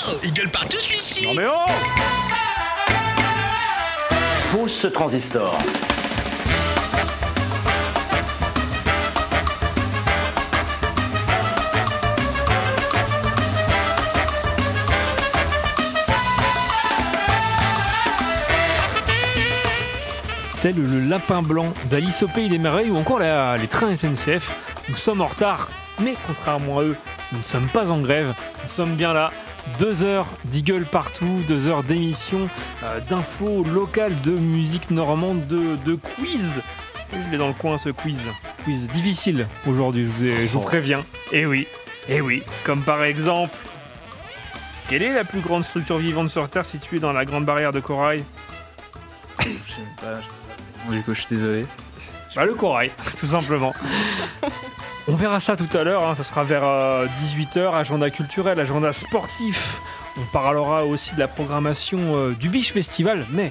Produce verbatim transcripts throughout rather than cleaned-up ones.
Oh, il gueule partout celui-ci. Non mais oh! Pose ce transistor. Tel le lapin blanc d'Alice au Pays des Merveilles ou encore la, les trains S N C F. Nous sommes en retard, mais contrairement à eux, nous ne sommes pas en grève. Nous sommes bien là. Deux heures d'Eagle partout, deux heures d'émissions, euh, d'infos locales, de musique normande, de, de quiz. Et je l'ai dans le coin ce quiz. Quiz difficile aujourd'hui, je vous, ai, je vous préviens. Et oui, et oui, comme par exemple... Quelle est la plus grande structure vivante sur Terre située dans la grande barrière de corail? Je sais pas, je... Bon, du coup, je suis désolé. Bah, le corail, tout simplement. On verra ça tout à l'heure, hein, ça sera vers euh, dix-huit heures, agenda culturel, agenda sportif. On parlera aussi de la programmation euh, du Biche Festival, mais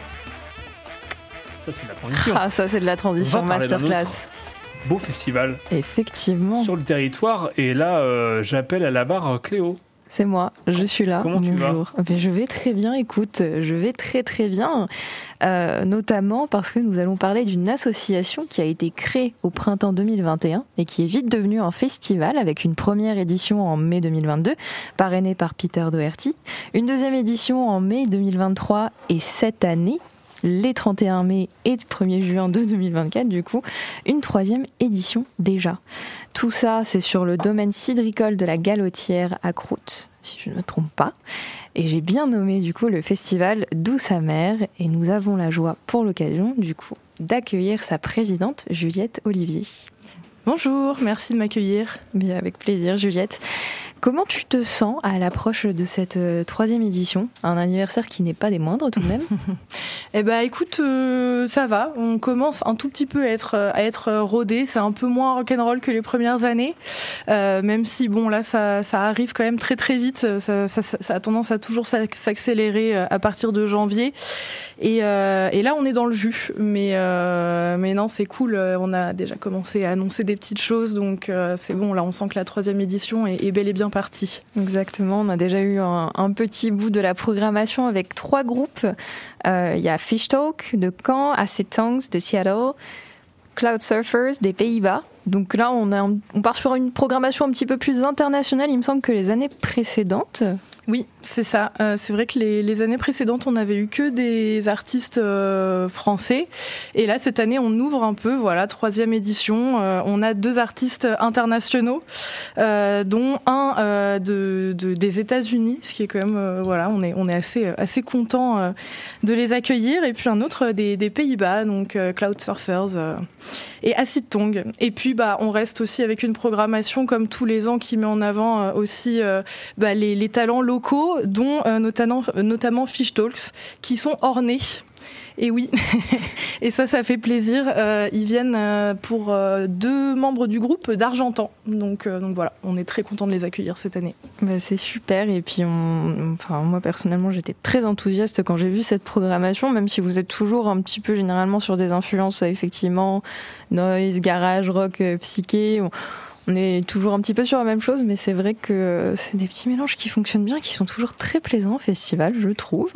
ça c'est de la transition. Ah, ça c'est de la transition masterclass. Beau festival. Effectivement. Sur le territoire, et là euh, j'appelle à la barre euh, Cléo. C'est moi, je suis là. Comment tu vas ? Mais je vais très bien, écoute, je vais très très bien, euh, notamment parce que nous allons parler d'une association qui a été créée au printemps deux mille vingt et un et qui est vite devenue un festival avec une première édition en mai deux mille vingt-deux, parrainée par Peter Doherty, une deuxième édition en mai deux mille vingt-trois et cette année, les trente et un mai et premier juin de deux mille vingt-quatre, du coup, une troisième édition déjà. Tout ça, c'est sur le domaine cidricole de la Galotière à Croûte, si je ne me trompe pas. Et j'ai bien nommé, du coup, le festival Douce Amère. Et nous avons la joie, pour l'occasion, du coup, d'accueillir sa présidente, Juliette Olivier. Bonjour, merci de m'accueillir. Bien, avec plaisir, Juliette. Comment tu te sens à l'approche de cette euh, troisième édition ? Un anniversaire qui n'est pas des moindres tout de même. Eh ben, écoute, euh, ça va. On commence un tout petit peu à être, à être rodé. C'est un peu moins rock'n'roll que les premières années. Euh, même si, bon, là, ça, ça arrive quand même très très vite. Ça, ça, ça a tendance à toujours s'accélérer à partir de janvier. Et, euh, et là, on est dans le jus. Mais, euh, mais non, c'est cool. On a déjà commencé à annoncer des petites choses. Donc, euh, c'est bon. Là, on sent que la troisième édition est, est bel et bien partie. Exactement, on a déjà eu un, un petit bout de la programmation avec trois groupes. Il euh, y a Fish Talk de Caen, Acid Tongues de Seattle, Cloud Surfers des Pays-Bas. Donc là, on, a, on part sur une programmation un petit peu plus internationale, il me semble, que les années précédentes. Oui, c'est ça. Euh, c'est vrai que les, les années précédentes, on avait eu que des artistes euh, français. Et là, cette année, on ouvre un peu. Voilà, troisième édition. Euh, on a deux artistes internationaux, euh, dont un euh, de, de, des États-Unis, ce qui est quand même, euh, voilà, on est, on est assez, assez content euh, de les accueillir. Et puis un autre des, des Pays-Bas, donc euh, Cloud Surfers euh, et Acid Tongue. Et puis, bah, on reste aussi avec une programmation comme tous les ans qui met en avant euh, aussi euh, bah, les, les talents locaux. locaux, dont euh, notamment, notamment Fish Talks, qui sont ornés. Et oui, et ça, ça fait plaisir. Euh, ils viennent euh, pour euh, deux membres du groupe d'Argentan. Donc, euh, donc voilà, on est très content de les accueillir cette année. Bah, c'est super. Et puis, on, enfin, moi personnellement, j'étais très enthousiaste quand j'ai vu cette programmation, même si vous êtes toujours un petit peu généralement sur des influences, effectivement, noise, garage, rock, euh, psyché. On, On est toujours un petit peu sur la même chose, mais c'est vrai que c'est des petits mélanges qui fonctionnent bien, qui sont toujours très plaisants au festival, je trouve.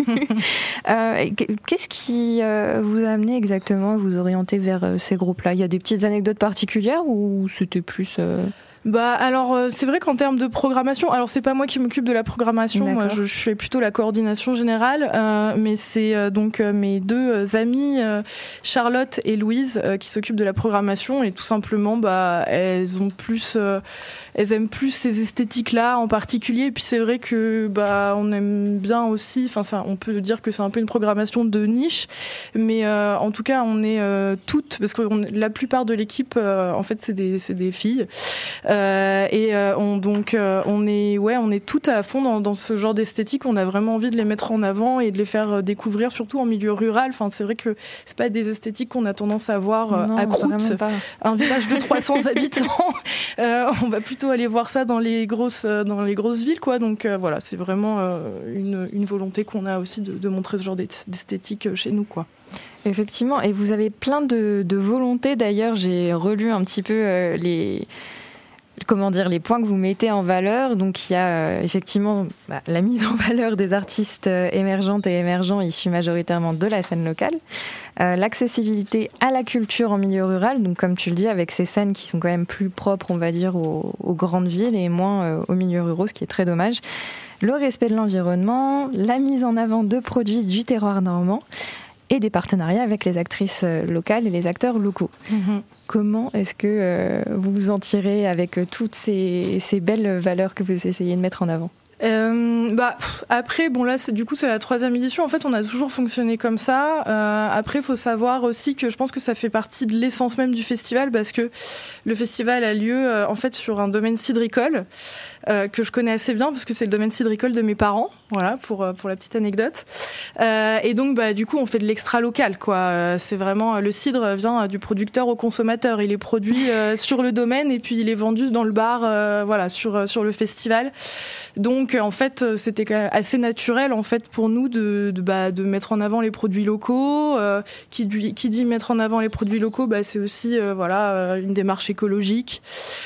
euh, qu'est-ce qui euh, vous a amené exactement à vous orienter vers euh, ces groupes-là ? Il y a des petites anecdotes particulières ou c'était plus... Euh... Bah alors euh, c'est vrai qu'en termes de programmation, alors c'est pas moi qui m'occupe de la programmation, D'accord. moi je, je fais plutôt la coordination générale, euh, mais c'est euh, donc euh, mes deux euh, amies euh, Charlotte et Louise euh, qui s'occupent de la programmation et tout simplement bah elles ont plus, euh, elles aiment plus ces esthétiques-là en particulier. Et puis c'est vrai que bah on aime bien aussi, enfin ça, on peut dire que c'est un peu une programmation de niche, mais euh, en tout cas on est euh, toutes, parce que on, la plupart de l'équipe euh, en fait c'est des c'est des filles. Euh, et euh, on, donc euh, on est ouais on est toutes à fond dans, dans ce genre d'esthétique. On a vraiment envie de les mettre en avant et de les faire découvrir, surtout en milieu rural. Enfin c'est vrai que c'est pas des esthétiques qu'on a tendance à voir euh, non, à Croûte, un village de trois cents habitants. Euh, on va plutôt aller voir ça dans les grosses dans les grosses villes quoi. Donc euh, voilà, c'est vraiment euh, une, une volonté qu'on a aussi de, de montrer ce genre d'esthétique chez nous quoi. Effectivement, et vous avez plein de, de volontés. D'ailleurs, j'ai relu un petit peu euh, les comment dire, les points que vous mettez en valeur. Donc il y a euh, effectivement bah, la mise en valeur des artistes euh, émergentes et émergents issus majoritairement de la scène locale, euh, l'accessibilité à la culture en milieu rural, donc comme tu le dis, avec ces scènes qui sont quand même plus propres, on va dire, aux, aux grandes villes et moins euh, aux milieux ruraux, ce qui est très dommage. Le respect de l'environnement, la mise en avant de produits du terroir normand et des partenariats avec les actrices locales et les acteurs locaux. Mmh. Comment est-ce que euh, vous vous en tirez avec euh, toutes ces, ces belles valeurs que vous essayez de mettre en avant ? Euh, bah pff, après bon là c'est, du coup c'est la troisième édition, en fait on a toujours fonctionné comme ça. Euh, après il faut savoir aussi que je pense que ça fait partie de l'essence même du festival, parce que le festival a lieu euh, en fait sur un domaine cidricole euh, que je connais assez bien parce que c'est le domaine cidricole de mes parents, voilà, pour pour la petite anecdote. Euh, et donc bah du coup on fait de l'extra local quoi. Euh, c'est vraiment le cidre vient du producteur au consommateur, il est produit euh, sur le domaine et puis il est vendu dans le bar, euh, voilà, sur sur le festival. Donc en fait c'était quand même assez naturel en fait pour nous de de, bah, de mettre en avant les produits locaux. Euh, qui, qui dit mettre en avant les produits locaux, bah, c'est aussi euh, voilà une démarche écologique.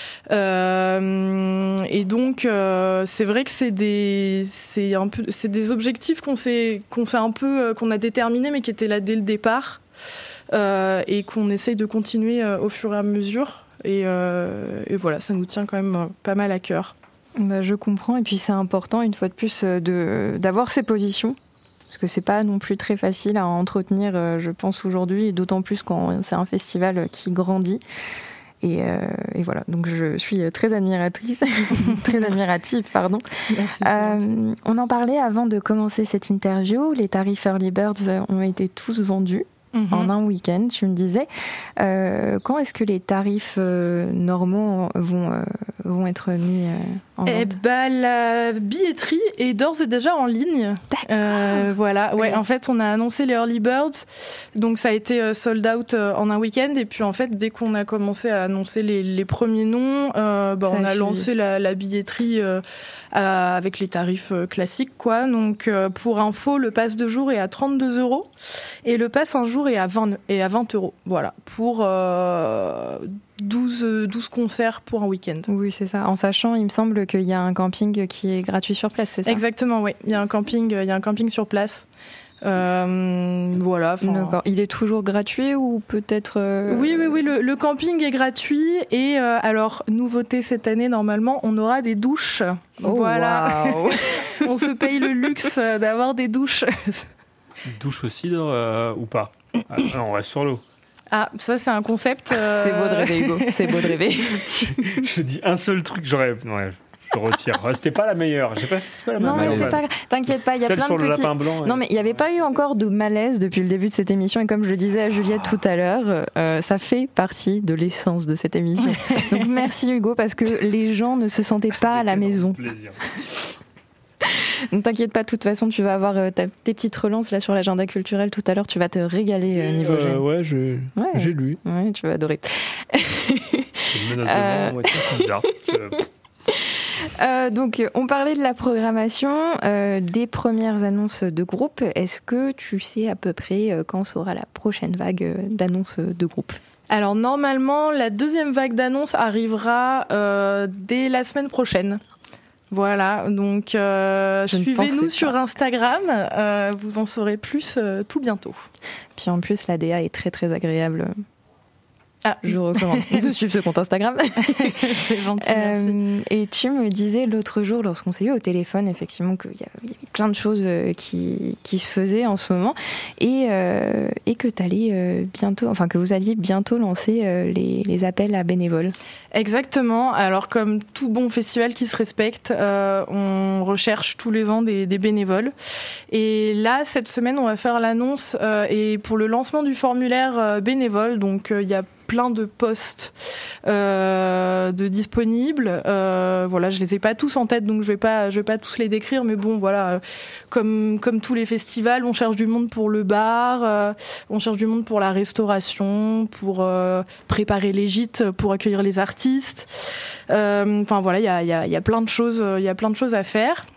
Euh, et donc euh, c'est vrai que c'est des c'est un peu c'est des objectifs qu'on s'est qu'on s'est un peu qu'on a déterminés mais qui étaient là dès le départ euh, et qu'on essaye de continuer euh, au fur et à mesure. Et, euh, et voilà, ça nous tient quand même euh, pas mal à cœur. Bah, je comprends, et puis c'est important une fois de plus de, d'avoir ces positions, parce que c'est pas non plus très facile à entretenir, je pense, aujourd'hui, et d'autant plus quand c'est un festival qui grandit. Et, euh, et voilà, donc je suis très admiratrice, très admirative, pardon. Merci. Euh, on en parlait avant de commencer cette interview, les tarifs Early Birds ont été tous vendus. Mmh. En un week-end, tu me disais. Euh, quand est-ce que les tarifs euh, normaux vont, euh, vont être mis euh, en vente ? Eh ben, la billetterie est d'ores et déjà en ligne. D'accord. Euh, voilà. Ouais. Oui. En fait, on a annoncé les Early Birds, donc ça a été euh, sold out euh, en un week-end. Et puis en fait, dès qu'on a commencé à annoncer les, les premiers noms, euh, bah, on a, a lancé la, la billetterie euh, à, avec les tarifs euh, classiques, quoi. Donc euh, pour info, le pass de jour est à trente-deux euros et le pass un jour est à vingt et à vingt euros. Voilà, pour euh, douze, douze concerts pour un week-end. Oui, c'est ça. En sachant, il me semble qu'il y a un camping qui est gratuit sur place, c'est ça ? Exactement, oui. Il y a un camping, il y a un camping sur place. Euh, voilà. D'accord. Il est toujours gratuit ou peut-être euh... Oui, oui, oui. Le, le camping est gratuit et euh, alors nouveauté cette année, normalement, on aura des douches. Oh, voilà. Wow. On se paye le luxe d'avoir des douches. Douche au cidre euh, ou pas ? Ah, non, on reste sur l'eau. Ah, ça c'est un concept. Euh... C'est beau de rêver, Hugo. C'est beau de rêver. je, je dis un seul truc, j'aurais. Ouais, je retire. C'était pas la meilleure. J'ai pas. C'est pas la non, meilleure. mais c'est pas. T'inquiète pas, il y a Celle plein sur de le petits. lapin blanc. Non, mais il n'y avait pas eu encore de malaise depuis le début de cette émission. Et comme je le disais à Juliette tout à l'heure, euh, ça fait partie de l'essence de cette émission. Donc merci Hugo, parce que les gens ne se sentaient pas à la maison. Plaisir. Ne t'inquiète pas, de toute façon, tu vas avoir euh, ta, tes petites relances là sur l'agenda culturel tout à l'heure. Tu vas te régaler euh, niveau euh, gêne. Ouais, je, ouais, j'ai lu. Ouais, tu vas adorer. Une menace Euh... de mort, ouais, c'est bizarre. Je... Euh, donc, on parlait de la programmation, euh, des premières annonces de groupe. Est-ce que tu sais à peu près euh, quand sera la prochaine vague euh, d'annonces de groupe ? Alors normalement, la deuxième vague d'annonces arrivera euh, dès la semaine prochaine. Voilà, donc euh, suivez-nous sur Instagram, euh, vous en saurez plus euh, tout bientôt. Puis en plus, la D A est très très agréable. Ah, je recommande de suivre ce compte Instagram. C'est gentil, euh, merci. Et tu me disais l'autre jour, lorsqu'on s'est eu au téléphone, effectivement, qu'il y avait plein de choses qui, qui se faisaient en ce moment, et, euh, et que t'allais euh, bientôt, enfin que vous alliez bientôt lancer euh, les, les appels à bénévoles. Exactement. Alors comme tout bon festival qui se respecte, euh, on recherche tous les ans des, des bénévoles. Et là, cette semaine, on va faire l'annonce euh, et pour le lancement du formulaire euh, bénévole. Donc il euh, y a plein de postes euh, de disponibles. Euh, voilà, je les ai pas tous en tête, donc je vais pas, je vais pas tous les décrire. Mais bon, voilà, euh, comme comme tous les festivals, on cherche du monde pour le bar, euh, on cherche du monde pour la restauration, pour euh, préparer les gîtes, pour accueillir les artistes. Enfin euh, voilà, il y a il y a il y a plein de choses, il y a plein de choses à faire.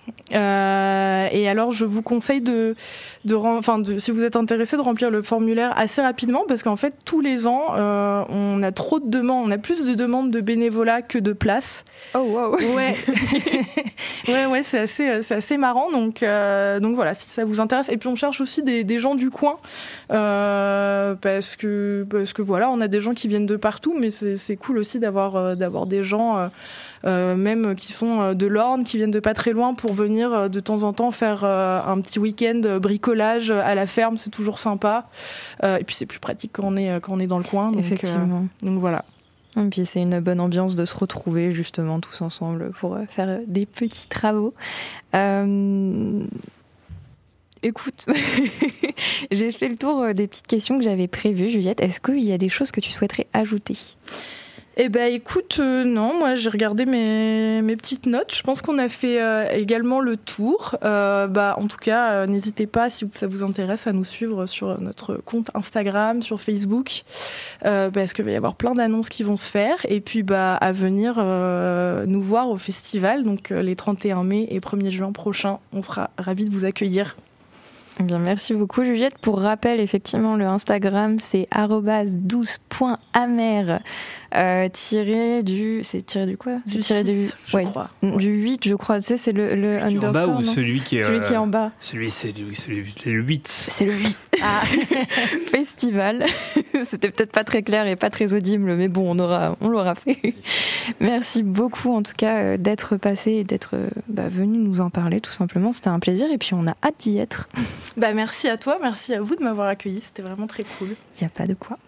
Euh, et alors, je vous conseille de, de, enfin, de, si vous êtes intéressé, de remplir le formulaire assez rapidement, parce qu'en fait, tous les ans, euh, on a trop de demandes, on a plus de demandes de bénévolat que de places. Oh wow. Ouais, ouais, ouais, c'est assez, c'est assez marrant. Donc, euh, donc voilà, si ça vous intéresse. Et puis, on cherche aussi des, des gens du coin, euh, parce que, parce que voilà, on a des gens qui viennent de partout, mais c'est, c'est cool aussi d'avoir, euh, d'avoir des gens. Euh, Euh, même qui sont de l'Orne, qui viennent de pas très loin pour venir euh, de temps en temps faire euh, un petit week-end bricolage à la ferme, c'est toujours sympa. Euh, et puis c'est plus pratique quand on est, quand on est dans le coin. Donc, Effectivement. Euh, donc voilà. Et puis c'est une bonne ambiance de se retrouver justement tous ensemble pour faire des petits travaux. Euh... Écoute, j'ai fait le tour des petites questions que j'avais prévues. Juliette, est-ce qu'il y a des choses que tu souhaiterais ajouter ? Eh ben, écoute, euh, non, moi j'ai regardé mes, mes petites notes. Je pense qu'on a fait euh, également le tour. Euh, bah, en tout cas, euh, n'hésitez pas, si ça vous intéresse, à nous suivre sur notre compte Instagram, sur Facebook, euh, parce qu'il va y avoir plein d'annonces qui vont se faire. Et puis, bah, à venir euh, nous voir au festival, donc euh, les trente et un mai et premier juin prochains. On sera ravis de vous accueillir. Eh bien, merci beaucoup Juliette. Pour rappel, effectivement, le Instagram, c'est arobase douze point amer. Euh, tiré du... C'est tiré du quoi ? Du C'est tiré six, du... je ouais. crois. Du huit, je crois. Tu sais, c'est le, le Celui qui est en bas underscore, ou non celui qui est, Celui qui est en bas. Celui, c'est le, celui, c'est le huit. C'est le huit. Ah. Festival. C'était peut-être pas très clair et pas très audible, mais bon, on, aura, on l'aura fait. Merci beaucoup, en tout cas, d'être passé et d'être bah, venu nous en parler, tout simplement. C'était un plaisir et puis on a hâte d'y être. Bah, merci à toi, merci à vous de m'avoir accueilli. C'était vraiment très cool. Il n'y a pas de quoi.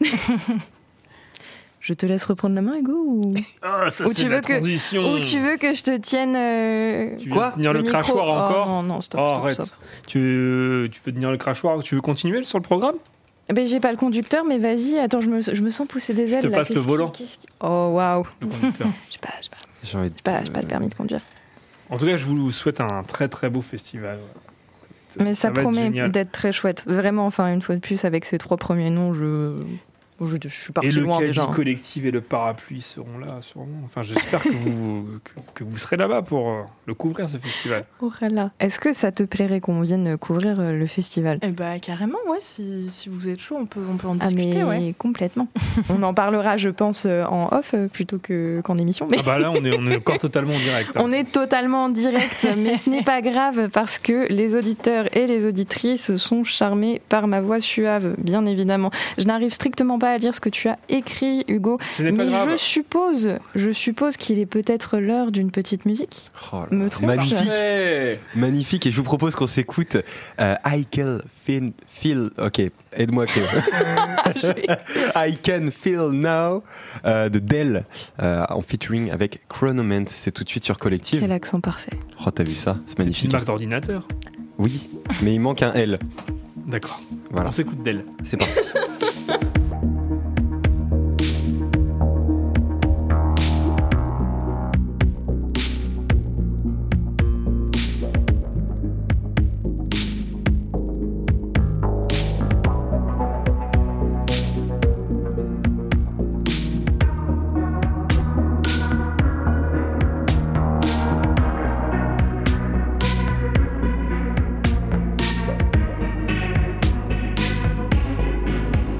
Je te laisse reprendre la main, Hugo, ou, Ah, ça, ou, c'est tu la veux que... transition. ou tu veux que je te tienne euh... Tu veux Quoi tenir le, le micro. crachoir encore Oh, non, non, stop, Oh, stop, arrête. stop. Tu, veux, tu veux tenir le crachoir. Tu veux continuer sur le programme? Ben, j'ai pas le conducteur, mais vas-y, attends, je me, je me sens pousser des ailes. te là. passe le Qu'est-ce qui- volant. qu'est-ce qui- Oh, waouh. Le conducteur. J'ai pas, j'ai pas, J'ai envie de j'ai pas, te- j'ai pas le permis de conduire. En tout cas, je vous souhaite un très très beau festival. Mais ça, va être promet génial. d'être très chouette. Vraiment, enfin, une fois de plus, avec ces trois premiers noms, je, je, je suis Et partie le loin caddie déjà. collectif et le parapluie seront là, sûrement. Enfin, j'espère que vous, que, que vous serez là-bas pour euh, le couvrir, ce festival. Oh là là. Est-ce que ça te plairait qu'on vienne couvrir euh, le festival? Eh bah, carrément, ouais, si, si vous êtes chaud, on peut, on peut en Ah, discuter, mais ouais. complètement. On en parlera, je pense, euh, en off euh, plutôt que, qu'en émission. Mais Ah bah là, on est, on est encore totalement en direct. hein. on est totalement en direct, mais ce n'est pas grave parce que les auditeurs et les auditrices sont charmés par ma voix suave, bien évidemment. Je n'arrive strictement pas à lire ce que tu as écrit, Hugo, Ce n'est pas mais grave. je suppose, je suppose qu'il est peut-être l'heure d'une petite musique. Oh là, Me c'est trompe. magnifique, Parfait. magnifique. Et je vous propose qu'on s'écoute euh, I Can Feel, feel ok, aide-moi Cléo. I Can Feel Now euh, de Dell euh, en featuring avec Chronoment. C'est tout de suite sur Collective. Quel accent parfait. Oh, t'as vu ça? C'est C'est une magnifique. marque d'ordinateur. Oui, mais il manque un L. D'accord. Voilà, On s'écoute d'elle. c'est parti. I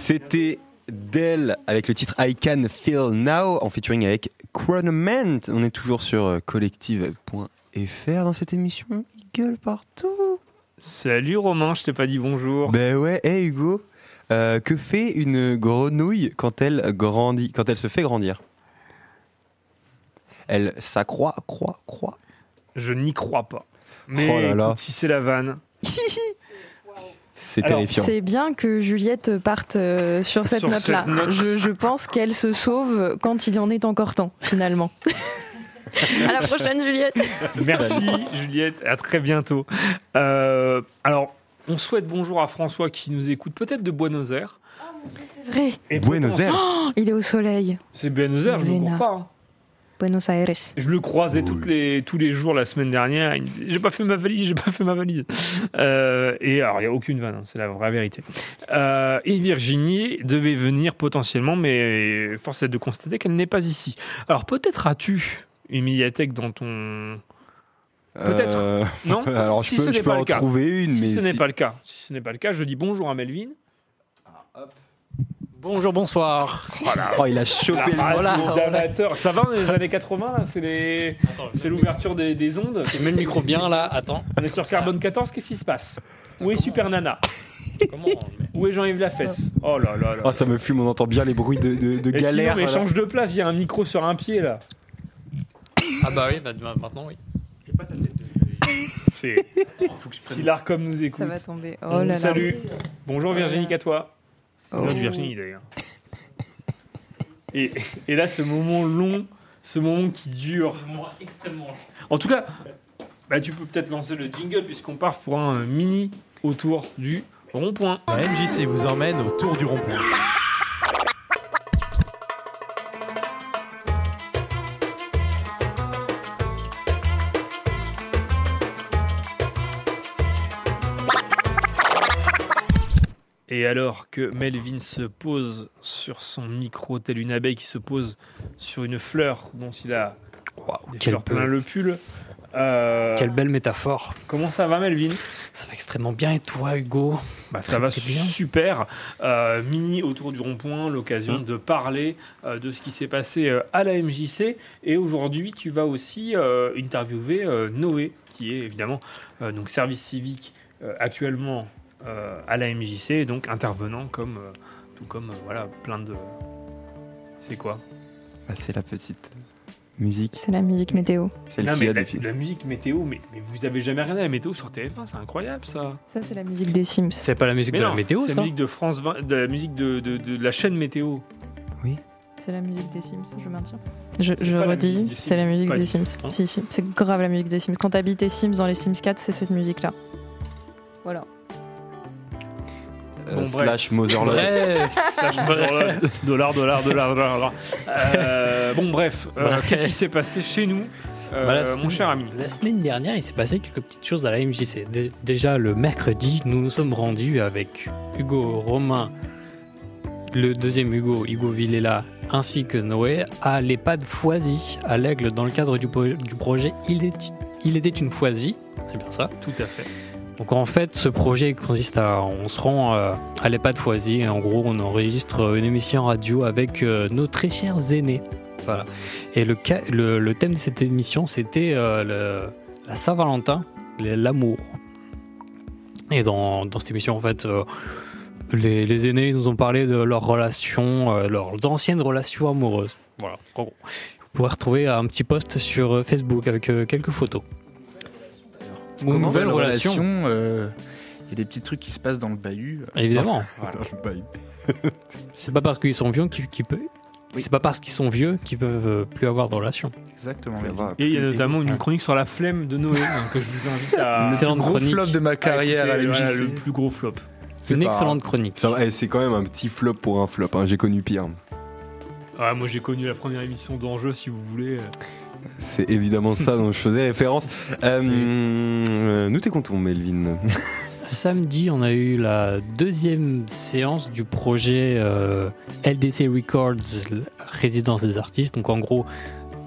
C'était Dell avec le titre I Can Feel Now en featuring avec Chronoment. On est toujours sur collective point f r dans cette émission. Il gueule partout. Salut Romain, je t'ai pas dit bonjour. Ben ouais, hey Hugo, euh, que fait une grenouille quand elle grandit, quand elle se fait grandir? Elle s'accroît, croît, croît. Je n'y crois pas. Mais Oh là là. écoute, si c'est la vanne. C'est Alors, terrifiant. C'est bien que Juliette parte euh, sur cette Sur note-là. cette note. Je, je pense qu'elle se sauve quand il en est encore temps, finalement. À la prochaine, Juliette. Merci Juliette, à très bientôt. Euh, alors, on souhaite bonjour à François qui nous écoute peut-être de Buenos Aires. C'est vrai. Et Buenos pourtant, Aires. Oh, il est au soleil. C'est Buenos Aires, je ne le Vénard. cours pas. hein. Buenos Aires. Je le croisais toutes les, tous les jours la semaine dernière. Il me disait, j'ai pas fait ma valise, j'ai pas fait ma valise. Euh, et alors, il n'y a aucune vanne, hein, c'est la vraie vérité. Euh, et Virginie devait venir potentiellement, mais force est de constater qu'elle n'est pas ici. Alors, peut-être as-tu une médiathèque dans ton. Peut-être. Euh, Non Alors Si je ce peux, n'est je peux pas en le cas. trouver une, Si mais ce n'est si- pas le cas, si ce n'est pas le cas, je dis bonjour à Melvin. Bonjour, bonsoir. Voilà. Oh, il a chopé le La radio voilà, voilà. d'amateur. Ça va, on est dans les années quatre-vingts, là, c'est les... c'est l'ouverture des, des ondes. Tu mets le micro bien là, attends. On est sur Carbone quatorze, qu'est-ce qui se passe? Où est Super Nana? Comment on le met ? Où est Jean-Yves Lafesse? Oh là là là. Oh, ça me fume, on entend bien les bruits de, de, de Mais galère. sinon, mais voilà. change de place, il y a un micro sur un pied là. Ah bah oui, bah, maintenant oui. C'est. Si l'Arcom nous écoute. Ça va tomber. Oh on là vous là. salue. Bonjour Virginie Catois. Oh. Notre Virginie d'ailleurs. Et, et là, ce moment long, ce moment qui dure. extrêmement. En tout cas, bah, tu peux peut-être lancer le jingle puisqu'on part pour un euh, mini autour du rond-point. La M J C vous emmène autour du rond-point. Et alors que Melvin se pose sur son micro, telle une abeille qui se pose sur une fleur dont il a des quel fleurs peu- plein le pull. euh, Quelle belle métaphore. Comment ça va Melvin? Ça va extrêmement bien et toi, Hugo? Bah, ça Très, va très bien. super. Euh, mini autour du rond-point, l'occasion Mmh. de parler euh, de ce qui s'est passé euh, à la M J C. Et aujourd'hui, tu vas aussi euh, interviewer euh, Noé, qui est évidemment euh, donc service civique euh, actuellement euh, à la M J C, et donc intervenant comme euh, tout comme euh, voilà plein de. C'est quoi? Ah, c'est la petite musique, C'est la musique météo. celle Non, qui mais a la, depuis. la musique météo, mais, mais vous avez jamais regardé la météo sur T F un, c'est incroyable ça. Ça, c'est la musique des Sims. C'est pas la musique Mais de non, la météo, c'est ça? la musique de France vingt, de la musique de, de, de la chaîne météo. C'est la musique des Sims, je maintiens. Je, C'est je pas la redis, musique des c'est la Sims. musique Pas des du Sims. Hein Si, si, c'est grave la musique des Sims. Quand t'habites tes Sims dans les Sims quatre, c'est cette musique-là. Voilà. Euh, Bon, bref. slash Motherlode. Bref. Slash dollar, dollar, dollar, dollar, dollar. Euh, bon, bref, euh, Bref. qu'est-ce qui s'est passé chez nous, euh, Voilà, mon semaine- cher ami? La semaine dernière, il s'est passé quelques petites choses à la M J C. Dé- Déjà, le mercredi, nous nous sommes rendus avec Hugo, Romain, le deuxième Hugo, Hugo Villela, ainsi que Noé, à l'EHPAD Foisy, à l'Aigle, dans le cadre du, po- du projet Il, est- Il était une Foisy. C'est bien ça. Tout à fait. Donc en fait, ce projet consiste à, on se rend euh, à l'EHPAD Foisy et en gros, on enregistre une émission radio avec euh, nos très chers aînés. Voilà. Et le, ca- le, le thème de cette émission, c'était euh, le- la Saint-Valentin, le- l'amour. Et dans, dans cette émission, en fait, euh, les, les aînés nous ont parlé de leurs relations, euh, leurs anciennes relations amoureuses. Voilà. En gros. Vous pouvez retrouver un petit post sur euh, Facebook avec euh, quelques photos. Ou une nouvelle relation. euh, Il y a des petits trucs qui se passent dans le bahut. Évidemment. Voilà. C'est pas parce qu'ils sont vieux qu'ils qu'ils peuvent. Oui. C'est pas parce qu'ils sont vieux qu'ils peuvent euh, plus avoir de relation. Exactement. Ça va. Et il y a notamment une Ouais. chronique sur la flemme de Noé hein, que je vous invite à. Le Excellente plus gros chronique. flop de ma carrière à écouter, l'M J voilà, C. le plus gros flop. C'est une pas excellente chronique. Ça va, eh, c'est quand même un petit flop pour un flop. hein. J'ai connu pire. Ah, moi j'ai connu la première émission d'Enjeu si vous voulez. C'est évidemment ça dont je faisais référence. Euh, euh, nous t'écoutons, Melvin. Samedi, on a eu la deuxième séance du projet euh, L D C Records, Résidence des artistes. Donc en gros,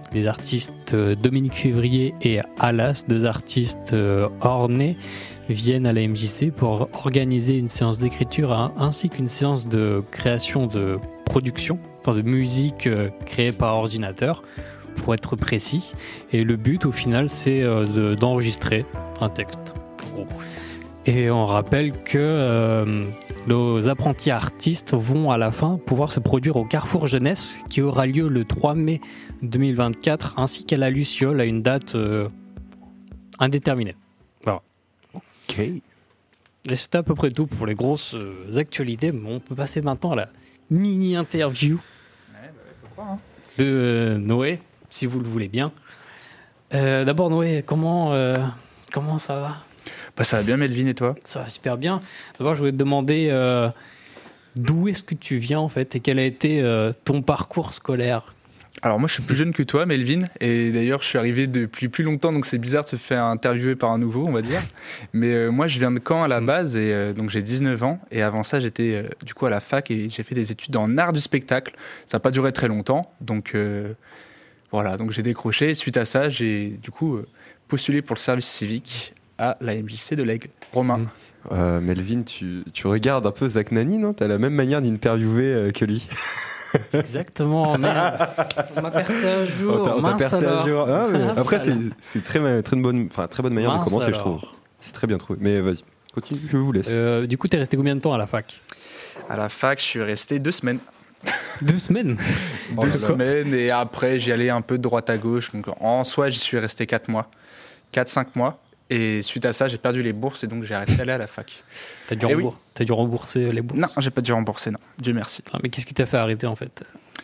les artistes euh, Dominique Février et Alas, deux artistes euh, ornais, viennent à la M J C pour organiser une séance d'écriture hein, ainsi qu'une séance de création de production, enfin de musique euh, créée par ordinateur, pour être précis. Et le but, au final, c'est euh, de, d'enregistrer un texte. En gros. Et on rappelle que euh, nos apprentis artistes vont à la fin pouvoir se produire au Carrefour Jeunesse qui aura lieu le trois mai deux mille vingt-quatre ainsi qu'à la Luciole à une date euh, indéterminée. Voilà. Ok. Et c'était à peu près tout pour les grosses euh, actualités. Mais on peut passer maintenant à la mini-interview Ouais, bah, faut croire, hein. de euh, Noé, si vous le voulez bien. Euh, d'abord Noé, comment, euh, comment ça va ? Bah, ça va bien, Melvin, et toi ? Ça va super bien. D'abord, je voulais te demander euh, d'où est-ce que tu viens en fait et quel a été euh, ton parcours scolaire. Alors moi je suis plus jeune que toi, Melvin, et d'ailleurs je suis arrivé depuis plus longtemps, donc c'est bizarre de se faire interviewer par un nouveau, on va dire. Mais euh, moi je viens de Caen à la base, et euh, donc j'ai dix-neuf ans, et avant ça j'étais euh, du coup à la fac et j'ai fait des études en art du spectacle. Ça n'a pas duré très longtemps, donc euh, voilà, donc j'ai décroché. Et suite à ça, j'ai du coup euh, postulé pour le service civique à la M J C de l'Aigle. Romain. Mm. Euh, Melvin, tu, tu regardes un peu Zach Nani, non ? T'as la même manière d'interviewer euh, que lui. Exactement, merde. On m'a percé à jour. On t'a- on t'a Mince percé à alors. jour. Ah, mais Mince après, c'est, alors. c'est très, ma- très, une bonne, enfin, très bonne manière Mince de commencer, je alors. trouve. C'est très bien trouvé. Mais vas-y, continue, je vous laisse. Euh, du coup, t'es resté combien de temps à la fac ? À la fac, je suis resté deux semaines. Deux semaines. Deux semaines, et après j'y allais un peu de droite à gauche. Donc en soi, j'y suis resté quatre mois. quatre cinq mois. Et suite à ça, j'ai perdu les bourses et donc j'ai arrêté d'aller à la fac. T'as dû, Eh oui. rembour- T'as dû rembourser les bourses ? Non, j'ai pas dû rembourser, non. Dieu merci. Ah, mais qu'est-ce qui t'a fait arrêter en fait ?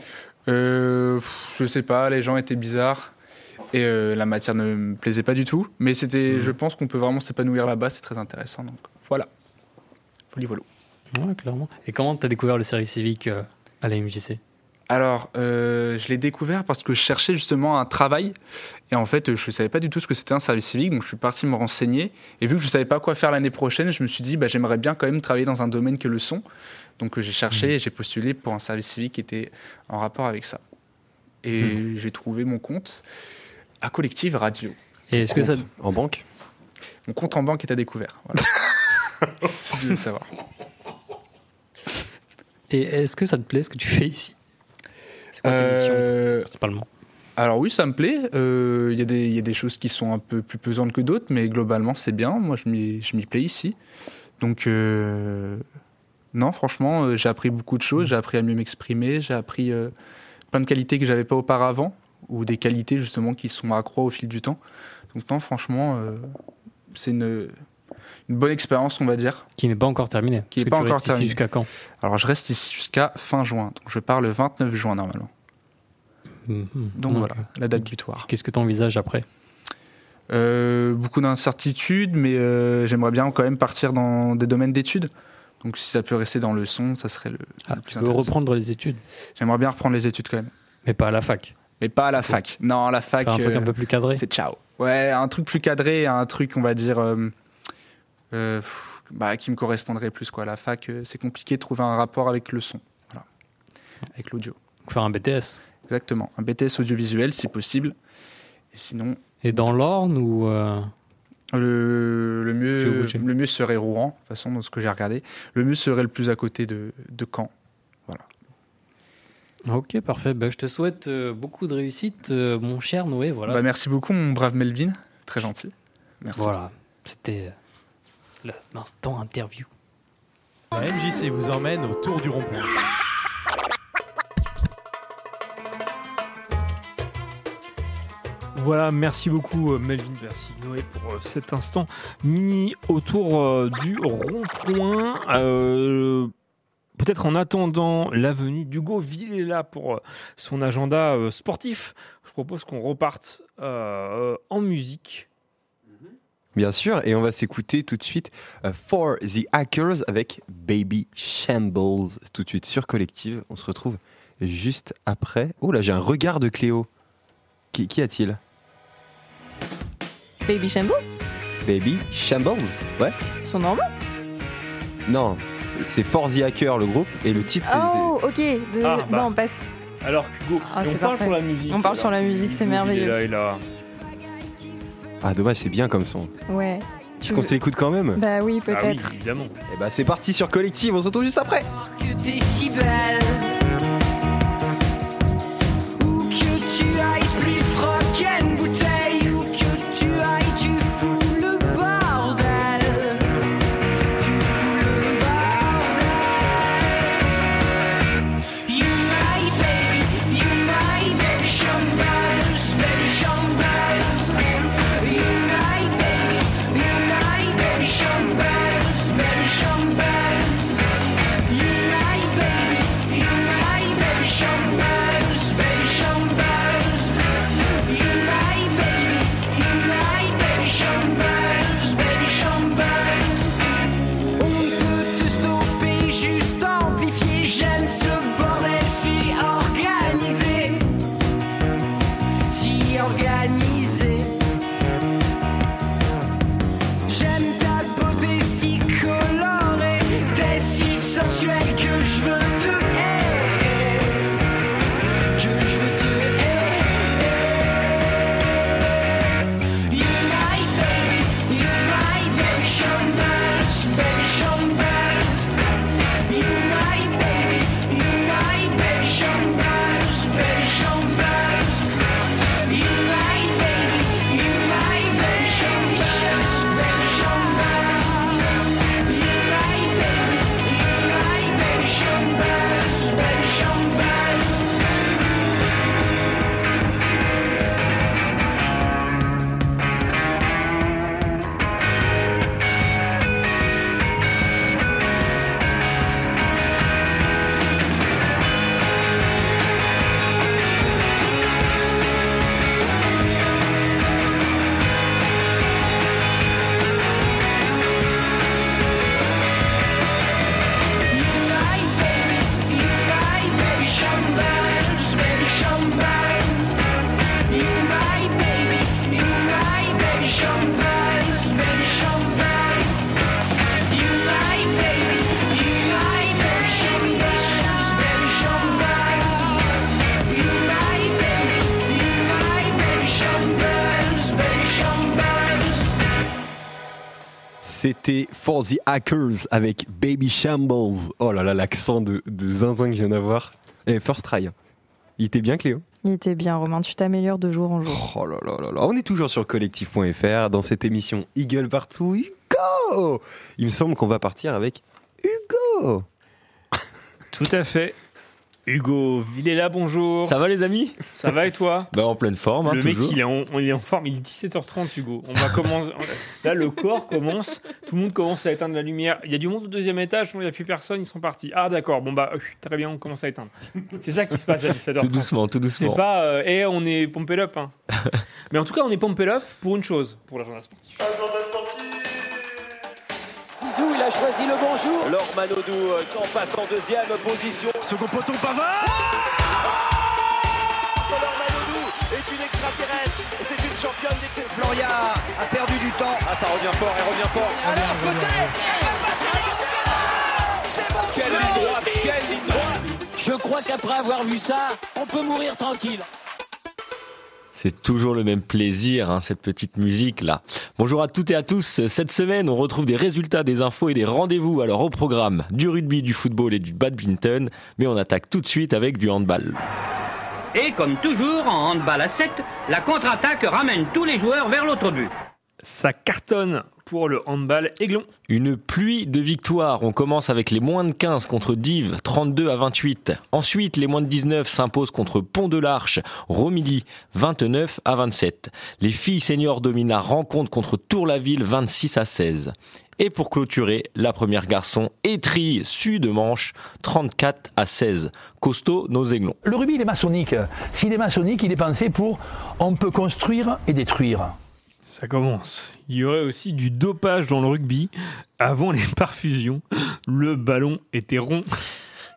Euh, pff, je sais pas, les gens étaient bizarres et euh, la matière ne me plaisait pas du tout. Mais c'était, je pense qu'on peut vraiment s'épanouir là-bas, c'est très intéressant. Donc voilà. Folie volo. Ouais, clairement. Et comment t'as découvert le service civique euh, à la M J C ? Alors, euh, je l'ai découvert parce que je cherchais justement un travail et en fait, je ne savais pas du tout ce que c'était un service civique, donc je suis parti me renseigner. Et vu que je ne savais pas quoi faire l'année prochaine, je me suis dit, bah, j'aimerais bien quand même travailler dans un domaine que le son. Donc j'ai cherché et j'ai postulé pour un service civique qui était en rapport avec ça. Et mmh. j'ai trouvé mon compte à Collective Radio. Et est-ce que ça... En banque ? Mon compte en banque est à découvert. Voilà. Si tu veux savoir. Et est-ce que ça te plaît ce que tu fais ici ? C'est quoi tes missions Euh, principalement ? Alors oui, ça me plaît. Il euh, y, y a des choses qui sont un peu plus pesantes que d'autres, mais globalement, c'est bien. Moi, je m'y, je m'y plais ici. Donc, euh, non, franchement, euh, j'ai appris beaucoup de choses. J'ai appris à mieux m'exprimer. J'ai appris euh, plein de qualités que je n'avais pas auparavant, ou des qualités, justement, qui sont accroît au fil du temps. Donc, non, franchement, euh, c'est une, une bonne expérience, on va dire. Qui n'est pas encore terminée. Qui n'est Parce pas que tu encore restes ici terminée. jusqu'à quand ? Alors, je reste ici jusqu'à fin juin. Donc, je pars le vingt-neuf juin, normalement. Mmh. Donc, Okay. voilà, la date butoir. Qu'est-ce que tu envisages après ? Euh, beaucoup d'incertitudes, mais euh, j'aimerais bien quand même partir dans des domaines d'études. Donc si ça peut rester dans le son, ça serait le, ah, le plus tu veux intéressant. reprendre les études ? J'aimerais bien reprendre les études quand même. Mais pas à la fac. Mais pas à la fac. Non, la fac, Faire un truc euh, un peu plus cadré. c'est ciao. Ouais, un truc plus cadré, un truc, on va dire, euh, euh, pff, bah, qui me correspondrait plus. Quoi. La fac, euh, c'est compliqué de trouver un rapport avec le son, voilà. Avec l'audio. Faire un B T S. Exactement. Un B T S audiovisuel, si possible. Et sinon... Et dans l'Orne ou... Euh... Le, le, Tu veux mieux, bouger. le mieux serait Rouen, de toute façon, dans ce que j'ai regardé. Le mieux serait le plus à côté de, de Caen. Voilà. Ok, parfait. Bah, je te souhaite euh, beaucoup de réussite, euh, mon cher Noé. Voilà. Bah, merci beaucoup, mon brave Melvin. Très gentil. Merci. Voilà. C'était euh, l'instant interview. La M J C vous emmène au tour du rond-point. Voilà, merci beaucoup euh, Melvin, merci Noé pour euh, cet instant mini autour euh, du rond-point. Euh, peut-être en attendant la venue d'Hugo Villela pour euh, son agenda euh, sportif, je propose qu'on reparte euh, en musique. Bien sûr, et on va s'écouter tout de suite uh, For the Hackers avec Baby Shambles. C'est tout de suite sur Collective. On se retrouve juste après. Oh là, j'ai un regard de Cléo. Qui, qui a-t-il ? Baby Shambles, Baby Shambles. Ouais. son nom. Non, c'est For the Hacker le groupe et le titre c'est. Oh, ok. De- Ah, bah. Non, parce Alors Hugo, Ah, et on c'est parle parfait. sur la musique. On parle sur la musique, c'est merveilleux. Il est là, il est là. Ah, dommage, c'est bien comme son. Ouais. Est-ce qu'on s'écoute quand même? Bah oui, Ah oui, peut-être. évidemment. Et bah, c'est parti sur Collective, on se retrouve juste après. Que t'es si belle, ou que tu ailles plus froc une bouteille, ou que tu ailles, tu fous le bordel, tu fous le bordel. You my baby, you my baby shambles, baby shambles. You my baby, you my baby shambles, baby shambles. You my baby, you my baby shambles, baby shambles. You my baby, you my baby shambles, baby shambles. On peut te stopper, juste amplifier. J'aime ce bordel si organisé, si organisé. J'aime ta beauté si colorée, t'es si sensuelle que je veux te haïr, que je veux te haïr. You my baby, you my baby shambles, baby shambles. You my baby, you my baby shambles, baby shambles. You my baby, you my baby shambles, baby shambles. You my baby, you my baby shambles, baby shambles. You my baby, you my baby shambles, baby shambles. You my baby, you my baby shambles, baby shambles. You my baby, you my baby shambles, baby shambles. You my baby, you my baby shambles, baby shambles. C'était For the Hackers avec Baby Shambles. Oh là là, l'accent de, de zinzin que je viens d'avoir. Et first try. Il était bien, Cléo? Il était bien, Romain. Tu t'améliores de jour en jour. Oh là là là là. On est toujours sur collectif point f r dans cette émission Eagle Partout. Hugo! Il me semble qu'on va partir avec Hugo. Tout à fait. Hugo Villela, bonjour. Ça va les amis? Ça va et toi? Bah en pleine forme, hein, Le mec, toujours. il est, en, il est en forme. Il est dix-sept heures trente, Hugo. On va commencer. Là, le corps commence. Tout le monde commence à éteindre la lumière. Il y a du monde au deuxième étage. Il n'y a plus personne. Ils sont partis. Ah, d'accord. Bon, bah, euh, très bien. On commence à éteindre. C'est ça qui se passe à dix-sept heures trente. Tout doucement, tout doucement. C'est pas. Euh, et on est pompé up. Hein. Mais en tout cas, on est pompé up pour une chose. Pour l'agenda sportif. Zizou, il a choisi le bonjour. Laure Manodou euh, en passe en deuxième position. Second poteau Pavard. Laure Manodou est une extraterrestre et c'est une championne d'exception. Floria a perdu du temps. Ah, ça revient fort, elle revient fort. Alors peut-être elle va passer. C'est bon. Quelle ligne droite, quelle ligne droite. Je crois qu'après avoir vu ça, on peut mourir tranquille. C'est toujours le même plaisir, hein, cette petite musique-là. Bonjour à toutes et à tous. Cette semaine, on retrouve des résultats, des infos et des rendez-vous. Alors au programme, du rugby, du football et du badminton. Mais on attaque tout de suite avec du handball. Et comme toujours, en handball à sept, la contre-attaque ramène tous les joueurs vers l'autre but. Ça cartonne pour le handball Aiglon. Une pluie de victoires. On commence avec les moins de quinze contre Dives, trente-deux à vingt-huit. Ensuite, les moins de dix-neuf s'imposent contre Pont-de-l'Arche, Romilly, vingt-neuf à vingt-sept. Les filles seniors dominent la rencontre contre Tour-la-Ville, vingt-six à seize. Et pour clôturer, la première garçon, Étrie, Sud-Manche, trente-quatre à seize. Costaud, nos Aiglons. Le rugby, il est maçonnique. S'il est maçonnique, il est pensé pour on peut construire et détruire. Ça commence. Il y aurait aussi du dopage dans le rugby. Avant les perfusions, le ballon était rond.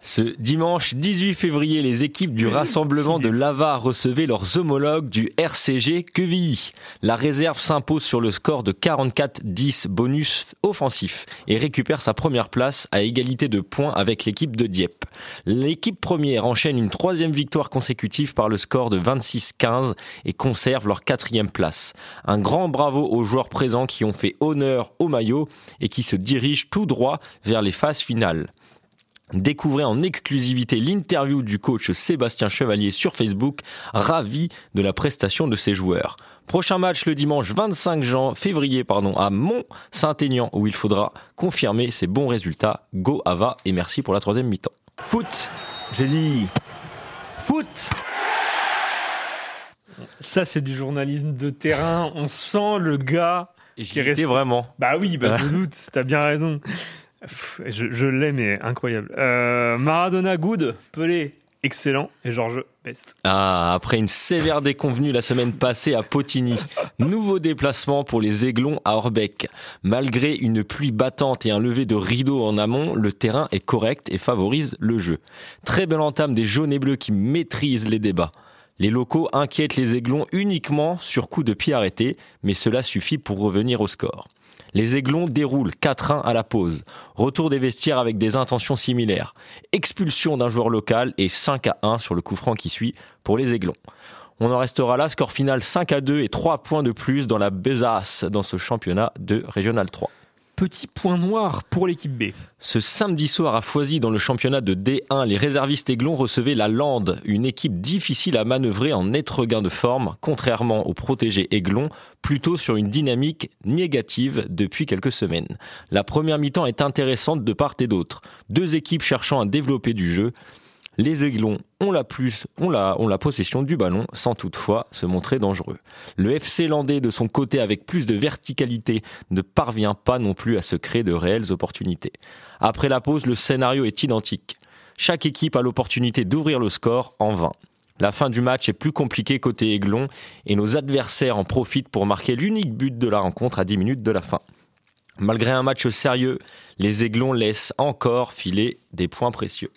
Ce dimanche dix-huit février, les équipes du rassemblement de Lava recevaient leurs homologues du R C G Quevilly. La réserve s'impose sur le score de quarante-quatre dix bonus offensif et récupère sa première place à égalité de points avec l'équipe de Dieppe. L'équipe première enchaîne une troisième victoire consécutive par le score de vingt-six quinze et conserve leur quatrième place. Un grand bravo aux joueurs présents qui ont fait honneur au maillot et qui se dirigent tout droit vers les phases finales. Découvrez en exclusivité l'interview du coach Sébastien Chevalier sur Facebook, ravi de la prestation de ses joueurs. Prochain match le dimanche vingt-cinq février pardon, à Mont-Saint-Aignan où il faudra confirmer ses bons résultats. Go Ava et merci pour la troisième mi-temps. Foot, j'ai dit foot. Ça c'est du journalisme de terrain, on sent le gars et qui est resté vraiment. Bah oui, bah je doute, t'as bien raison. Je, je l'aime, mais incroyable. Euh, Maradona, good. Pelé, excellent. Et Georges, best. Ah, après une sévère déconvenue la semaine passée à Potigny, nouveau déplacement pour les Aiglons à Orbec. Malgré une pluie battante et un lever de rideau en amont, le terrain est correct et favorise le jeu. Très belle entame des jaunes et bleus qui maîtrisent les débats. Les locaux inquiètent les Aiglons uniquement sur coup de pied arrêté, mais cela suffit pour revenir au score. Les Aiglons déroulent quatre un à la pause. Retour des vestiaires avec des intentions similaires. Expulsion d'un joueur local et cinq à un sur le coup franc qui suit pour les Aiglons. On en restera là, score final cinq à deux et trois points de plus dans la besace dans ce championnat de Régional trois. Petit point noir pour l'équipe B. Ce samedi soir à Foisy, dans le championnat de D un, les réservistes Aiglons recevaient la Lande, une équipe difficile à manœuvrer en net regain de forme, contrairement aux protégés Aiglons, plutôt sur une dynamique négative depuis quelques semaines. La première mi-temps est intéressante de part et d'autre. Deux équipes cherchant à développer du jeu. Les Aiglons ont la, plus, ont, la, ont la possession du ballon sans toutefois se montrer dangereux. Le F C landais de son côté avec plus de verticalité ne parvient pas non plus à se créer de réelles opportunités. Après la pause, le scénario est identique. Chaque équipe a l'opportunité d'ouvrir le score en vain. La fin du match est plus compliquée côté Aiglon et nos adversaires en profitent pour marquer l'unique but de la rencontre à dix minutes de la fin. Malgré un match sérieux, les Aiglons laissent encore filer des points précieux.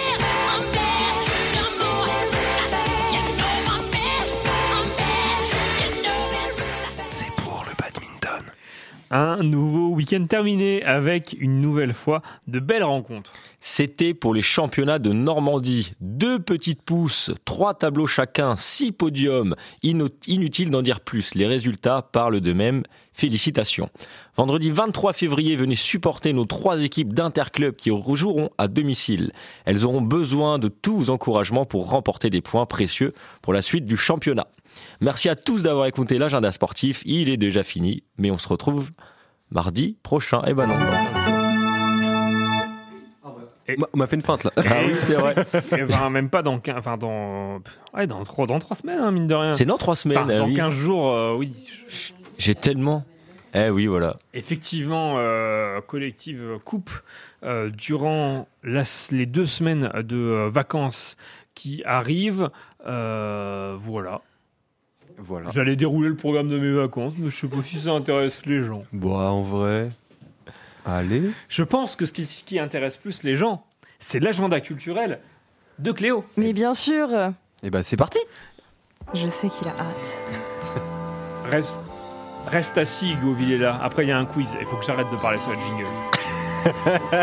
Un nouveau week-end terminé avec une nouvelle fois de belles rencontres. C'était pour les championnats de Normandie. Deux petites pousses, trois tableaux chacun, six podiums. Inutile d'en dire plus, les résultats parlent d'eux-mêmes. Félicitations. Vendredi vingt-trois février, venez supporter nos trois équipes d'Interclub qui joueront à domicile. Elles auront besoin de tous vos encouragements pour remporter des points précieux pour la suite du championnat. Merci à tous d'avoir écouté l'agenda sportif. Il est déjà fini, mais on se retrouve mardi prochain. Et ben non. Et... On m'a fait une feinte là. Ah oui, c'est vrai. Et enfin, même pas dans, enfin, dans, ouais, dans trois, dans trois semaines, hein, mine de rien. C'est dans trois semaines. Enfin, ah dans oui. quinze jours, euh, oui. J'ai tellement. Eh oui, voilà. Effectivement, euh, collective coupe euh, durant la, les deux semaines de euh, vacances qui arrivent. Euh, voilà. Voilà. J'allais dérouler le programme de mes vacances, mais je sais pas si ça intéresse les gens. Bah, en vrai. Allez. Je pense que ce qui, ce qui intéresse plus les gens, c'est l'agenda culturel de Cléo. Mais bien sûr. Et bah, c'est parti. Je sais qu'il a hâte. Reste, reste assis, Hugo Villela. Après, il y a un quiz. Il faut que j'arrête de parler sur le jingle.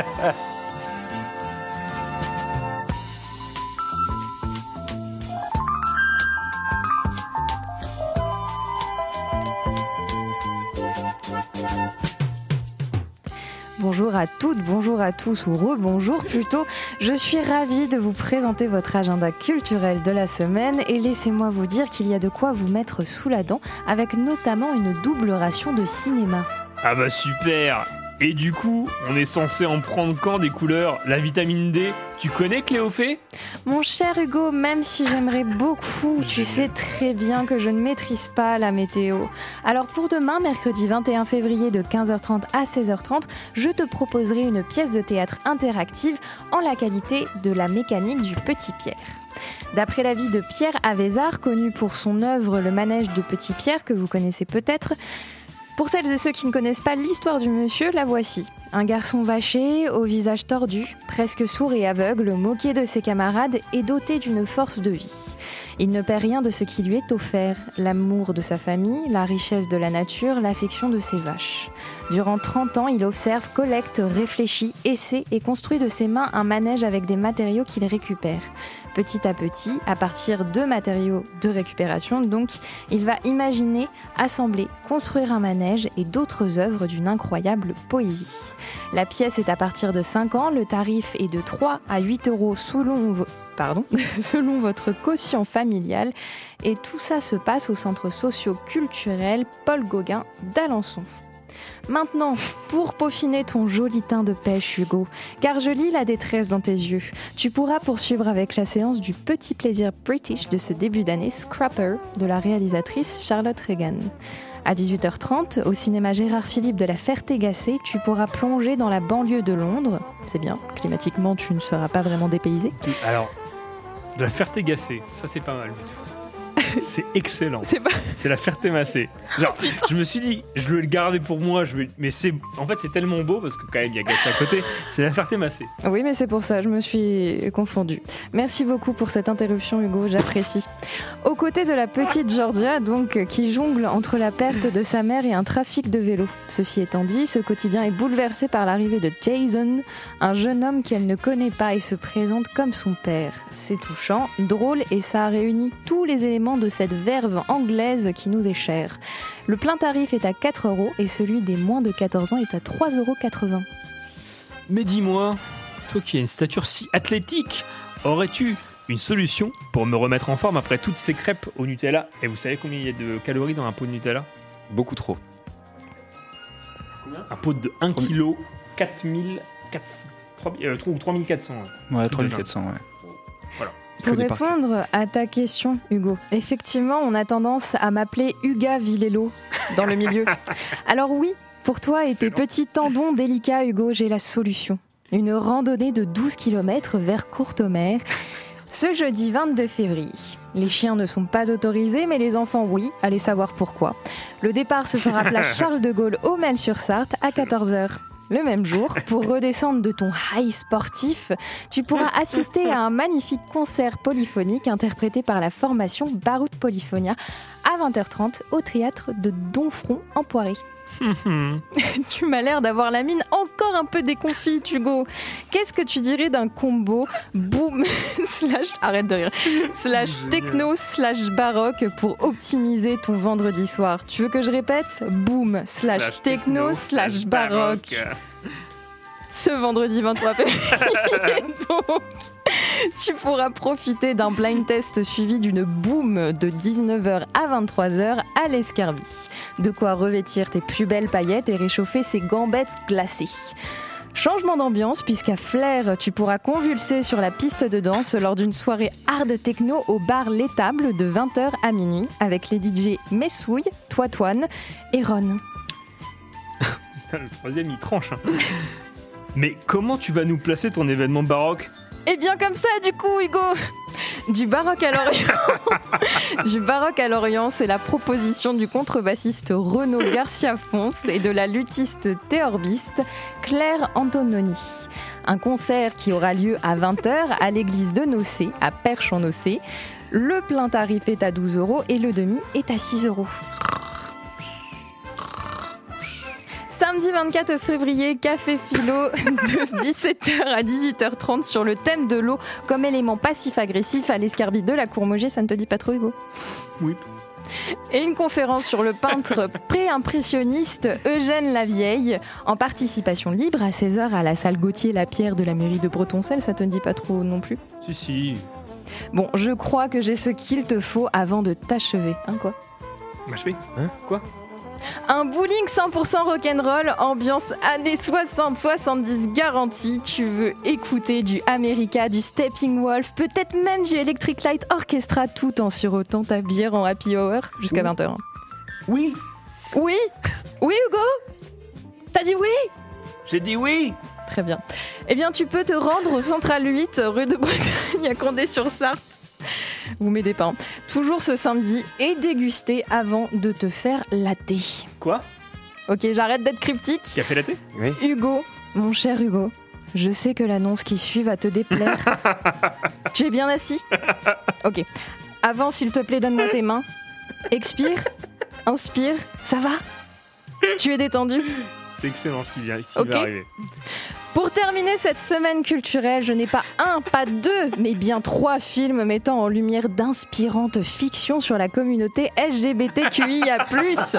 Bonjour à toutes, bonjour à tous, ou rebonjour plutôt. Je suis ravie de vous présenter votre agenda culturel de la semaine et laissez-moi vous dire qu'il y a de quoi vous mettre sous la dent avec notamment une double ration de cinéma. Ah bah super. Et du coup, on est censé en prendre quand des couleurs? La vitamine D, tu connais Cléophée? Mon cher Hugo, même si j'aimerais beaucoup, tu sais très bien que je ne maîtrise pas la météo. Alors pour demain, mercredi vingt et un février de quinze heures trente à seize heures trente, je te proposerai une pièce de théâtre interactive en la qualité de la mécanique du Petit Pierre. D'après l'avis de Pierre Avezard, connu pour son œuvre Le Manège de Petit Pierre, que vous connaissez peut-être, Pour celles et ceux qui ne connaissent pas l'histoire du monsieur, la voici. Un garçon vaché, au visage tordu, presque sourd et aveugle, moqué de ses camarades et doté d'une force de vie. Il ne perd rien de ce qui lui est offert, l'amour de sa famille, la richesse de la nature, l'affection de ses vaches. Durant trente ans, il observe, collecte, réfléchit, essaie et construit de ses mains un manège avec des matériaux qu'il récupère. Petit à petit, à partir de matériaux de récupération, donc, il va imaginer, assembler, construire un manège et d'autres œuvres d'une incroyable poésie. La pièce est à partir de cinq ans, le tarif est de trois à huit euros selon, vo- pardon, selon votre quotient familial et tout ça se passe au centre socio-culturel Paul Gauguin d'Alençon. Maintenant, pour peaufiner ton joli teint de pêche, Hugo, car je lis la détresse dans tes yeux, tu pourras poursuivre avec la séance du petit plaisir british de ce début d'année, Scrapper, de la réalisatrice Charlotte Regan. À dix-huit heures trente, au cinéma Gérard Philippe de la Ferté-Gacé, tu pourras plonger dans la banlieue de Londres. C'est bien, climatiquement, tu ne seras pas vraiment dépaysé. Alors, de la Ferté-Gacé, ça c'est pas mal du tout. C'est excellent. C'est pas... C'est la Ferté-Massé. Genre, Oh, je me suis dit, je vais le garder pour moi, je vais... mais c'est, en fait, c'est tellement beau parce que quand même, il y a Gacé à côté. C'est la Ferté-Massé. Oui, mais c'est pour ça, je me suis confondue. Merci beaucoup pour cette interruption, Hugo, j'apprécie. Aux côtés de la petite Georgia, donc, qui jongle entre la perte de sa mère et un trafic de vélos. Ceci étant dit, ce quotidien est bouleversé par l'arrivée de Jason, un jeune homme qu'elle ne connaît pas et se présente comme son père. C'est touchant, drôle et ça a réuni tous les éléments de cette verve anglaise qui nous est chère. Le plein tarif est à quatre euros et celui des moins de quatorze ans est à trois euros quatre-vingts. Mais dis-moi, toi qui as une stature si athlétique, aurais-tu une solution pour me remettre en forme après toutes ces crêpes au Nutella? Et vous savez combien il y a de calories dans un pot de Nutella? Beaucoup trop. Un pot de un kilo, quatre mille quatre cents. trois mille quatre cents. Ouais, Ouais, trois mille quatre cents, ouais. Voilà. Pour répondre à ta question, Hugo, effectivement, on a tendance à m'appeler Huga Villelo dans le milieu. Alors oui, pour toi et tes petits tendons délicats, Hugo, j'ai la solution. Une randonnée de douze kilomètres vers Courtomère, ce jeudi vingt-deux février. Les chiens ne sont pas autorisés, mais les enfants, oui. Allez savoir pourquoi. Le départ se fera place Charles de Gaulle au Mel-sur-Sarthe à quatorze heures. Le même jour, pour redescendre de ton high sportif, tu pourras assister à un magnifique concert polyphonique interprété par la formation Baroud Polyphonia à vingt heures trente au théâtre de Donfront en Poiré. Tu m'as l'air d'avoir la mine encore un peu déconfite, Hugo. Qu'est-ce que tu dirais d'un combo boom slash arrête de rire slash techno slash baroque pour optimiser ton vendredi soir? Tu veux que je répète? Boom slash, slash techno slash baroque. Ce vendredi vingt-trois février, donc, tu pourras profiter d'un blind test suivi d'une boom de dix-neuf heures à vingt-trois heures à l'Escarbie. De quoi revêtir tes plus belles paillettes et réchauffer ces gambettes glacées. Changement d'ambiance puisqu'à Flers, tu pourras convulser sur la piste de danse lors d'une soirée hard techno au bar L'Étable de vingt heures à minuit avec les D J Messouille, Toitoine et Ron. Putain, le troisième il tranche. Hein. Mais comment tu vas nous placer ton événement baroque? Eh bien comme ça du coup, Hugo. Du baroque à l'Orient. Du baroque à l'Orient, c'est la proposition du contrebassiste Renaud Garcia-Fons et de la luthiste théorbiste Claire Antononi. Un concert qui aura lieu à vingt heures à l'église de Nocé, à Perche-en-Nocé. Le plein tarif est à douze euros et le demi est à six euros. Samedi vingt-quatre février, Café Philo de dix-sept heures à dix-huit heures trente sur le thème de l'eau comme élément passif-agressif à l'Escarbie de la Courmauger. Ça ne te dit pas trop, Hugo? Oui. Et une conférence sur le peintre pré-impressionniste Eugène Lavieille en participation libre à seize heures à la salle Gauthier-Lapierre de la mairie de Bretoncelle. Ça te dit pas trop non plus? Si, si. Bon, je crois que j'ai ce qu'il te faut avant de t'achever. Hein, quoi? M'achever? Hein? Quoi? Un bowling cent pour cent rock'n'roll, ambiance années soixante soixante-dix garantie. Tu veux écouter du America, du Stepping Wolf, peut-être même du Electric Light Orchestra, tout en sirotant ta bière en happy hour jusqu'à vingt heures. Oui. Oui. Oui, Hugo? T'as dit oui? J'ai dit oui. Très bien. Eh bien, tu peux te rendre au Central huit, rue de Bretagne, à Condé-sur-Sarthe. Vous m'aidez pas. Hein. Toujours ce samedi et déguster avant de te faire latter. Quoi? Ok, j'arrête d'être cryptique. Qui a fait la thé ? Oui. Hugo, mon cher Hugo, je sais que l'annonce qui suit va te déplaire. Tu es bien assis ? Ok. Avant, s'il te plaît, donne-moi tes mains. Expire, inspire, ça va ? Tu es détendu ? C'est excellent ce qui vient, ce qui Ok. va arriver. Pour terminer cette semaine culturelle, je n'ai pas un, pas deux, mais bien trois films mettant en lumière d'inspirantes fictions sur la communauté L G B T Q I A plus.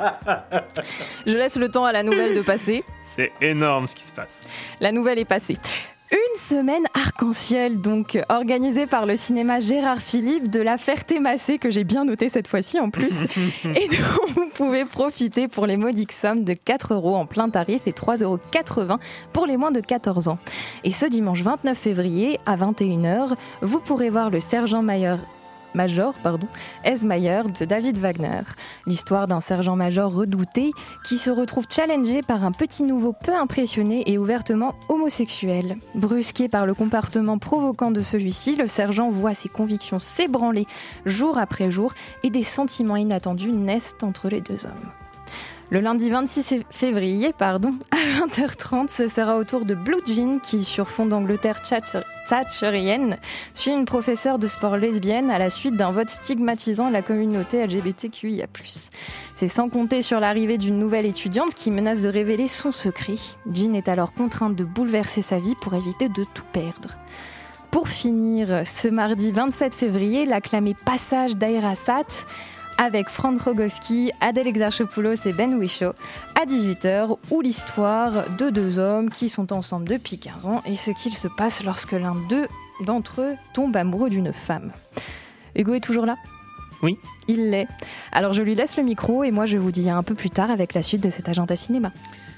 Je laisse le temps à la nouvelle de passer. C'est énorme ce qui se passe. La nouvelle est passée. Une semaine arc-en-ciel, donc, organisée par le cinéma Gérard Philippe de la Ferté-Massé, que j'ai bien noté cette fois-ci en plus, et dont vous pouvez profiter pour les modiques sommes de quatre euros en plein tarif et trois euros quatre-vingts pour les moins de quatorze ans. Et ce dimanche vingt-neuf février, à vingt et une heures, vous pourrez voir le sergent Mayer Major, pardon, Esmayer de David Wagner. L'histoire d'un sergent-major redouté qui se retrouve challengé par un petit nouveau peu impressionné et ouvertement homosexuel. Brusqué par le comportement provoquant de celui-ci, le sergent voit ses convictions s'ébranler jour après jour et des sentiments inattendus naissent entre les deux hommes. Le lundi vingt-six février, pardon, à vingt heures trente, ce sera au tour de Blue Jean qui, sur fond d'Angleterre thatcherienne, suit une professeure de sport lesbienne à la suite d'un vote stigmatisant la communauté L G B T Q I A plus. C'est sans compter sur l'arrivée d'une nouvelle étudiante qui menace de révéler son secret. Jean est alors contrainte de bouleverser sa vie pour éviter de tout perdre. Pour finir, ce mardi vingt-sept février, l'acclamé Passage d'Aerasat avec Franck Rogowski, Adèle Exarchopoulos et Ben Whishaw, à dix-huit heures, où l'histoire de deux hommes qui sont ensemble depuis quinze ans et ce qu'il se passe lorsque l'un d'eux, d'entre eux tombe amoureux d'une femme. Hugo est toujours là ? Oui. Il l'est. Alors je lui laisse le micro et moi je vous dis un peu plus tard avec la suite de cet agenda cinéma.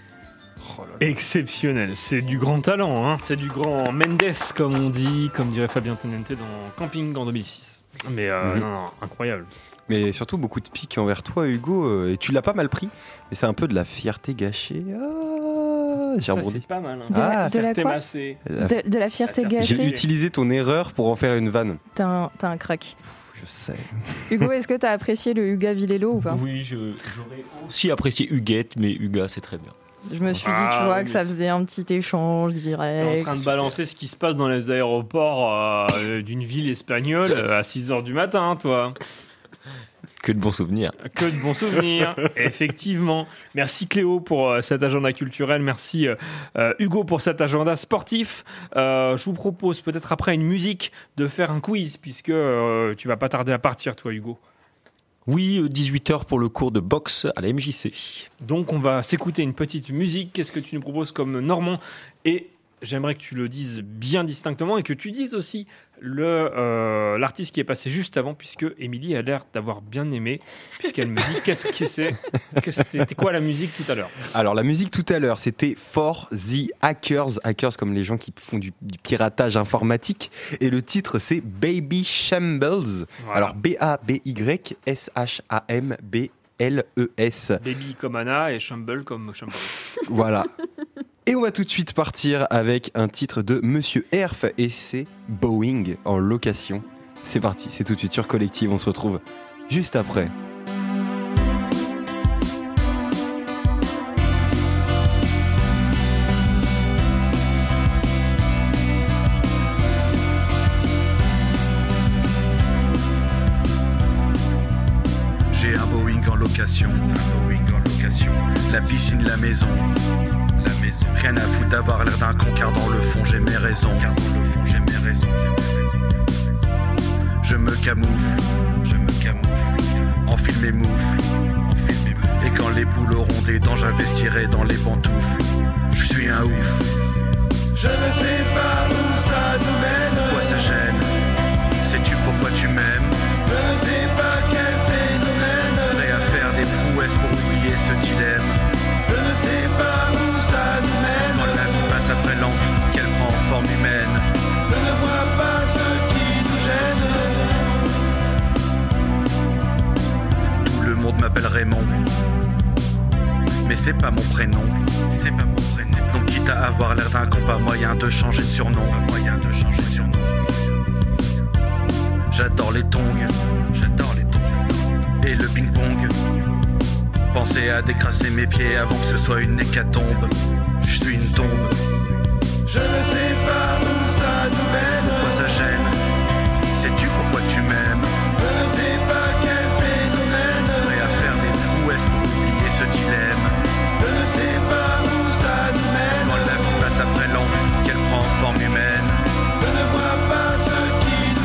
Oh là là. Exceptionnel, c'est du grand talent, hein. C'est du grand Mendes comme on dit, comme dirait Fabien Tonente dans Camping en deux mille six. Mais euh, Mhm. non, non, incroyable. Mais surtout beaucoup de piques envers toi, Hugo, euh, et tu l'as pas mal pris. Et c'est un peu de la fierté gâchée. Ah, j'ai Ça, rebondi. c'est pas mal. Hein. De la- Ah, de la Fierté quoi massée. De, de la fierté fierté J'ai gâchée. utilisé ton erreur pour en faire une vanne. T'as un, t'as un crack. Je sais. Hugo, est-ce que t'as apprécié le Huga Villela ou pas ? Oui, je- j'aurais aussi apprécié Huguette, mais Huga, c'est très bien. Je me suis dit, Ah, tu vois, oui, que ça mais faisait un petit échange T'es direct. en train de balancer ce qui se passe dans les aéroports euh, d'une ville espagnole euh, à six heures du matin, toi. Que de bons souvenirs. Que de bons souvenirs, effectivement. Merci Cléo pour euh, cet agenda culturel. Merci euh, euh, Hugo pour cet agenda sportif. Euh, je vous propose peut-être après une musique de faire un quiz puisque euh, tu vas pas tarder à partir, toi, Hugo. Oui, euh, dix-huit heures pour le cours de boxe à la M J C. Donc on va s'écouter une petite musique. Qu'est-ce que tu nous proposes comme Normand ? Et j'aimerais que tu le dises bien distinctement et que tu dises aussi le, euh, l'artiste qui est passé juste avant, puisque Émilie a l'air d'avoir bien aimé, puisqu'elle me dit qu'est-ce que c'est, qu'est-ce- c'était quoi la musique tout à l'heure ? Alors la musique tout à l'heure, c'était For the Hackers, hackers comme les gens qui font du, du piratage informatique, et le titre c'est Baby Shambles. Voilà. Alors B A B Y S H A M B L E S. Baby comme Anna et Shumble comme Shumble. Voilà. Et on va tout de suite partir avec un titre de Monsieur Herf et c'est Boeing en location. C'est parti, c'est tout de suite sur Collective, on se retrouve juste après. J'ai un Boeing en location, un Boeing en location. La piscine, la maison, la maison. Rien à foutre d'avoir l'air d'un con car dans le fond j'ai mes raisons. Car dans le fond j'ai mes raisons, j'ai mes raisons. Je me camoufle, je me camoufle. Enfile mes moufles, enfile mes moufles. Et quand les poules auront des dents, j'investirai dans les pantoufles. Je suis un ouf. Je ne sais pas où ça nous mène. Pourquoi ça gêne? Sais-tu pourquoi tu m'aimes? Je ne sais pas quel phénomène. Prêt à faire des prouesses pour oublier ce dilemme. Je ne sais pas où ça nous mène. Quand la vie passe après l'envie, qu'elle prend forme humaine. Je ne vois pas ce qui nous gêne. Tout le monde m'appelle Raymond, mais c'est pas mon prénom. C'est pas mon prénom. Donc quitte à avoir l'air d'un con, pas moyen de changer de surnom. Pas moyen de changer de surnom. J'adore les tongs, j'adore les tongs et le ping-pong. Pensez à décrasser mes pieds avant que ce soit une hécatombe. Je suis une tombe. Je ne sais pas où ça nous mène. Pourquoi ça gêne? Sais-tu pourquoi tu m'aimes? Je ne sais pas quel phénomène. Prêt à faire des prouesses pour oublier ce dilemme. Je ne sais pas où ça nous mène. Quand la vie passe après l'envie qu'elle prend forme humaine. Je ne vois pas ce qui nous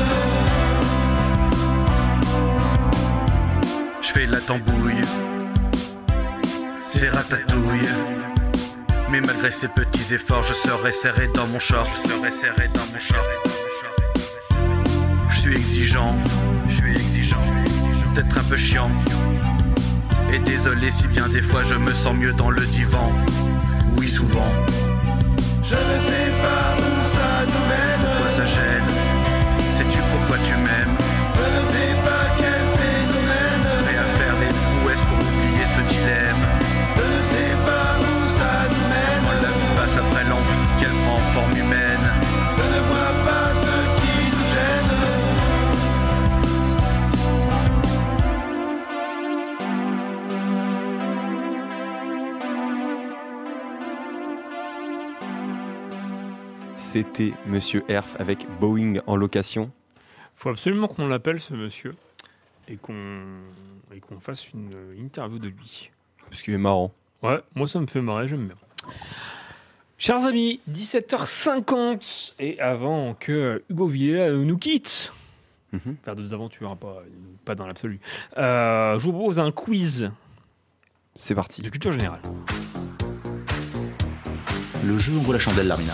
gêne. Je fais la tambouille. C'est ratatouille. Mais malgré ces petits efforts, je serai serré dans mon short. Je serai serré dans mon short. Je suis exigeant, je suis exigeant, peut-être un peu chiant. Et désolé si bien des fois je me sens mieux dans le divan. Oui, souvent. Je ne sais pas où ça nous mène. Pourquoi ça gêne? Sais-tu pourquoi tu m'aimes? Je ne sais pas quel phénomène. Prêt à faire des prouesses pour oublier ce dilemme. Je ne sais pas où ça nous mène. Quand la vie passe après l'envie qu'elle prend forme humaine. Je ne vois pas ce qui nous gêne. C'était Monsieur Herf avec Boeing en location. Faut absolument qu'on l'appelle ce monsieur et qu'on et qu'on fasse une interview de lui. Parce qu'il est marrant. Ouais, moi ça me fait marrer, j'aime bien. Chers amis, dix-sept heures cinquante et avant que Hugo Villela nous quitte, mm-hmm. faire d'autres aventures, pas, pas dans l'absolu, euh, je vous propose un quiz. C'est parti. De culture générale. Le jeu ouvre la chandelle, Larmina.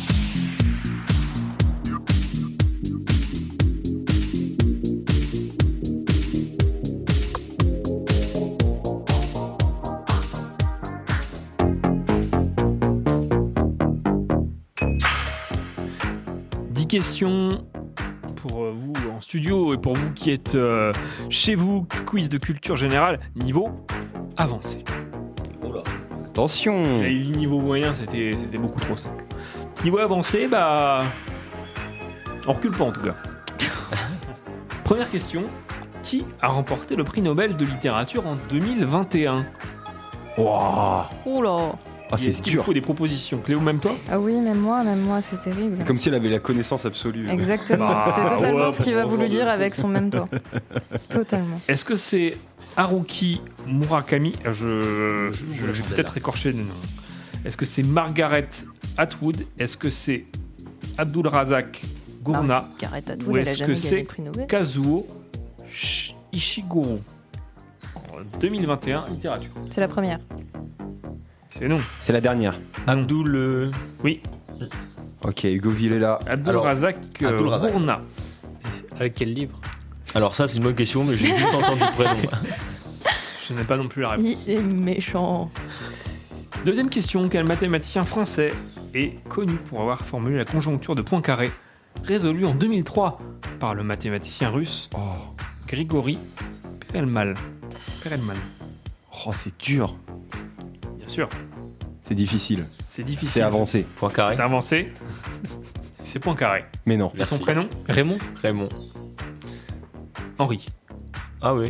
Questions pour vous en studio et pour vous qui êtes euh, chez vous, quiz de culture générale, niveau avancé. Oula. Attention. J'avais dit niveau moyen, c'était, c'était beaucoup trop simple. Niveau avancé, bah... on recule pas en tout cas. Première question, qui a remporté le prix Nobel de littérature en deux mille vingt et un? Waouh. Oula. Ah, c'est Est-ce qu'il dur. vous faut des propositions? Cléo, même toi? Ah oui, même moi, même moi, c'est terrible. Comme si elle avait la connaissance absolue. Exactement. Bah, c'est totalement ouais, ce qu'il va bon, voulu bon, dire bon. avec son même toi. Totalement. Est-ce que c'est Haruki Murakami? Je, je, je j'ai peut-être écorché le nom. Est-ce que c'est Margaret Atwood? Est-ce que c'est Abdul Razak Gurnah? Margaret Atwood, Ou elle a est-ce jamais que gagné c'est le prix Nobel. Kazuo Ishiguro? En deux mille vingt et un, littérature. C'est la première. C'est non. C'est la dernière. Abdul. Euh... Oui. Ok, Hugo Villela. Abdul Alors, Razak euh, Abdul Razak. Gurnah. Avec quel livre? Alors ça, c'est une bonne question, mais j'ai juste entendu le prénom. Je n'ai pas non plus la réponse. Il est méchant. Deuxième question, quel mathématicien français est connu pour avoir formulé la conjoncture de Poincaré, résolue en deux mille trois par le mathématicien russe Oh, Grigori Perelman. Perelman, oh c'est dur. bien sûr. C'est difficile. C'est difficile. C'est avancé. Poincaré. C'est avancé. C'est Poincaré. Mais non. Et son prénom? Raymond. Raymond. Henri. Ah oui.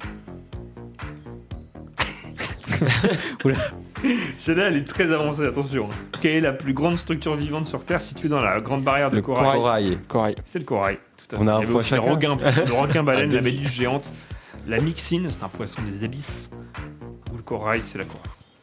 Oula. Celle-là, elle est très avancée, attention. Quelle est la plus grande structure vivante sur Terre située dans la grande barrière de Le corail? corail. Corail. C'est le corail. Tout à On fait. a un Il y avait fois aussi le chacun. requin, le requin-baleine, Un la demi. méduse géante, la myxine, c'est un poisson des abysses, ou le corail, c'est la corail.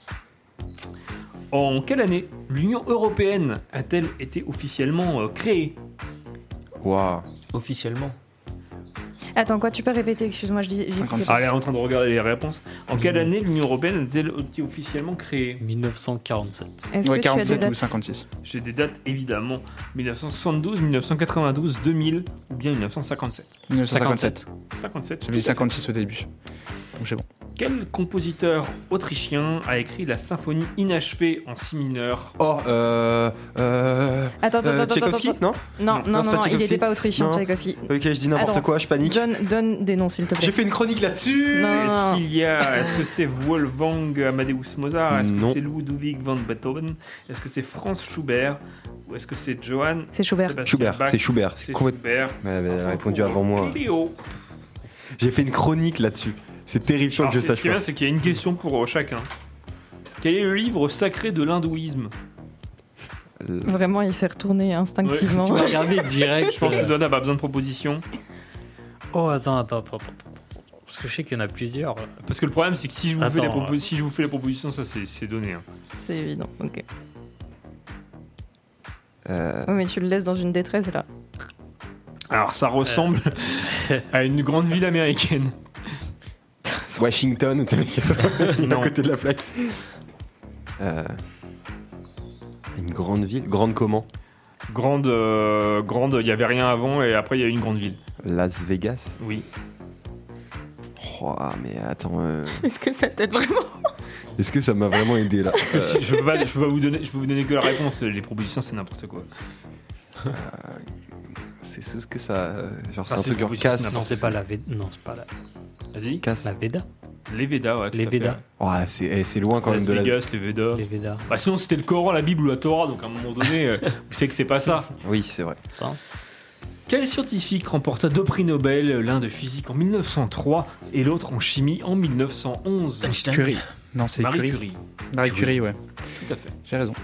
En quelle année l'Union européenne a-t-elle été officiellement euh, créée? Waouh. Officiellement. Attends, quoi, tu peux répéter? Excuse-moi, je dis. cinquante-six. Ah, elle est en train de regarder les réponses. En quelle année l'Union européenne a-t-elle été officiellement créée? mille neuf cent quarante-sept. Est-ce Ouais, que tu as des quarante-sept ou dates? cinquante-six. J'ai des dates évidemment. dix-neuf cent soixante-douze, dix-neuf cent quatre-vingt-douze, deux mille ou bien dix-neuf cent cinquante-sept. mille neuf cent cinquante-sept. cinquante-sept. J'avais dit cinquante-six au début. Donc c'est bon. Quel compositeur autrichien a écrit la symphonie inachevée en si mineur? Oh, euh. euh Attends, attends, euh, attends, Tchaïkovski, attends. non Non, non, c'est non, pas non, il Tchaïkovski. n'était pas autrichien, Non. Tchaïkovski. Ok, je dis n'importe Attends, quoi, je panique. Donne, donne des noms, s'il te plaît. J'ai fait une chronique là-dessus. Non, non, Est-ce non. qu'il y a, est-ce que c'est Wolfgang Amadeus Mozart? Est-ce que Non. c'est Ludwig van Beethoven? Est-ce que c'est Franz Schubert? Ou est-ce que c'est Johann C'est Schubert. Sebastian Schubert, Bach? c'est Schubert. C'est complètement- Schubert. Ouais, elle a répondu avant moi. Cléo. J'ai fait une chronique là-dessus. C'est terrifiant Alors, que je c'est- sache Ce qui est pas. bien, c'est qu'il y a une question pour euh, chacun. Quel est le livre sacré de l'hindouisme? Vraiment, il s'est retourné instinctivement. Tu vas regarder direct. Je pense que Donna n'a pas besoin de propositions. Oh, attends, attends, attends, attends, attends. Parce que je sais qu'il y en a plusieurs. Parce que le problème, c'est que si je vous, fais, les Attends, propos- si je vous fais les propositions, ça c'est c'est donné. hein. C'est évident, ok. Euh, Ouais, mais tu le laisses dans une détresse là. Alors, ça ressemble à une grande ville américaine. Washington, tu sais, Non. à côté de la plaque. Euh, une grande ville. Grande comment? Grande, euh, grande, il n'y avait rien avant et après il y a eu une grande ville. Las Vegas. Oui. Oh, mais attends. euh, Est-ce que ça t'aide vraiment? Est-ce que ça m'a vraiment aidé là? Parce que si- je peux pas, je peux pas vous donner, je peux vous donner que la réponse. Les propositions, c'est n'importe quoi. C'est c'est ce que ça. euh, Genre, c'est Ah, un c'est truc une genre proposition, casse. c'est Non, c'est pas la Veda. Non, c'est pas la. Vas-y. Casse. La Veda. Les Védas, ouais. tout Les à fait. Védas. Ouais, c'est eh, c'est loin quand Las même de la. Vegas, les Védas. Les Védas. Bah sinon c'était le Coran, la Bible ou la Torah, donc à un moment donné, euh, vous savez que c'est pas ça. Oui, c'est vrai. Ça. Quel scientifique remporta deux prix Nobel, l'un de physique en mille neuf cent trois et l'autre en chimie en mille neuf cent onze? Curie. Non, c'est Marie Curie. Curie. Marie Curie, ouais. Tout à fait. J'ai raison.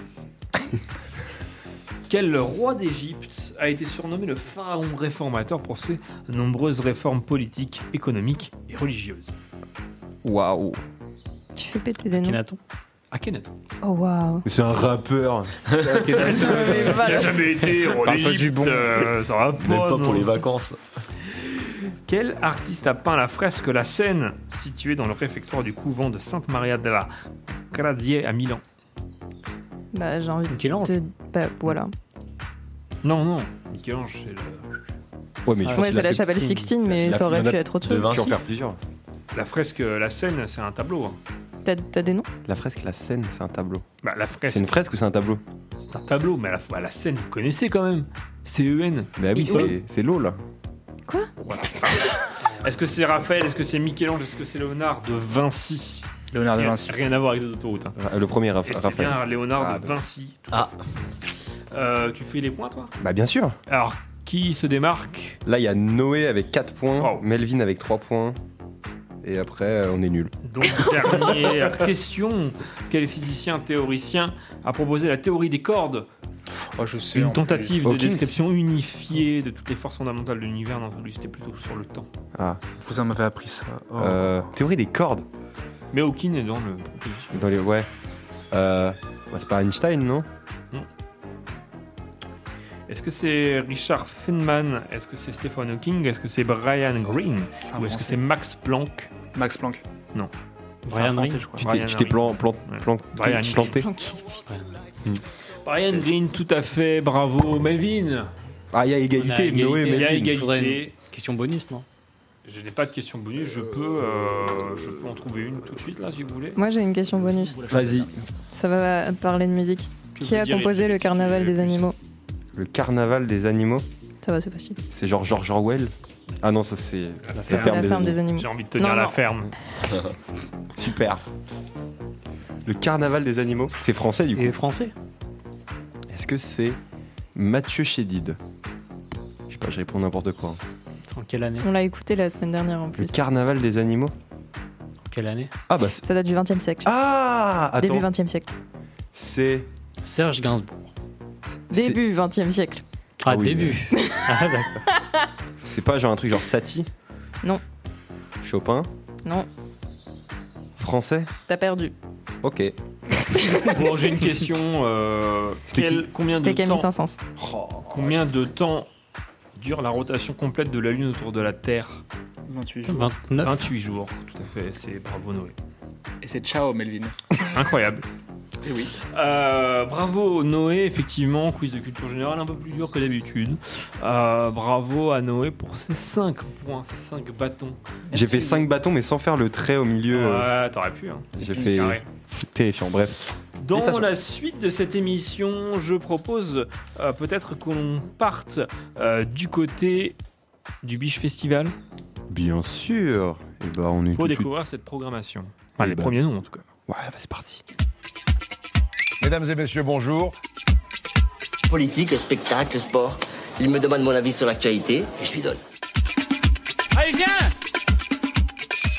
Quel roi d'Égypte a été surnommé le pharaon réformateur pour ses nombreuses réformes politiques, économiques et religieuses? Waouh. Tu fais péter des noms. Akhenaton. Akhenaton. Oh waouh. C'est un rappeur. Il n'a jamais été roi Parle pas du d'Égypte, bon. euh, ça va pas. Même pas non. pour les vacances. Quel artiste a peint la fresque La Seine, située dans le réfectoire du couvent de Sainte Maria della Grazie à Milan? Bah j'ai envie Michel-Ange. de. Bah voilà. Non, non, Michel-Ange, c'est le... Ouais, mais je pense Ouais, qu'il c'est a la fait- chapelle Sixtine, mais il a ça fait- aurait il y en pu a être autre de chose. Vinci. Tu peux en faire plusieurs. La fresque La Seine, c'est un tableau. hein. T'as t'as des noms? La fresque, la scène, c'est un tableau. Bah, la fresque, C'est une fresque ou c'est un tableau? c'est un tableau, mais la, bah, la Seine, vous connaissez quand même. C E N. Bah oui, Oui. c'est- c'est l'eau là. Voilà. Est-ce que c'est Raphaël? Est-ce que c'est Michel-Ange? Est-ce que c'est Léonard de Vinci? Léonard de Rien- Vinci. Rien à voir avec les autoroutes. Hein. Ra- Le premier, Raph- Et c'est Raphaël. bien Léonard Ah, de d'accord. Vinci. Tout Ah. à fait. Euh, tu fais les points, toi? Bah bien sûr. Alors, qui se démarque? Là, il y a Noé avec quatre points, Wow. Melvin avec trois points. Et après, euh, on est nul. Donc, dernière question. Quel physicien théoricien a proposé la théorie des cordes? Oh, je sais. en Une plus. tentative de Hawkins. description unifiée de toutes les forces fondamentales de l'univers. Non, lui, c'était plutôt sur le temps. Ah. Vous m'avez appris ça. Oh. Euh, théorie des cordes. Mais Hawking est dans le proposition. Dans les ouais. Euh, bah, c'est pas Einstein, non? Est-ce que c'est Richard Feynman? Est-ce que c'est Stephen Hawking? Est-ce que c'est Brian Greene? C'est un Ou est-ce que Français. c'est Max Planck? Max Planck. Non. C'est Brian un Français, Greene. je crois. Tu t'es Brian tu t'es Henry. plan, plan, Ouais. plan, Brian planté. Brian Greene, tout à fait. Bravo. Melvin, Ah, il y a On a égalité. égalité. Noé, il y a Melvin. Faudrait égalité. Question bonus, non? Je n'ai pas de question bonus. Je peux, euh, je peux en trouver une tout de suite, là, si vous voulez. Moi j'ai une question bonus. Vas-y. Ça va parler de musique. Que Qui vous a direz composé plus, le carnaval plus. des animaux? Le carnaval des animaux. Ça va, c'est facile. C'est genre George Orwell. Ah non, ça c'est la ferme. ferme, La des, ferme animaux. des animaux. J'ai envie de te dire Non, la non. ferme. Super. Le carnaval des animaux. C'est français du coup. Et français? Est-ce que c'est Mathieu Chédid? Je sais pas, je réponds n'importe quoi. En quelle année? On l'a écouté la semaine dernière en Le plus. carnaval des animaux. Quelle année? Ah bah c'est... Ça date du vingtième siècle. Ah attends. Début vingtième siècle. C'est... Serge Gainsbourg. c'est- Début vingtième siècle. Ah, Ah oui, début. Ah, d'accord. C'est pas genre un truc genre Satie? Non. Chopin? Non, Français? t'as perdu. Ok. Bon, j'ai une question. Euh, C'était quel- qui combien de C'était Camille temps Saint-Saëns. Combien de temps dure la rotation complète de la Lune autour de la Terre? vingt-huit jours. vingt-neuf. vingt-huit jours, tout à fait. C'est bravo Noé. Et c'est ciao, Melvin. Incroyable. Et oui. Euh, bravo Noé, effectivement, quiz de culture générale un peu plus dur que d'habitude. Euh, bravo à Noé pour ses cinq points, ses cinq bâtons. J'ai fait cinq bâtons mais sans faire le trait au milieu. euh, Ouais, t'aurais pu. Hein. J'ai C'est fait... carré. Terrifiant, bref. Dans Félicitations. la suite de cette émission, je propose euh, peut-être qu'on parte euh, du côté du Biche Festival Bien sûr. Et bah on est pour tout de suite... découvrir cette programmation. Enfin, Eh les ben. premiers noms en tout cas. Ouais, bah c'est parti. Mesdames et messieurs, bonjour. Politique, spectacle, sport. Il me demande mon avis sur l'actualité et je lui donne. Allez, viens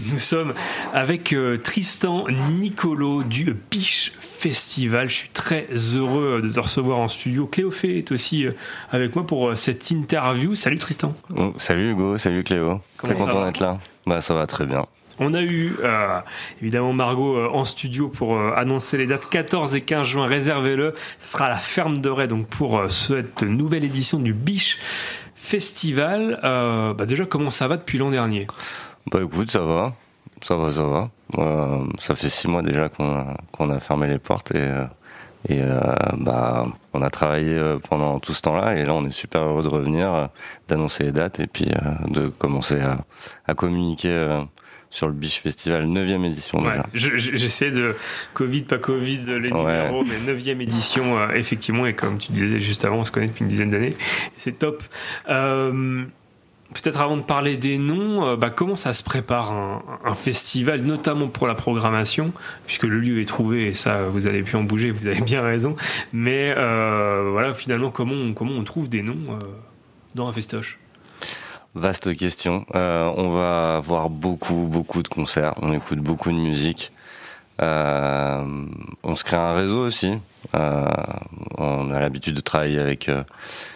Nous sommes avec euh, Tristan Nicolo du Biche Festival. Je suis très heureux de te recevoir en studio. Cléophée est aussi euh, avec moi pour euh, cette interview. Salut Tristan. Oh, salut Hugo, salut Cléo. Comment très content va d'être là. Bah ça va très bien. On a eu euh, évidemment Margot euh, en studio pour euh, annoncer les dates quatorze et quinze juin. Réservez-le. Ce sera à la Ferme de Ray donc pour euh, cette nouvelle édition du Biche Festival. Euh, bah déjà, comment ça va depuis l'an dernier ? Bah écoute, ça va. Ça va, ça va. Euh, ça fait six mois déjà qu'on a, qu'on a fermé les portes et, euh, et euh, bah, on a travaillé euh, pendant tout ce temps-là et là on est super heureux de revenir, euh, d'annoncer les dates et puis euh, de commencer à, à communiquer euh, sur le Biche Festival neuvième édition ouais, déjà. Je, je, j'essaie de Covid, pas Covid, les ouais. numéros, mais neuvième édition euh, effectivement et comme tu disais juste avant, on se connaît depuis une dizaine d'années et c'est top. Euh, Peut-être avant de parler des noms, euh, bah, comment ça se prépare un, un festival, notamment pour la programmation, puisque le lieu est trouvé et ça, vous allez plus en bouger, vous avez bien raison. Mais euh, voilà, finalement, comment on, comment on trouve des noms euh, dans un festoche ? Vaste question. Euh, on va voir beaucoup, beaucoup de concerts. On écoute beaucoup de musique. Euh, on se crée un réseau aussi. Euh, on a l'habitude de travailler avec... Euh,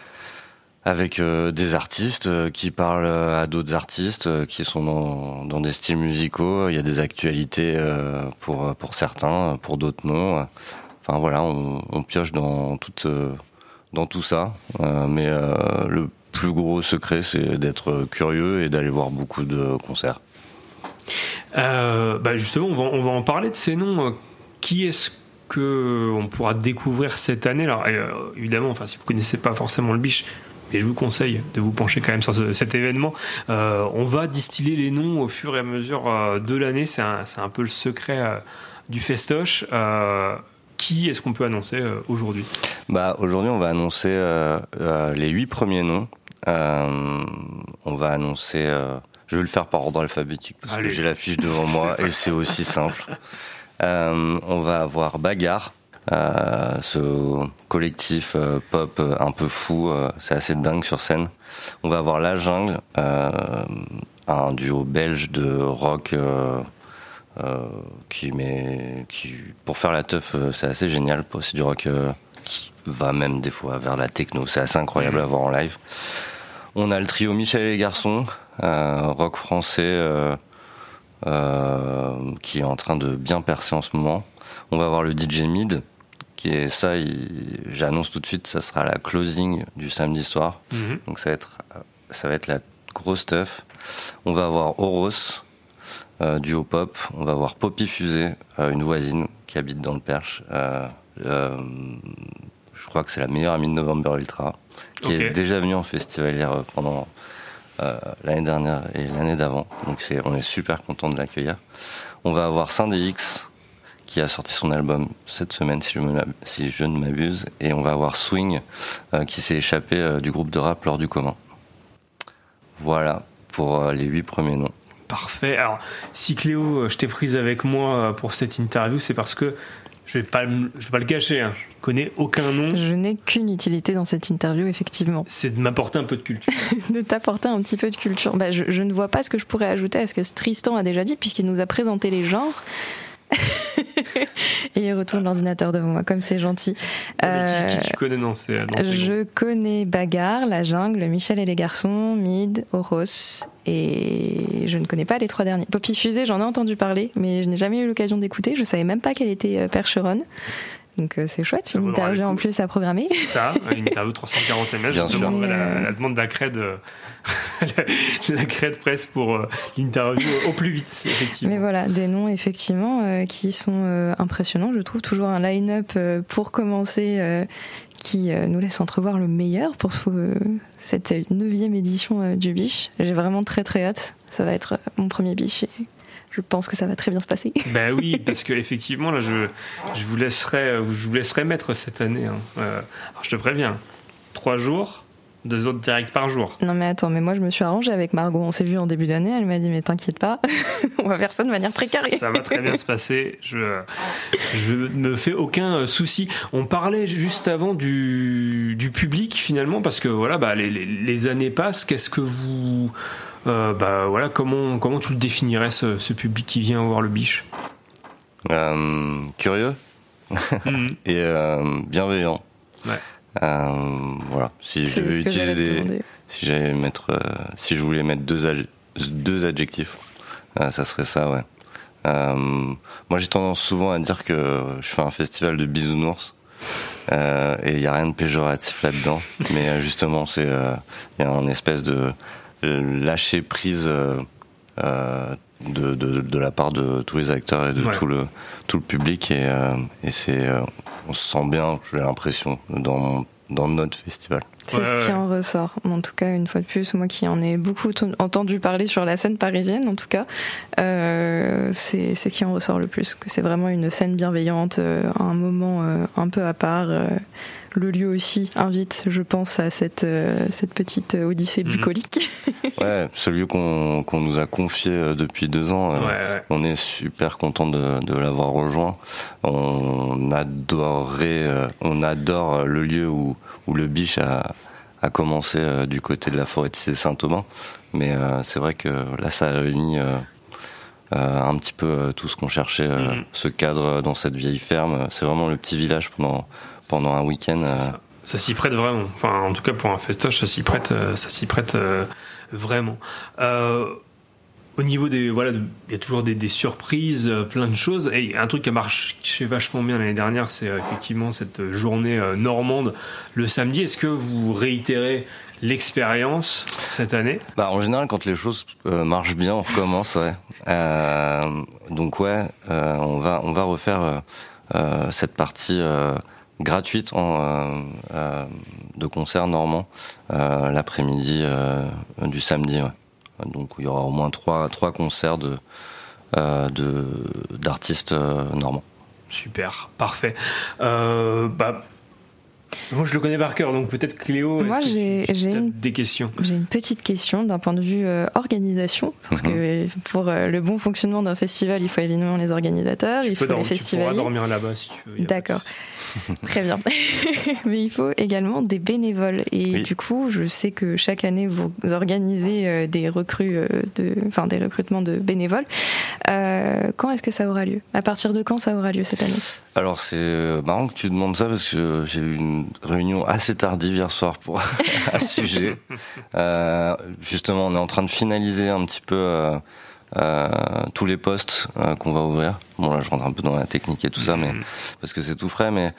avec euh, des artistes euh, qui parlent à d'autres artistes euh, qui sont dans, dans des styles musicaux. Il y a des actualités euh, pour pour certains, pour d'autres non. Enfin voilà, on, on pioche dans tout euh, dans tout ça. Euh, mais euh, le plus gros secret, c'est d'être curieux et d'aller voir beaucoup de concerts. Euh, bah justement, on va on va en parler de ces noms. Qui est-ce que on pourra découvrir cette année ? Alors euh, évidemment, enfin si vous connaissez pas forcément le Biche. Et je vous conseille de vous pencher quand même sur ce, cet événement. Euh, on va distiller les noms au fur et à mesure euh, de l'année. C'est un, c'est un peu le secret euh, du festoche. Euh, qui est-ce qu'on peut annoncer euh, aujourd'hui ? Bah, aujourd'hui, on va annoncer euh, euh, les huit premiers noms. Euh, on va annoncer... Euh, je vais le faire par ordre alphabétique parce Allez. que j'ai la fiche devant moi et c'est aussi simple. Euh, on va avoir Bagarre. Euh, ce collectif euh, pop euh, un peu fou, euh, c'est assez dingue sur scène. On va avoir La Jungle, euh, un duo belge de rock euh, euh, qui, met, qui, pour faire la teuf, euh, c'est assez génial. C'est du rock euh, qui va même des fois vers la techno, c'est assez incroyable à voir en live. On a le trio Michel et les Garçons, euh, rock français euh, euh, qui est en train de bien percer en ce moment. On va avoir le D J Mid, qui est ça, il, j'annonce tout de suite, ça sera la closing du samedi soir. Mm-hmm. Donc ça va être, ça va être la grosse stuff. On va avoir Oros, euh, duo pop. On va avoir Poppy Fusée, euh, une voisine qui habite dans le Perche. Euh, euh, je crois que c'est la meilleure amie de November Ultra, qui okay. est déjà venue en festivalière pendant euh, l'année dernière et l'année d'avant. Donc c'est, on est super content de l'accueillir. On va avoir Saint D X, qui a sorti son album cette semaine, si je, me, si je ne m'abuse. Et on va avoir Swing, euh, qui s'est échappé euh, du groupe de rap L'Heure du Commun. Voilà, pour euh, les huit premiers noms. Parfait. Alors, si Cléo, je t'ai prise avec moi pour cette interview, c'est parce que, je vais pas, je vais pas le cacher, hein, je connais aucun nom. Je n'ai qu'une utilité dans cette interview, effectivement. C'est de m'apporter un peu de culture. De t'apporter un petit peu de culture. Bah, je, je ne vois pas ce que je pourrais ajouter à ce que Tristan a déjà dit, puisqu'il nous a présenté les genres. Et il retourne l'ordinateur devant moi, comme c'est gentil. Euh, qui, qui tu connais dans ces, dans ces Je groupes. Connais Bagarre, La Jungle, Michel et les Garçons, Mid, Oros, et je ne connais pas les trois derniers. Poppy Fusée, j'en ai entendu parler, mais je n'ai jamais eu l'occasion d'écouter. Je savais même pas qu'elle était percheronne. Donc euh, c'est chouette, une interview en plus à programmer. C'est ça, une interview de trois cent quarante images. Je demanderai la, la demande d'Acred, euh, l'Acred Presse pour euh, l'interview au plus vite, effectivement. Mais voilà, des noms effectivement euh, qui sont euh, impressionnants. Je trouve toujours un line-up euh, pour commencer euh, qui euh, nous laisse entrevoir le meilleur pour ce, euh, cette neuvième édition euh, du Biche. J'ai vraiment très très hâte. Ça va être mon premier Biche. Et je pense que ça va très bien se passer. Ben oui, parce que effectivement là, je je vous laisserai, je vous laisserai mettre cette année. Hein. Euh, alors je te préviens, trois jours, deux autres directs par jour. Non mais attends, mais moi je me suis arrangée avec Margot. On s'est vu en début d'année. Elle m'a dit mais t'inquiète pas, on va faire ça de manière très carrée. Ça va très bien se passer. Je je me fais aucun souci. On parlait juste avant du du public finalement parce que voilà, bah les les, les années passent. Qu'est-ce que vous Euh, bah voilà, comment comment tu le définirais ce, ce public qui vient voir le Biche? Euh, curieux mmh. et euh, bienveillant. Ouais. Euh, voilà. Si je devais utiliser des, si j'allais mettre, euh, si je voulais mettre deux ad, deux adjectifs, euh, ça serait ça, ouais. Euh, moi, j'ai tendance souvent à dire que je fais un festival de bisounours. Euh, et il y a rien de péjoratif là-dedans. Mais euh, justement, c'est, il euh, y a une espèce de, de lâcher prise. Euh, euh, De, de, de la part de tous les acteurs et de ouais. tout, le, tout le public et, euh, et c'est, euh, on se sent bien, j'ai l'impression, dans, dans notre festival. C'est ouais, ce qui ouais. en ressort. En tout cas, une fois de plus, moi qui en ai beaucoup t- entendu parler sur la scène parisienne, en tout cas, euh, c'est ce qui en ressort le plus. Que c'est vraiment une scène bienveillante, euh, un moment euh, un peu à part. Euh, le lieu aussi invite, je pense, à cette, euh, cette petite odyssée mmh. bucolique. Ouais, ce lieu qu'on, qu'on nous a confié depuis deux ans, euh, ouais, ouais. on est super content de, de l'avoir rejoint. On adorerait, euh, on adore le lieu où, où le Biche a, a commencé euh, du côté de la forêt-Tissé Saint-Aubin. Mais euh, c'est vrai que là, ça réunit euh, euh, un petit peu euh, tout ce qu'on cherchait, euh, mmh. ce cadre dans cette vieille ferme. C'est vraiment le petit village pendant... pendant un week-end. Euh... Ça. ça s'y prête vraiment. Enfin, en tout cas pour un festoche, ça s'y prête, euh, ça s'y prête euh, vraiment. Euh, au niveau des, voilà, il y a toujours des, des surprises, euh, plein de choses. Et un truc qui a marché vachement bien l'année dernière, c'est euh, effectivement cette journée euh, normande le samedi. Est-ce que vous réitérez l'expérience cette année? Bah, en général, quand les choses euh, marchent bien, on recommence. Ouais. Euh, donc ouais, euh, on va, on va refaire euh, euh, cette partie. Euh, gratuite en, euh, euh, de concert normand euh, l'après-midi euh, du samedi. Ouais. Donc il y aura au moins trois, trois concerts de, euh, de, d'artistes euh, normands. Super, parfait. Euh, bah, moi je le connais par cœur, donc peut-être Cléo, moi, est-ce j'ai, que j'ai une, des questions? J'ai une petite question d'un point de vue euh, organisation, parce mm-hmm. que pour euh, le bon fonctionnement d'un festival, il faut évidemment les organisateurs, tu il faut dormir, les festivaliers. Tu pourras dormir là-bas si tu veux. D'accord. Très bien. Mais il faut également des bénévoles. Et oui. du coup, je sais que chaque année, vous organisez euh, des recrues, euh, de, enfin des recrutements de bénévoles. Euh, quand est-ce que ça aura lieu? À partir de quand ça aura lieu cette année? Alors c'est marrant que tu demandes ça parce que j'ai eu une réunion assez tardive hier soir pour à ce sujet. Euh, justement, on est en train de finaliser un petit peu euh, euh, tous les postes euh, qu'on va ouvrir. Bon là, je rentre un peu dans la technique et tout ça, mais parce que c'est tout frais, mais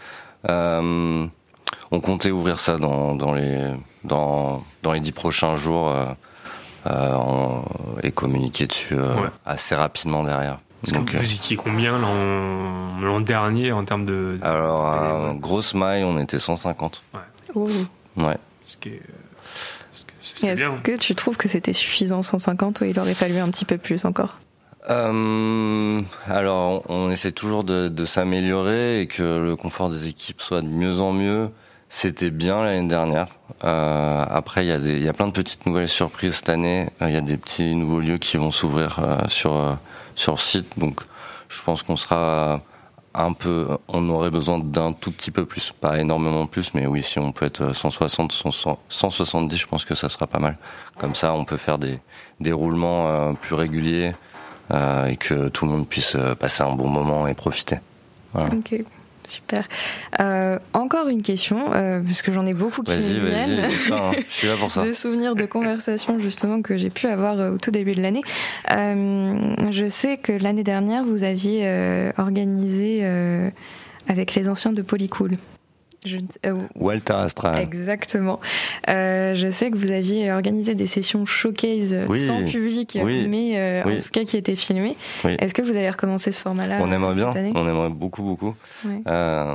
euh, on comptait ouvrir ça dans, dans les dans dans les dix prochains jours euh, euh, en, et communiquer dessus euh, ouais. assez rapidement derrière. Parce Donc, que vous étiez combien l'an, l'an dernier en termes de... de alors, à grosse maille, on était cent cinquante. Ouais. Oh. Ouais. Ce qui est, ce que c'est Est-ce bien. que tu trouves que c'était suffisant, cent cinquante, ou il aurait fallu un petit peu plus encore? euh, Alors, on, on essaie toujours de, de s'améliorer et que le confort des équipes soit de mieux en mieux. C'était bien l'année dernière. Euh, après, il y a des, il y a plein de petites nouvelles surprises cette année. Il euh, y a des petits nouveaux lieux qui vont s'ouvrir euh, sur... Euh, sur le site, donc je pense qu'on sera un peu, on aurait besoin d'un tout petit peu plus, pas énormément plus, mais oui, si on peut être cent soixante, cent soixante-dix, je pense que ça sera pas mal. Comme ça, on peut faire des, des roulements euh, plus réguliers euh, et que tout le monde puisse passer un bon moment et profiter. Voilà. Ok. Super. Euh, encore une question, euh, puisque j'en ai beaucoup qui vas-y, me viennent. Vas-y, hein, je suis là pour ça. Des souvenirs de conversations justement que j'ai pu avoir euh, au tout début de l'année. Euh, je sais que l'année dernière, vous aviez euh, organisé euh, avec les anciens de Polycool. Je, euh, Walter Astral. Exactement. Euh, je sais que vous aviez organisé des sessions showcase oui, sans public, oui, mais euh, oui. en tout cas qui étaient filmées. Oui. Est-ce que vous allez recommencer ce format-là? On aimerait cette bien. Année on aimerait beaucoup, beaucoup. Oui. Euh,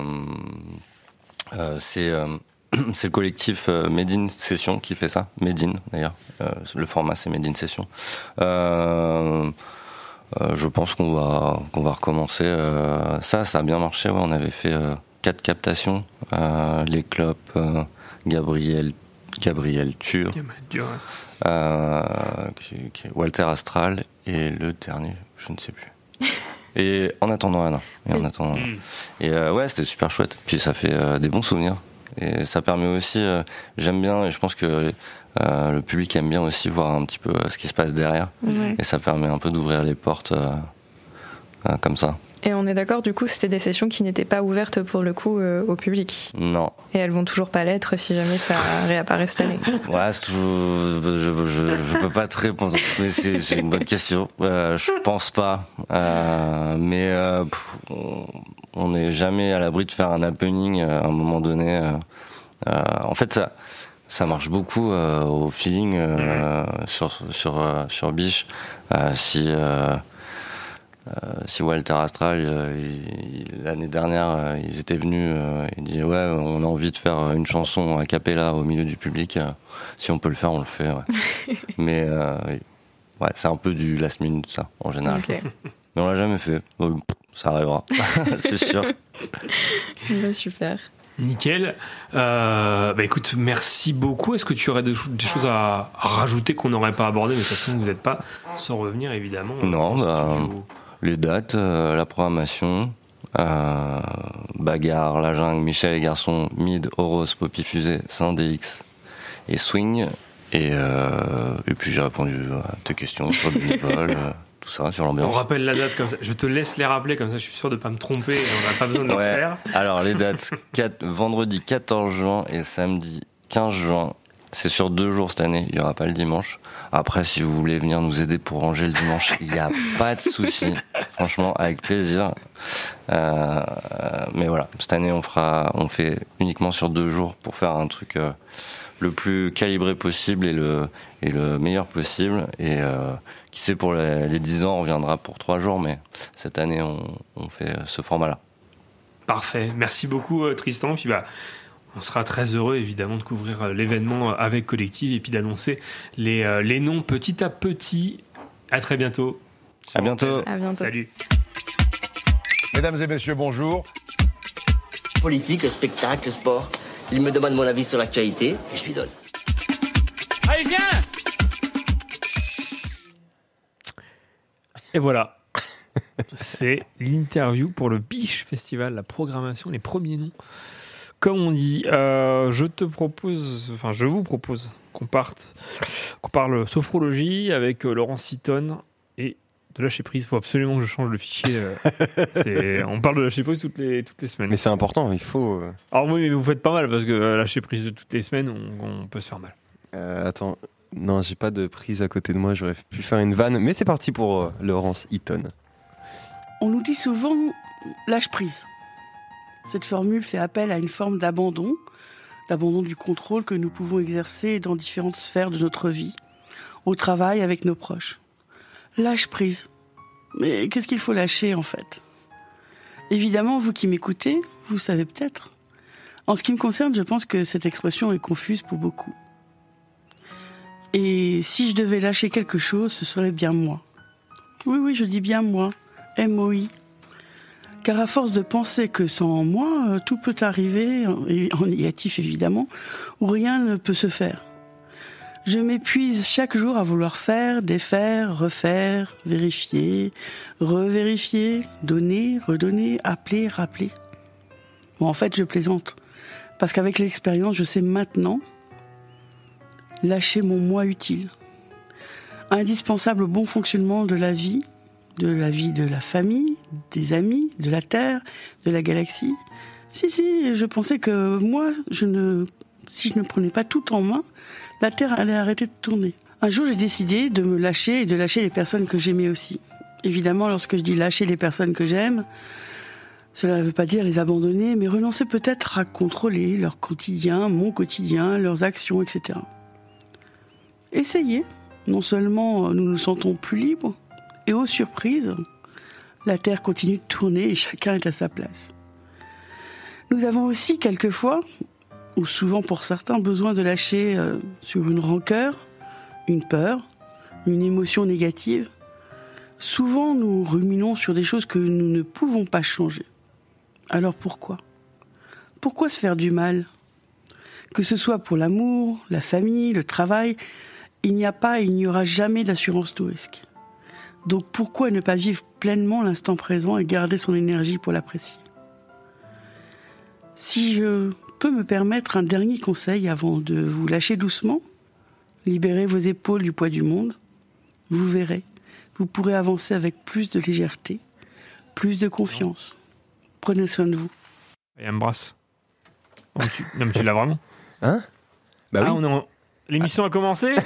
euh, c'est euh, c'est le collectif euh, Made in Session qui fait ça. Made in d'ailleurs. Euh, le format c'est Made in Session. Euh, euh, je pense qu'on va qu'on va recommencer. Euh, ça, ça a bien marché. Ouais, on avait fait. Euh, quatre captations, euh, les clopes, euh, Gabriel, Gabriel Tur, ouais. euh, qui, qui, Walter Astral et le dernier, je ne sais plus. Et en attendant Anna. Et en attendant. Mm. Et euh, ouais, c'était super chouette. Puis ça fait euh, des bons souvenirs. Et ça permet aussi, euh, j'aime bien, et je pense que euh, le public aime bien aussi voir un petit peu euh, ce qui se passe derrière. Ouais. Et ça permet un peu d'ouvrir les portes euh, euh, comme ça. Et on est d'accord, du coup, c'était des sessions qui n'étaient pas ouvertes pour le coup euh, au public. Non. Et elles vont toujours pas l'être si jamais ça réapparaît cette année. Ouais, c'est toujours... je, je, je peux pas te répondre, mais c'est, c'est une bonne question. Euh, je pense pas. Euh, mais euh, pff, on n'est jamais à l'abri de faire un happening à un moment donné. Euh, euh, en fait, ça, ça marche beaucoup euh, au feeling euh, sur sur euh, sur Biche. Euh, si euh, Euh, si Walter Astral, euh, il, il, l'année dernière, euh, ils étaient venus, euh, ils disaient ouais, on a envie de faire une chanson a cappella au milieu du public. Euh, si on peut le faire, on le fait. Ouais. Mais euh, ouais, c'est un peu du last minute, ça, en général. Okay. Mais on l'a jamais fait. Donc, ça arrivera, c'est sûr. Bah, super. Nickel. Euh, bah écoute, merci beaucoup. Est-ce que tu aurais des, des choses à, à rajouter qu'on n'aurait pas abordées, mais de toute façon vous n'êtes pas, sans revenir évidemment. Non, bah, les dates, euh, la programmation, euh, Bagarre, La Jungle, Michel et Garçons, Mid, Horos, Poppy Fusée, Saint-D X et Swing. Et, euh, et puis j'ai répondu à tes questions sur le bénévole. euh, Tout ça, sur l'ambiance. On rappelle la date comme ça. Je te laisse les rappeler comme ça. Je suis sûr de pas me tromper. Et on n'a pas besoin de ouais. le faire. Alors les dates quatre, vendredi quatorze juin et samedi quinze juin. C'est sur deux jours cette année. Il y aura pas le dimanche. Après, si vous voulez venir nous aider pour ranger le dimanche, il n'y a pas de souci. Franchement, avec plaisir. Euh, mais voilà, cette année on fera, on fait uniquement sur deux jours pour faire un truc euh, le plus calibré possible et le et le meilleur possible. Et euh, qui sait, pour les, les dix ans, on reviendra pour trois jours, mais cette année, on, on fait ce format-là. Parfait. Merci beaucoup, Tristan. Puis bah, on sera très heureux, évidemment, de couvrir l'événement avec Collective et puis d'annoncer les, les noms petit à petit. À très bientôt. À bientôt. À bientôt. Salut. Mesdames et messieurs, bonjour. Politique, spectacle, sport. Il me demande mon avis sur l'actualité et je lui donne. Allez, viens! Et voilà, c'est l'interview pour le Biche Festival, la programmation, les premiers noms. Comme on dit, euh, je te propose, enfin je vous propose qu'on parte, qu'on parle sophrologie avec Laurent Citon et de lâcher prise. Il faut absolument que je change le fichier. C'est, on parle de lâcher prise toutes les, toutes les semaines. Mais c'est important, il faut... Alors oui, mais vous faites pas mal parce que lâcher prise de toutes les semaines, on, on peut se faire mal. Euh, attends... Non, j'ai pas de prise à côté de moi, j'aurais pu faire une vanne, mais c'est parti pour euh, Laurence Eaton. On nous dit souvent lâche prise. Cette formule fait appel à une forme d'abandon, l'abandon du contrôle que nous pouvons exercer dans différentes sphères de notre vie, au travail, avec nos proches. Lâche prise. Mais qu'est-ce qu'il faut lâcher en fait ? Évidemment, vous qui m'écoutez, vous savez peut-être. En ce qui me concerne, je pense que cette expression est confuse pour beaucoup. Et si je devais lâcher quelque chose, ce serait bien moi. Oui, oui, je dis bien moi. M O I. Car à force de penser que sans moi, tout peut arriver, et en négatif évidemment, où rien ne peut se faire. Je m'épuise chaque jour à vouloir faire, défaire, refaire, vérifier, revérifier, donner, redonner, appeler, rappeler. Bon, en fait, je plaisante. Parce qu'avec l'expérience, je sais maintenant lâcher mon moi utile. Indispensable au bon fonctionnement de la vie, de la vie de la famille, des amis, de la Terre, de la galaxie. Si, si, je pensais que moi, je ne, si je ne prenais pas tout en main, la Terre allait arrêter de tourner. Un jour, j'ai décidé de me lâcher et de lâcher les personnes que j'aimais aussi. Évidemment, lorsque je dis lâcher les personnes que j'aime, cela ne veut pas dire les abandonner, mais renoncer peut-être à contrôler leur quotidien, mon quotidien, leurs actions, et cetera. Essayez. Non seulement nous nous sentons plus libres, et aux surprises, la Terre continue de tourner et chacun est à sa place. Nous avons aussi quelquefois, ou souvent pour certains, besoin de lâcher euh, sur une rancœur, une peur, une émotion négative. Souvent, nous ruminons sur des choses que nous ne pouvons pas changer. Alors pourquoi ? Pourquoi se faire du mal ? Que ce soit pour l'amour, la famille, le travail, il n'y a pas et il n'y aura jamais d'assurance tout risque. Donc pourquoi ne pas vivre pleinement l'instant présent et garder son énergie pour l'apprécier ? Si je peux me permettre un dernier conseil avant de vous lâcher doucement? Libérez vos épaules du poids du monde. Vous verrez, vous pourrez avancer avec plus de légèreté, plus de confiance. Prenez soin de vous. Et un brasse. Oh, tu... Non mais tu l'as vraiment? Hein? Bah ah, oui. on est en... L'émission a commencé.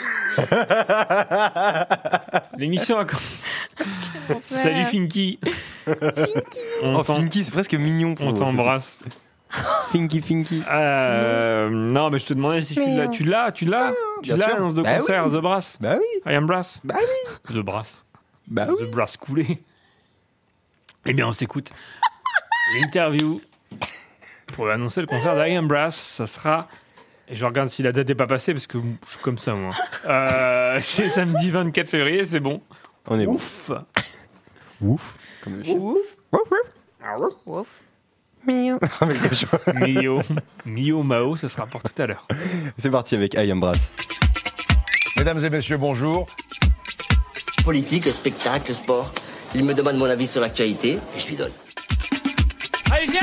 L'émission a commencé. Salut Finky. Finky. Oh Finky, c'est presque mignon. On t'embrasse. Finky, Finky. Euh, non, mais je te demandais si tu l'as. Tu l'as, tu l'as, tu l'as l'annonce de bah concert oui. The Brass. Bah oui. I Am Brass. Bah oui. The Brass. Bah The oui. Brass coulé. Eh bien, on s'écoute. L'interview pour annoncer le concert d'I Am Brass, ça sera. Et je regarde si la date n'est pas passée parce que je suis comme ça moi. Euh, c'est samedi vingt-quatre février, c'est bon. On est ouf. Ouf. Comme le chef. Ouf. Ouf. Ouf. Mio. Mio. Mio Mao, ça sera pour tout à l'heure. C'est parti avec I Am Brass. Mesdames et messieurs, bonjour. Politique, spectacle, sport. Il me demande mon avis sur l'actualité et je lui donne. Allez, viens!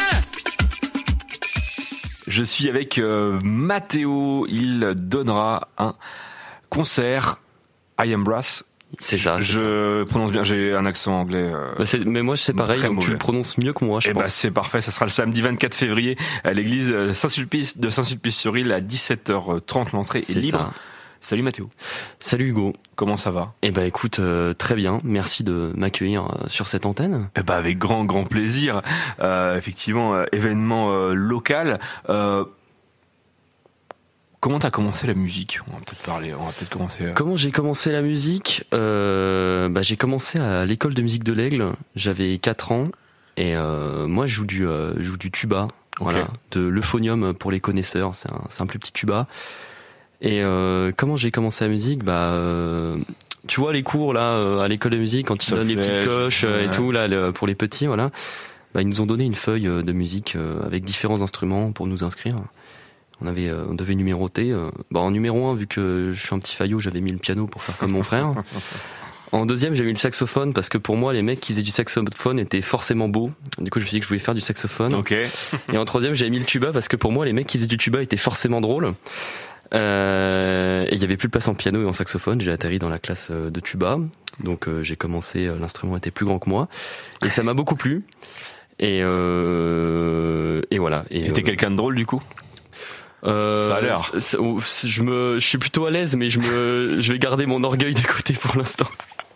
Je suis avec euh, Mathéo. Il donnera un concert I Am Brass. C'est ça. C'est je ça. prononce bien. J'ai un accent anglais. Euh, bah mais moi, c'est pareil. Donc tu le prononces mieux que moi, je et pense. Bah, c'est parfait. Ça sera le samedi vingt-quatre février à l'église Saint-Sulpice de Saint-Sulpice-sur-Île à dix-sept heures trente. L'entrée est, est libre. Ça. Salut Mathéo. Salut Hugo. Comment ça va? Eh ben écoute, euh, très bien. Merci de m'accueillir euh, sur cette antenne. Eh ben avec grand grand plaisir. Euh, effectivement, euh, événement euh, local. Euh, comment t'as commencé la musique? On va peut-être parler. On va peut-être commencer. Euh... Comment j'ai commencé la musique? euh, Bah j'ai commencé à l'école de musique de l'Aigle. J'avais quatre ans et euh, moi je joue du euh, je joue du tuba. Okay. Voilà, de l'euphonium pour les connaisseurs. C'est un, c'est un plus petit tuba. Et euh, comment j'ai commencé la musique? Bah, euh, tu vois les cours là euh, à l'école de musique quand ils donnent les petites coches euh, ouais. et tout là le, pour les petits, voilà. Bah, ils nous ont donné une feuille de musique euh, avec différents instruments pour nous inscrire. On avait, euh, on devait numéroter. Euh, bah, en numéro un, vu que je suis un petit faillot, j'avais mis le piano pour faire comme mon frère. En deuxième, j'ai mis le saxophone parce que pour moi, les mecs qui faisaient du saxophone étaient forcément beaux. Du coup, je me suis dit que je voulais faire du saxophone. Okay. Et en troisième, j'ai mis le tuba parce que pour moi, les mecs qui faisaient du tuba étaient forcément drôles. Euh, et il y avait plus de place en piano et en saxophone. J'ai atterri dans la classe de tuba, donc euh, j'ai commencé. L'instrument était plus grand que moi et ça m'a beaucoup plu. Et euh, et voilà. Et t'es euh, quelqu'un de drôle du coup? Euh, ça a l'air. Je me, je suis plutôt à l'aise, mais je me, je vais garder mon orgueil de côté pour l'instant.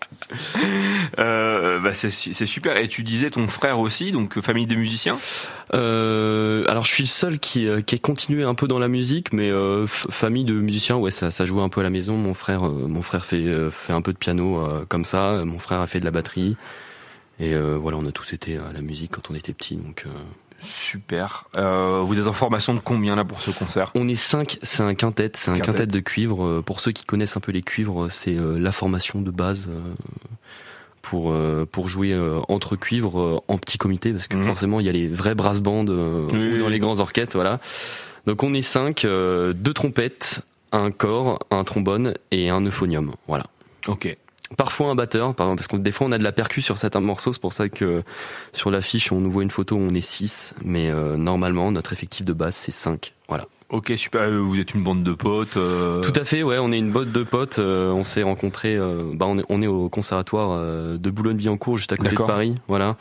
Euh, bah c'est, c'est super. Et tu disais ton frère aussi, donc famille de musiciens. Euh, alors je suis le seul qui, qui ait continué un peu dans la musique, mais euh, f- famille de musiciens, ouais, ça, ça jouait un peu à la maison. Mon frère, euh, mon frère fait, euh, fait un peu de piano euh, comme ça. Mon frère a fait de la batterie. Et euh, voilà, on a tous été à la musique quand on était petits, donc. Euh... Super. Euh, vous êtes en formation de combien là pour ce concert? On est cinq, c'est un quintet, c'est un quintet, quintet de cuivre. Pour ceux qui connaissent un peu les cuivres, c'est euh, la formation de base euh, pour euh, pour jouer euh, entre cuivres euh, en petit comité, parce que mmh. forcément il y a les vraies brass bands euh, oui, ou dans oui. les grands orchestres, voilà. Donc on est cinq, euh, deux trompettes, un cor, un trombone et un euphonium, voilà. Ok. Parfois un batteur, pardon, parce que des fois on a de la percu sur certains morceaux, c'est pour ça que sur l'affiche on nous voit une photo où on est six, mais euh, normalement notre effectif de base c'est cinq, voilà. Ok, super, vous êtes une bande de potes euh... Tout à fait, ouais, on est une bande de potes, euh, on s'est rencontrés, euh, bah on est, on est au conservatoire euh, de Boulogne-Billancourt, juste à côté D'accord. de Paris, voilà.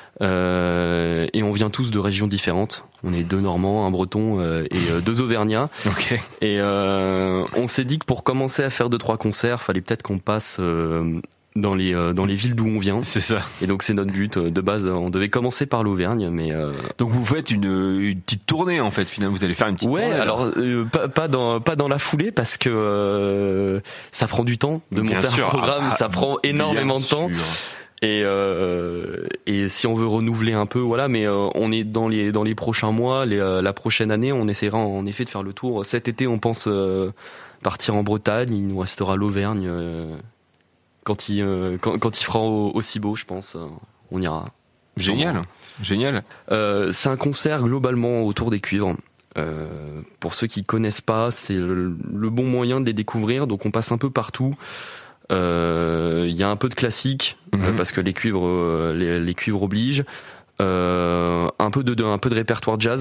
Euh, et on vient tous de régions différentes. On est deux Normands, un Breton euh, et euh, deux Auvergnats. Okay. Et euh, on s'est dit que pour commencer à faire deux trois concerts, fallait peut-être qu'on passe euh, dans les euh, dans les villes d'où on vient. C'est ça. Et donc c'est notre but de base. On devait commencer par l'Auvergne, mais euh... donc vous faites une, une petite tournée en fait. Finalement, vous allez faire une petite ouais, tournée. Ouais, alors euh, pas pas dans pas dans la foulée parce que euh, ça prend du temps de bien monter sûr. un programme. Ah, ça prend énormément de temps. Sûr. Et euh, et si on veut renouveler un peu, voilà. Mais euh, on est dans les dans les prochains mois, les, euh, la prochaine année, on essaiera en effet de faire le tour. Cet été, on pense euh, partir en Bretagne. Il nous restera l'Auvergne euh, quand il euh, quand, quand il fera au, aussi beau, je pense. Euh, on ira. Génial, Genre, génial. Euh, c'est un concert globalement autour des cuivres. Euh, pour ceux qui connaissent pas, c'est le, le bon moyen de les découvrir. Donc on passe un peu partout. Il euh, y a un peu de classique mmh. euh, parce que les cuivres, euh, les, les cuivres obligent. Euh, un peu de, de un peu de répertoire jazz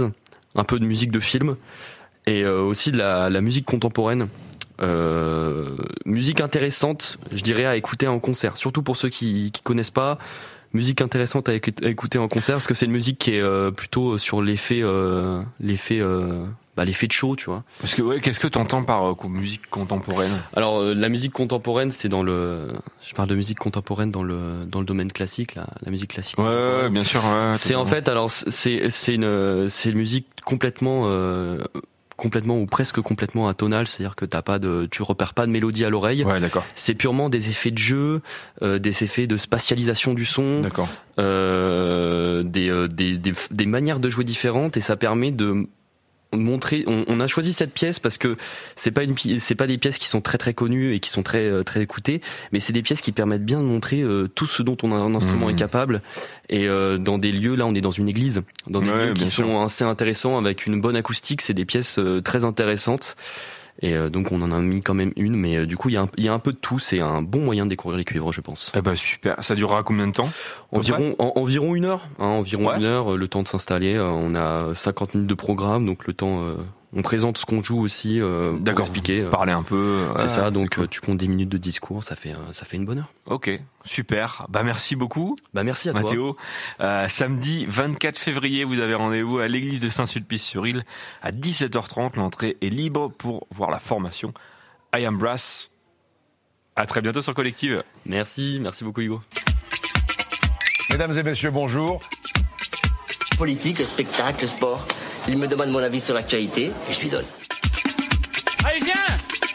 un peu de musique de film et euh, aussi de la, la musique contemporaine. Euh, musique intéressante, je dirais, à écouter en concert, surtout pour ceux qui qui connaissent pas. Musique intéressante à écouter en concert parce que c'est une musique qui est euh, plutôt sur l'effet euh, l'effet euh, bah, l'effet de show, tu vois. Parce que ouais, qu'est-ce que tu entends par euh, musique contemporaine? Alors euh, la musique contemporaine, c'est dans le je parle de musique contemporaine dans le dans le domaine classique, la, la musique classique. Ouais, ouais bien sûr. Ouais, c'est en fait alors c'est c'est une c'est une musique complètement euh, complètement ou presque complètement atonale, c'est-à-dire que t'as pas de, tu repères pas de mélodie à l'oreille. Ouais, d'accord. C'est purement des effets de jeu, euh, des effets de spatialisation du son, d'accord. Euh, des, euh, des des des manières de jouer différentes et ça permet de montrer. On, on a choisi cette pièce parce que c'est pas une c'est pas des pièces qui sont très très connues et qui sont très très écoutées, mais c'est des pièces qui permettent bien de montrer euh, tout ce dont on a un instrument mmh. est capable. Et euh, dans des lieux, là, on est dans une église, dans des ouais, lieux qui sûr. sont assez intéressants avec une bonne acoustique. C'est des pièces euh, très intéressantes. Et euh, donc on en a mis quand même une, mais euh, du coup il y a un, il y a un peu de tout. C'est un bon moyen de découvrir les cuivres, je pense. Eh ben super. Ça durera combien de temps? Environ, en, environ une heure. Hein, environ ouais. une heure. Le temps de s'installer. Euh, on a cinquante minutes de programme, donc le temps. Euh, on présente ce qu'on joue aussi. Euh, D'accord. Pour expliquer. Parler un peu. C'est ah, ça. Donc cool. tu comptes dix minutes de discours, ça fait ça fait une bonne heure. Ok, super. Bah merci beaucoup. Bah merci à toi. Mathéo. Euh, samedi vingt-quatre février, vous avez rendez-vous à l'église de Saint-Sulpice-sur-Île à dix-sept heures trente. L'entrée est libre pour voir la formation I Am Brass. À très bientôt sur Collective. Merci, merci beaucoup Hugo. Mesdames et messieurs, bonjour. Politique, spectacle, sport. Il me demande mon avis sur l'actualité et je lui donne. Allez, viens!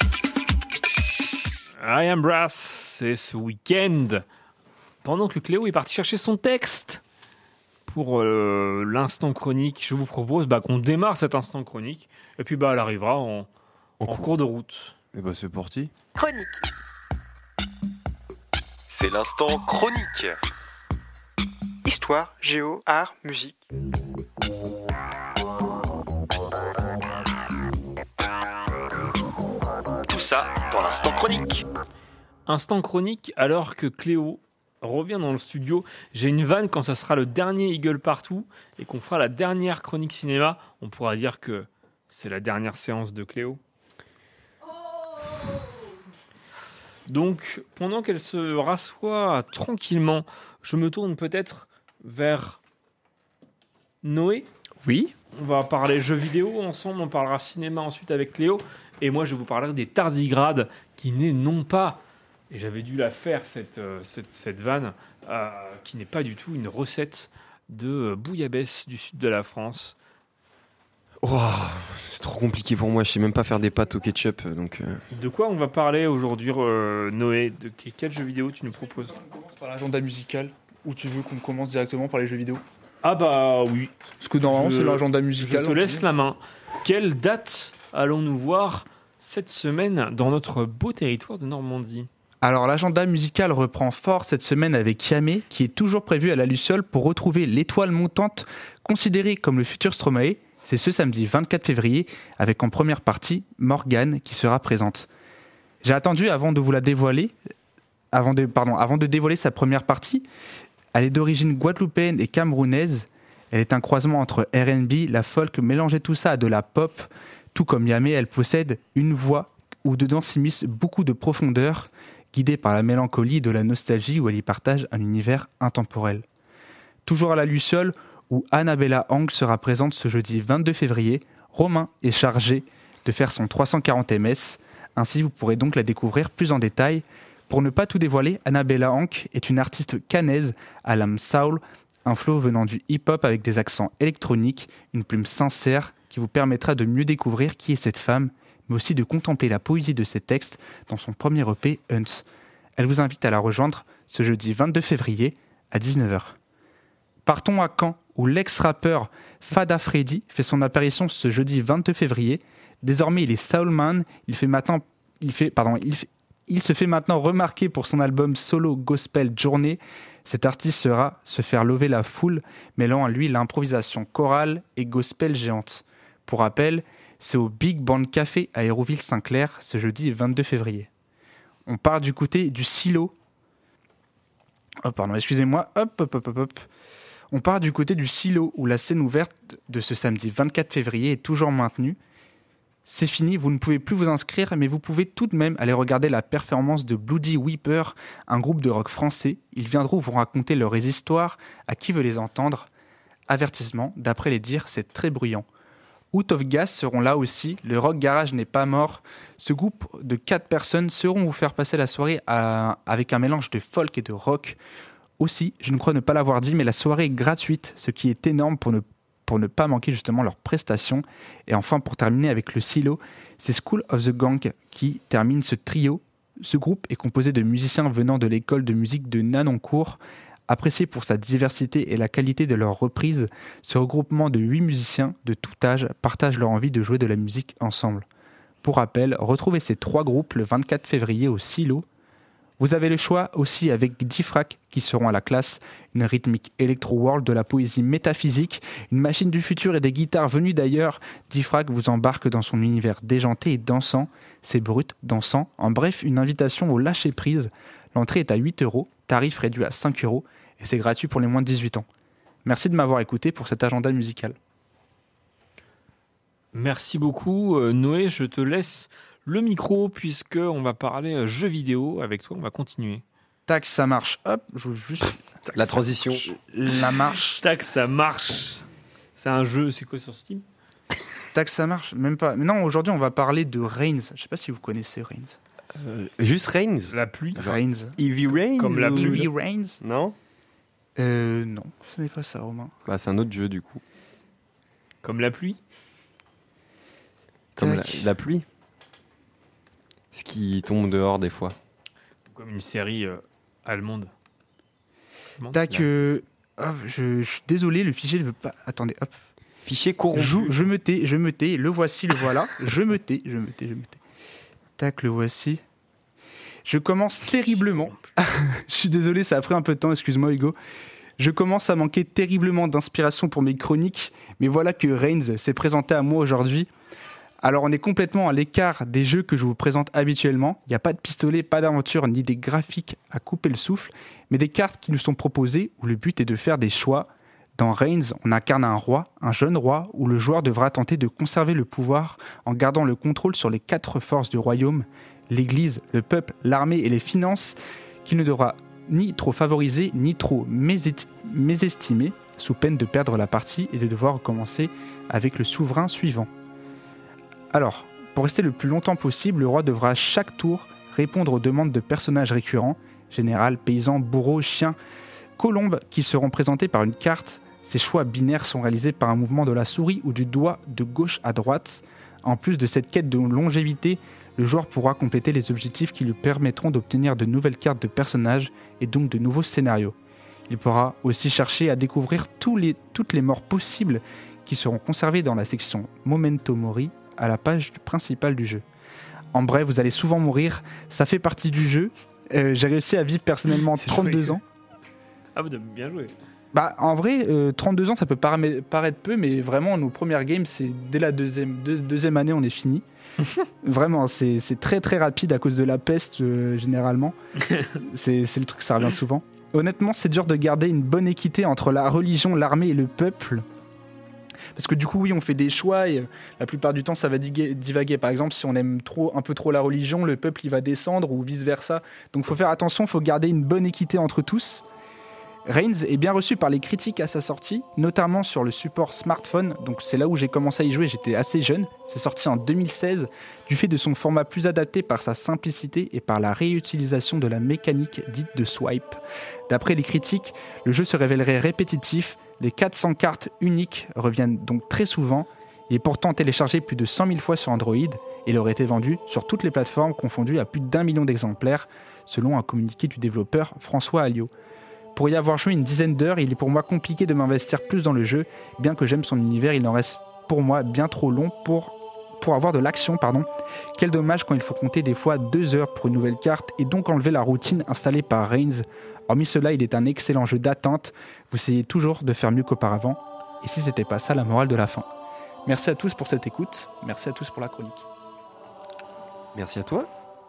I Am Brass, c'est ce week-end. Pendant que Cléo est parti chercher son texte pour euh, l'instant chronique, je vous propose bah, qu'on démarre cet instant chronique. Et puis bah, elle arrivera en, en, en cours. cours de route. Et bah c'est parti. Chronique. C'est l'instant chronique. Histoire, géo, art, musique. Tout ça dans l'instant chronique. Instant chronique alors que Cléo revient dans le studio. J'ai une vanne quand ça sera le dernier Eagle Partout et qu'on fera la dernière chronique cinéma. On pourra dire que c'est la dernière séance de Cléo. Donc, pendant qu'elle se rassoit tranquillement, je me tourne peut-être vers Noé. Oui. On va parler jeux vidéo ensemble, on parlera cinéma ensuite avec Cléo. Et moi, je vais vous parler des tardigrades qui n'est non pas, et j'avais dû la faire, cette, euh, cette, cette vanne, euh, qui n'est pas du tout une recette de bouillabaisse du sud de la France. Oh, c'est trop compliqué pour moi, je sais même pas faire des pâtes au ketchup. Donc euh... De quoi on va parler aujourd'hui, euh, Noé? De quel jeu vidéo tu nous proposes? On commence par l'agenda musical, ou tu veux qu'on commence directement par les jeux vidéo? Ah bah oui. Parce que normalement je, c'est l'agenda musical. Je te laisse la main. Quelle date allons-nous voir cette semaine dans notre beau territoire de Normandie? Alors l'agenda musical reprend fort cette semaine avec Yamé, qui est toujours prévu à la Luciole pour retrouver l'étoile montante considérée comme le futur Stromae. C'est ce samedi vingt-quatre février, avec en première partie Morgane qui sera présente. J'ai attendu avant de vous la dévoiler, avant de, pardon, avant de dévoiler sa première partie. Elle est d'origine guadeloupéenne et camerounaise. Elle est un croisement entre R and B, la folk, mélanger tout ça à de la pop. Tout comme Yamé, elle possède une voix où dedans s'immisce beaucoup de profondeur, guidée par la mélancolie et de la nostalgie, où elle y partage un univers intemporel. Toujours à la Luciole, où Annabella Hang sera présente ce jeudi vingt-deux février, Romain est chargé de faire son trois cent quarante M S. Ainsi, vous pourrez donc la découvrir plus en détail. Pour ne pas tout dévoiler, Annabella Hang est une artiste cannaise à l'âme soul, un flow venant du hip-hop avec des accents électroniques, une plume sincère qui vous permettra de mieux découvrir qui est cette femme, mais aussi de contempler la poésie de ses textes dans son premier E P, Hunts. Elle vous invite à la rejoindre ce jeudi vingt-deux février à dix-neuf heures. Partons à Caen, où l'ex-rappeur Fada Freddy fait son apparition ce jeudi vingt-deux février. Désormais, il est soulman. Il fait maintenant, il fait, pardon, il, fait, il se fait maintenant remarquer pour son album solo Gospel Journée. Cet artiste sera se faire lever la foule, mêlant à lui l'improvisation chorale et gospel géante. Pour rappel, c'est au Big Band Café à Hérouville-Saint-Clair ce jeudi vingt-deux février. On part du côté du Silo. Oh pardon, excusez-moi. Hop, hop, hop, hop, hop. On part du côté du silo où la scène ouverte de ce samedi vingt-quatre février est toujours maintenue. C'est fini, vous ne pouvez plus vous inscrire, mais vous pouvez tout de même aller regarder la performance de Bloody Weeper, un groupe de rock français. Ils viendront vous raconter leurs histoires à qui veut les entendre. Avertissement, d'après les dires, c'est très bruyant. Out of Gas seront là aussi, le rock garage n'est pas mort. Ce groupe de quatre personnes sauront vous faire passer la soirée à, avec un mélange de folk et de rock. Aussi, je ne crois ne pas l'avoir dit, mais la soirée est gratuite, ce qui est énorme pour ne, pour ne pas manquer justement leurs prestations. Et enfin, pour terminer avec le silo, c'est School of the Gang qui termine ce trio. Ce groupe est composé de musiciens venant de l'école de musique de Nanoncourt. Apprécié pour sa diversité et la qualité de leurs reprises, ce regroupement de huit musiciens de tout âge partage leur envie de jouer de la musique ensemble. Pour rappel, retrouvez ces trois groupes le vingt-quatre février au Silo. Vous avez le choix aussi avec Diffrac qui seront à la classe, une rythmique électro-world de la poésie métaphysique, une machine du futur et des guitares venues d'ailleurs. Diffrac vous embarque dans son univers déjanté et dansant, c'est brut, dansant, en bref une invitation au lâcher-prise. L'entrée est à huit euros, tarif réduit à cinq euros et c'est gratuit pour les moins de dix-huit ans. Merci de m'avoir écouté pour cet agenda musical. Merci beaucoup Noé, je te laisse le micro puisque on va parler jeux vidéo avec toi, on va continuer. Tac, ça marche. Hop, je veux juste Tac, la transition. La marche. Tac, ça marche. C'est un jeu, c'est quoi sur Steam? Tac, ça marche, même pas. Mais non, aujourd'hui on va parler de Reigns. Je sais pas si vous connaissez Reigns. Euh, juste Reigns. La pluie. Reigns. Heavy Rains. Comme la pluie. Heavy Rains. Non. Euh, non, ce n'est pas ça, Romain. Bah, c'est un autre jeu du coup. Comme la pluie. Comme la, la pluie. Ce qui tombe dehors des fois. Comme une série euh, allemande. allemande. Tac, euh, hop, je, je suis désolé, le fichier ne veut pas. Attendez, hop. Fichier corrompu. Je, je me tais, je me tais. Le voici, le voilà. je me tais, je me tais, je me tais. Tac, le voici. Je commence terriblement. Je suis désolé, ça a pris un peu de temps, excuse-moi Hugo. Je commence à manquer terriblement d'inspiration pour mes chroniques, mais voilà que Reigns s'est présenté à moi aujourd'hui. Alors on est complètement à l'écart des jeux que je vous présente habituellement. Il n'y a pas de pistolet, pas d'aventure, ni des graphiques à couper le souffle, mais des cartes qui nous sont proposées où le but est de faire des choix. Dans Reigns, on incarne un roi, un jeune roi, où le joueur devra tenter de conserver le pouvoir en gardant le contrôle sur les quatre forces du royaume, l'Église, le peuple, l'armée et les finances, qu'il ne devra ni trop favoriser, ni trop mésest- mésestimer, sous peine de perdre la partie et de devoir recommencer avec le souverain suivant. Alors, pour rester le plus longtemps possible, le roi devra à chaque tour répondre aux demandes de personnages récurrents, général, paysan, bourreau, chien, colombe, qui seront présentés par une carte. Ces choix binaires sont réalisés par un mouvement de la souris ou du doigt de gauche à droite. En plus de cette quête de longévité, le joueur pourra compléter les objectifs qui lui permettront d'obtenir de nouvelles cartes de personnages et donc de nouveaux scénarios. Il pourra aussi chercher à découvrir tous les, toutes les morts possibles qui seront conservées dans la section Memento Mori à la page principale du jeu. En bref, vous allez souvent mourir, ça fait partie du jeu. Euh, j'ai réussi à vivre personnellement trente-deux ans. Ah, vous avez bien joué. Bah, en vrai, euh, trente-deux ans, ça peut para- paraître peu, mais vraiment, nos premières games, c'est dès la deuxième, deux, deuxième année, on est fini. Vraiment, c'est, c'est très très rapide à cause de la peste, euh, généralement. c'est, c'est le truc, ça revient souvent. Honnêtement, c'est dur de garder une bonne équité entre la religion, l'armée et le peuple. Parce que du coup, oui, on fait des choix et euh, la plupart du temps, ça va diguer, divaguer. Par exemple, si on aime trop, un peu trop la religion, le peuple, il va descendre ou vice-versa. Donc, il faut faire attention, il faut garder une bonne équité entre tous. Reigns est bien reçu par les critiques à sa sortie, notamment sur le support smartphone, donc c'est là où j'ai commencé à y jouer, j'étais assez jeune, c'est sorti en deux mille seize, du fait de son format plus adapté par sa simplicité et par la réutilisation de la mécanique dite de swipe. D'après les critiques, le jeu se révélerait répétitif, les quatre cents cartes uniques reviennent donc très souvent, il est pourtant téléchargé plus de cent mille fois sur Android, et il aurait été vendu sur toutes les plateformes confondues à plus d'un million d'exemplaires, selon un communiqué du développeur François Alliot. Pour y avoir joué une dizaine d'heures, il est pour moi compliqué de m'investir plus dans le jeu. Bien que j'aime son univers, il en reste pour moi bien trop long pour, pour avoir de l'action. Pardon. Quel dommage quand il faut compter des fois deux heures pour une nouvelle carte et donc enlever la routine installée par Reigns. Hormis cela, il est un excellent jeu d'attente. Vous essayez toujours de faire mieux qu'auparavant. Et si c'était pas ça la morale de la fin. Merci à tous pour cette écoute. Merci à tous pour la chronique. Merci à toi.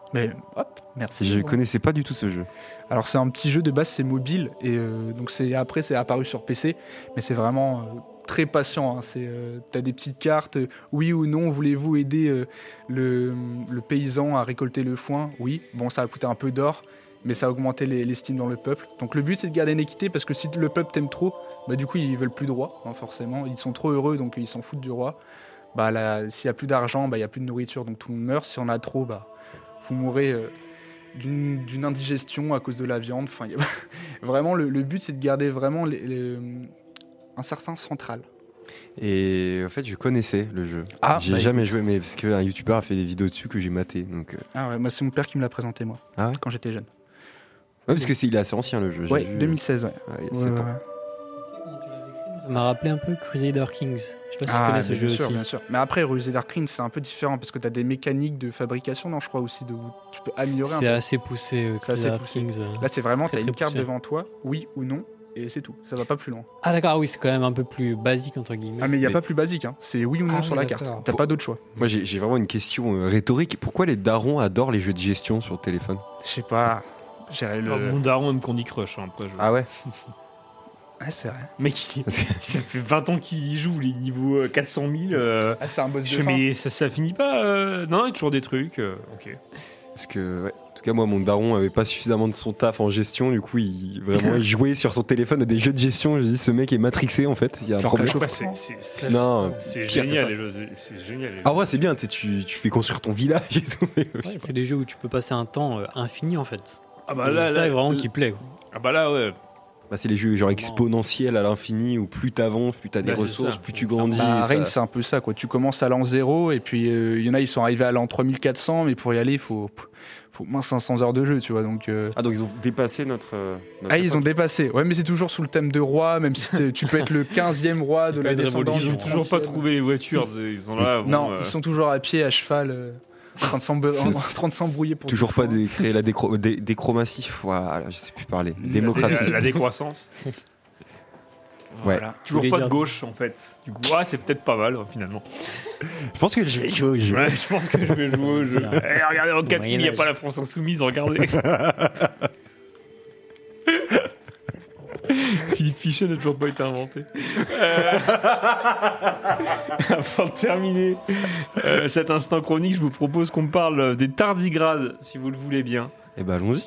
Mais hop, merci. Je connaissais pas du tout ce jeu. Alors c'est un petit jeu de base, c'est mobile et euh, donc c'est après c'est apparu sur P C, mais c'est vraiment euh, très patient. Hein. C'est euh, t'as des petites cartes. Euh, oui ou non, voulez-vous aider euh, le, le paysan à récolter le foin? Oui. Bon, ça va coûter un peu d'or, mais ça a augmenté les, l'estime dans le peuple. Donc le but c'est de garder une équité parce que si le peuple t'aime trop, bah du coup ils veulent plus de roi, hein, forcément. Ils sont trop heureux donc ils s'en foutent du roi. Bah là, s'il y a plus d'argent, bah il y a plus de nourriture donc tout le monde meurt. Si on a trop, bah vous mourrez euh, d'une, d'une indigestion à cause de la viande. Enfin, y a... vraiment, le, le but, c'est de garder vraiment les, les, un certain central. Et en fait, je connaissais le jeu. Ah, j'ai bah, jamais écoute. joué, mais parce qu'un youtubeur a fait des vidéos dessus que j'ai maté. Donc, euh... Ah ouais, moi, c'est mon père qui me l'a présenté, moi, ah ouais quand j'étais jeune. Ouais, parce que c'est, il est assez ancien, le jeu. J'ai Ouais, vu... deux mille seize, ouais. ouais, il y a ouais, sept ouais, ans. ouais. Ça m'a rappelé un peu Crusader Kings. Je sais pas si Ah, tu connais ce bien jeu sûr, aussi. bien sûr. Mais après, Crusader Kings, c'est un peu différent parce que tu as des mécaniques de fabrication, non, je crois aussi, de, où tu peux améliorer un C'est peu. assez poussé, euh, C'est assez Crusader poussé. Kings. euh, Là, c'est vraiment, tu très, as une très carte poussé. devant toi, oui ou non, et c'est tout. Ça va pas plus loin. Ah d'accord, oui, c'est quand même un peu plus basique, entre guillemets. Ah, mais il n'y a Mais- pas plus basique, hein. C'est oui ou non Ah sur oui, la d'accord. carte. T'as pas d'autre choix. Moi, j'ai, j'ai vraiment une question euh, rhétorique. Pourquoi les darons adorent les jeux de gestion sur téléphone? Je sais pas. Gérer le. Oh, mon daron aime Candy Crush. Hein, après, je... Ah ouais? Ouais, c'est vrai. Mec, il... ça fait vingt ans qu'il y joue, les niveaux euh, quatre cent mille. Euh... Ah, c'est un boss Je de fais, fin. mais ça, ça finit pas. euh, Non, il y a toujours des trucs. euh, Ok. Parce que, ouais. En tout cas, moi, mon daron avait pas suffisamment de son taf en gestion. Du coup, il, vraiment, il jouait sur son téléphone à des jeux de gestion. Je dis, ce mec est matrixé, en fait. Il y a un Genre problème. Clash of Ouais, c'est, Clans. c'est, c'est, Non, c'est pire que ça. génial les jeux. C'est, c'est génial. Les jeux. En vrai, c'est bien. Tu, sais, tu, tu fais construire ton village et tout. Mais, Ouais, c'est des jeux où tu peux passer un temps euh, infini, en fait. Ah bah Et là, ça là, est vraiment là- qui plaît. quoi. Ah bah là, ouais. Bah, c'est les jeux genre exponentiels à l'infini où plus t'avances, plus t'as des Bah, c'est ressources, ça. plus tu grandis. Bah, ça- Reign, c'est un peu ça, quoi. Tu commences à l'an zéro, et puis il euh, y en a, ils sont arrivés à l'an trois mille quatre cents, mais pour y aller, il faut, faut au moins cinq cents heures de jeu, tu vois. Donc, euh... Ah, donc ils ont dépassé notre. euh, notre Ah, ils ont époque. dépassé. Ouais, mais c'est toujours sous le thème de roi, même si t'es- tu peux être le quinzième roi de la descendance. Ils ont du toujours pas trentième. trouvé les voitures. Ils sont là. bon, Non, euh, ils sont toujours à pied, à cheval, euh, en train de s'embe- en train de s'embrouiller pour. Toujours du pas foin. dé- créer la décro- dé- déchromatie. Voilà, je sais plus parler. la, Démocratie. la- la décroissance. Ouais. Toujours voulais pas de dire- gauche en fait. Du coup, ah, c'est peut-être pas mal hein, finalement. Je pense que je vais jouer au jeu. Ouais, je pense que je vais jouer au jeu. Eh, regardez, en quatre mille, il n'y a Moyen-Âge. pas la France insoumise, regardez. Philippe Fichet n'a toujours pas été inventé. Euh, Avant de terminer euh, cet instant chronique, je vous propose qu'on parle des tardigrades, si vous le voulez bien. Eh ben, allons-y.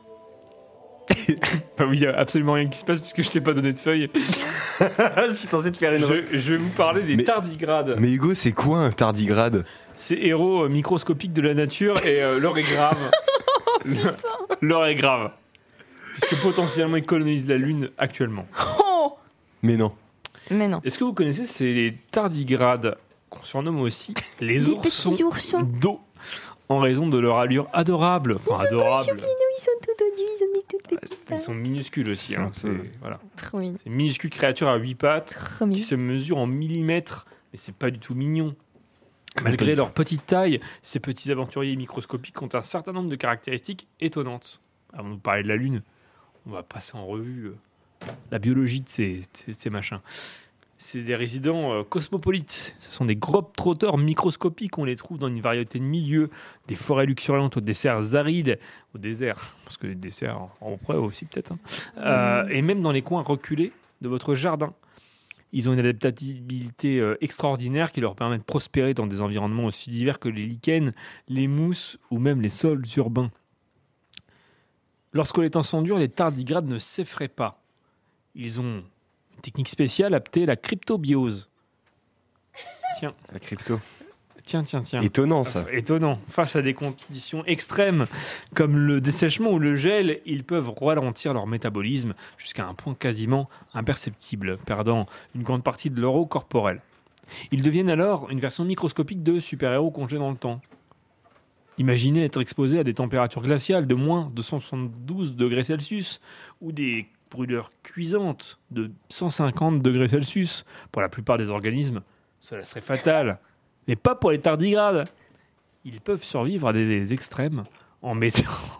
Bah oui, il n'y a absolument rien qui se passe puisque je t'ai pas donné de feuille. Je suis censé te faire une. Je, je vais vous parler des Mais- tardigrades. Mais Hugo, c'est quoi un tardigrade? Ces héros euh, microscopiques de la nature et euh, l'heure est grave. L'heure est grave. Puisque potentiellement ils colonisent la Lune actuellement. Oh Mais non. Mais non. Est-ce que vous connaissez ces tardigrades qu'on surnomme aussi les Des oursons, petits oursons. d'eau en raison de leur allure adorable. Enfin, adorable. Ils sont tout au ils ont des toutes petites Ils sont minuscules aussi. C'est Hein, un c'est, peu- voilà. Trop mignon. C'est une minuscule créature à huit pattes Trop qui mignon. se mesure en millimètres. Mais c'est pas du tout mignon. Malgré leur petite taille, ces petits aventuriers microscopiques ont un certain nombre de caractéristiques étonnantes. Avant de vous parler de la Lune, on va passer en revue euh, la biologie de ces, ces, ces machins. C'est des résidents euh, cosmopolites. Ce sont des globe-trotteurs microscopiques. On les trouve dans une variété de milieux, des forêts luxuriantes aux desserts arides, au désert, parce que les desserts en preuve aussi peut-être, hein. Euh, et même dans les coins reculés de votre jardin. Ils ont une adaptabilité euh, extraordinaire qui leur permet de prospérer dans des environnements aussi divers que les lichens, les mousses ou même les sols urbains. Lorsque les temps sont durs, les tardigrades ne s'effraient pas. Ils ont une technique spéciale appelée la cryptobiose. Tiens, La crypto. tiens, tiens, tiens. Étonnant ça. Étonnant. Face à des conditions extrêmes comme le dessèchement ou le gel, ils peuvent ralentir leur métabolisme jusqu'à un point quasiment imperceptible, perdant une grande partie de leur eau corporelle. Ils deviennent alors une version microscopique de super-héros congelés dans le temps. Imaginez être exposé à des températures glaciales de moins de cent soixante-douze degrés Celsius ou des brûlures cuisantes de cent cinquante degrés Celsius. Pour la plupart des organismes, cela serait fatal. Mais pas pour les tardigrades. Ils peuvent survivre à des, des extrêmes en mettant...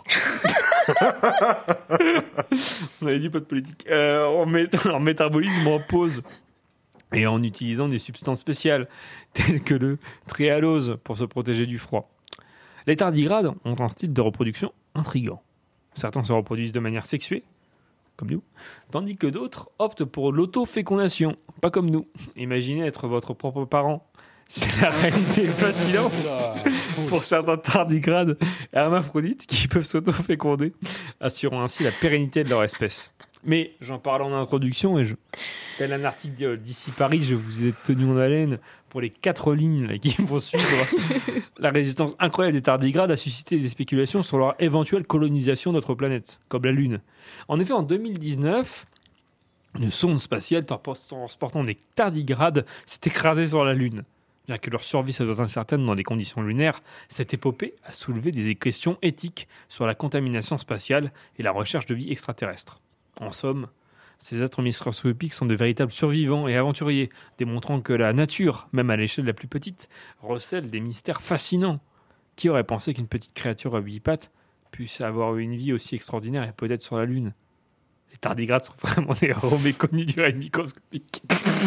On avait dit pas de politique. Euh, en mettant leur métabolisme en pause et en utilisant des substances spéciales telles que le tréhalose pour se protéger du froid. Les tardigrades ont un style de reproduction intriguant. Certains se reproduisent de manière sexuée, comme nous, tandis que d'autres optent pour l'autofécondation, pas comme nous. Imaginez être votre propre parent. C'est la réalité fascinante pour certains tardigrades hermaphrodites qui peuvent s'autoféconder, assurant ainsi la pérennité de leur espèce. Mais j'en parlais en introduction et je, tel un article d'ici Paris, je vous ai tenu en haleine pour les quatre lignes là, qui vont suivre. La résistance incroyable des tardigrades a suscité des spéculations sur leur éventuelle colonisation de notre planète, comme la Lune. En effet, en deux mille dix-neuf, une sonde spatiale transportant des tardigrades s'est écrasée sur la Lune. Bien que leur survie soit incertaine dans des conditions lunaires, cette épopée a soulevé des questions éthiques sur la contamination spatiale et la recherche de vie extraterrestre. En somme, ces êtres microscopiques sont de véritables survivants et aventuriers, démontrant que la nature, même à l'échelle la plus petite, recèle des mystères fascinants. Qui aurait pensé qu'une petite créature à huit pattes puisse avoir eu une vie aussi extraordinaire et peut-être sur la Lune ? Les tardigrades sont vraiment des héros méconnus du règne microscopique.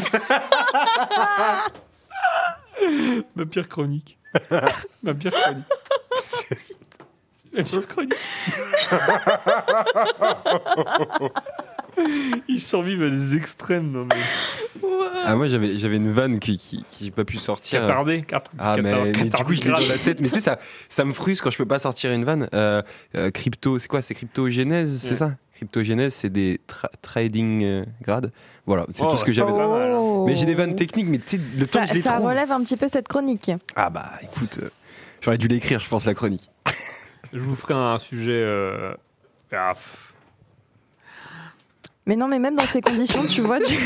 Ma pire chronique. Ma pire chronique. C'est ma pire chronique. Ils survivent à des extrêmes, non mais. Ah, moi j'avais, j'avais une vanne qui, qui, qui j'ai pas pu sortir. Catardé, Ah, mais, mais du coup je l'ai dans la tête. Mais tu sais, ça, ça me frustre quand je peux pas sortir une vanne. Euh, euh, crypto, c'est quoi? C'est cryptogénèse, c'est ouais. ça? Cryptogénèse, c'est des tra- trading euh, grades. Voilà, c'est oh, tout ce que j'avais. Oh. Mais j'ai des vannes techniques, mais tu sais, le temps ça, que je les ça trouve. Ça relève un petit peu cette chronique. Ah bah écoute, euh, j'aurais dû l'écrire, je pense, la chronique. Je vous ferai un sujet. Euh... Ah, mais non, mais même dans ces conditions, tu vois, tu...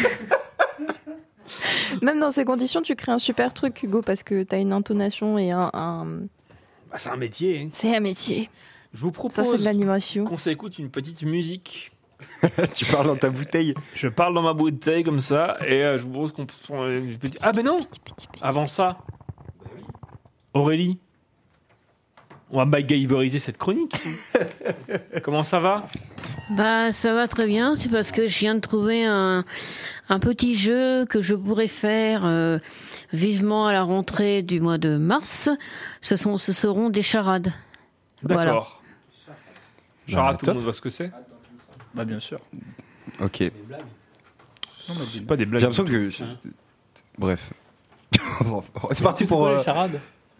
même dans ces conditions, tu crées un super truc, Hugo, parce que t'as une intonation et un. un... Bah, c'est un métier. Hein. C'est un métier. Je vous propose. Ça, c'est de l'animation. Qu'on s'écoute une petite musique. Tu parles dans ta bouteille. Je parle dans ma bouteille comme ça, et euh, je vous propose qu'on. Une petite... Ah, ben non. Avant ça, Aurélie. On va MacGyveriser cette chronique. Comment ça va? Bah, ça va très bien. C'est parce que je viens de trouver un, un petit jeu que je pourrais faire euh, vivement à la rentrée du mois de mars. Ce, sont, ce seront des charades. D'accord. Voilà. Charades, tout le monde voit ce que c'est? Bah, bien sûr. Ok. Non, mais c'est pas des blagues. J'ai l'impression que. Je... Bref. C'est parti pour. Euh... les charades.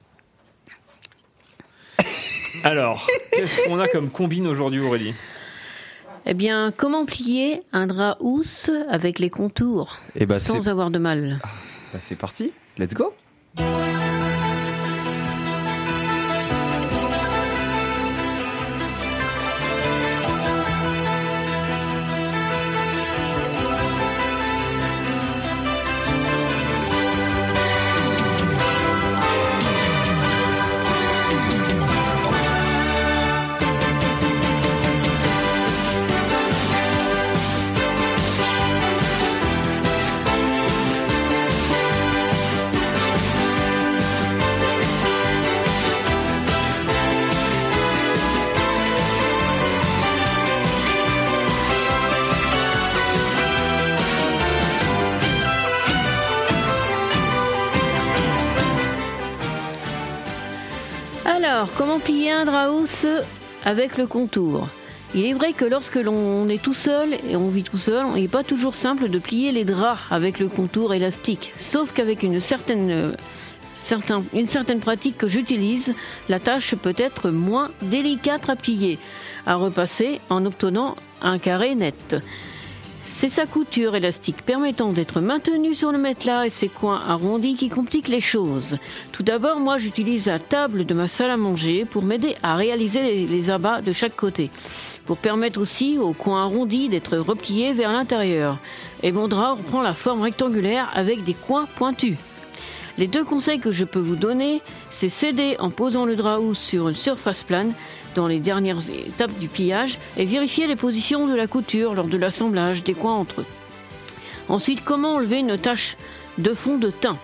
Alors, qu'est-ce qu'on a comme combine aujourd'hui, Aurélie? Eh bien, comment plier un drap housse avec les contours eh bah, sans c'est... avoir de mal? Bah, c'est parti, let's go. Alors, comment plier un drap housse avec le contour? Il est vrai que lorsque l'on est tout seul et on vit tout seul, il n'est pas toujours simple de plier les draps avec le contour élastique. Sauf qu'avec une certaine, euh, certain, une certaine pratique que j'utilise, la tâche peut être moins délicate à plier, à repasser en obtenant un carré net. C'est sa couture élastique permettant d'être maintenue sur le matelas et ses coins arrondis qui compliquent les choses. Tout d'abord, moi j'utilise la table de ma salle à manger pour m'aider à réaliser les, les abats de chaque côté, pour permettre aussi aux coins arrondis d'être repliés vers l'intérieur. Et mon drap reprend la forme rectangulaire avec des coins pointus. Les deux conseils que je peux vous donner, c'est s'aider en posant le drap housse sur une surface plane dans les dernières étapes du pliage et vérifier les positions de la couture lors de l'assemblage des coins entre eux. Ensuite, comment enlever une tache de fond de teint?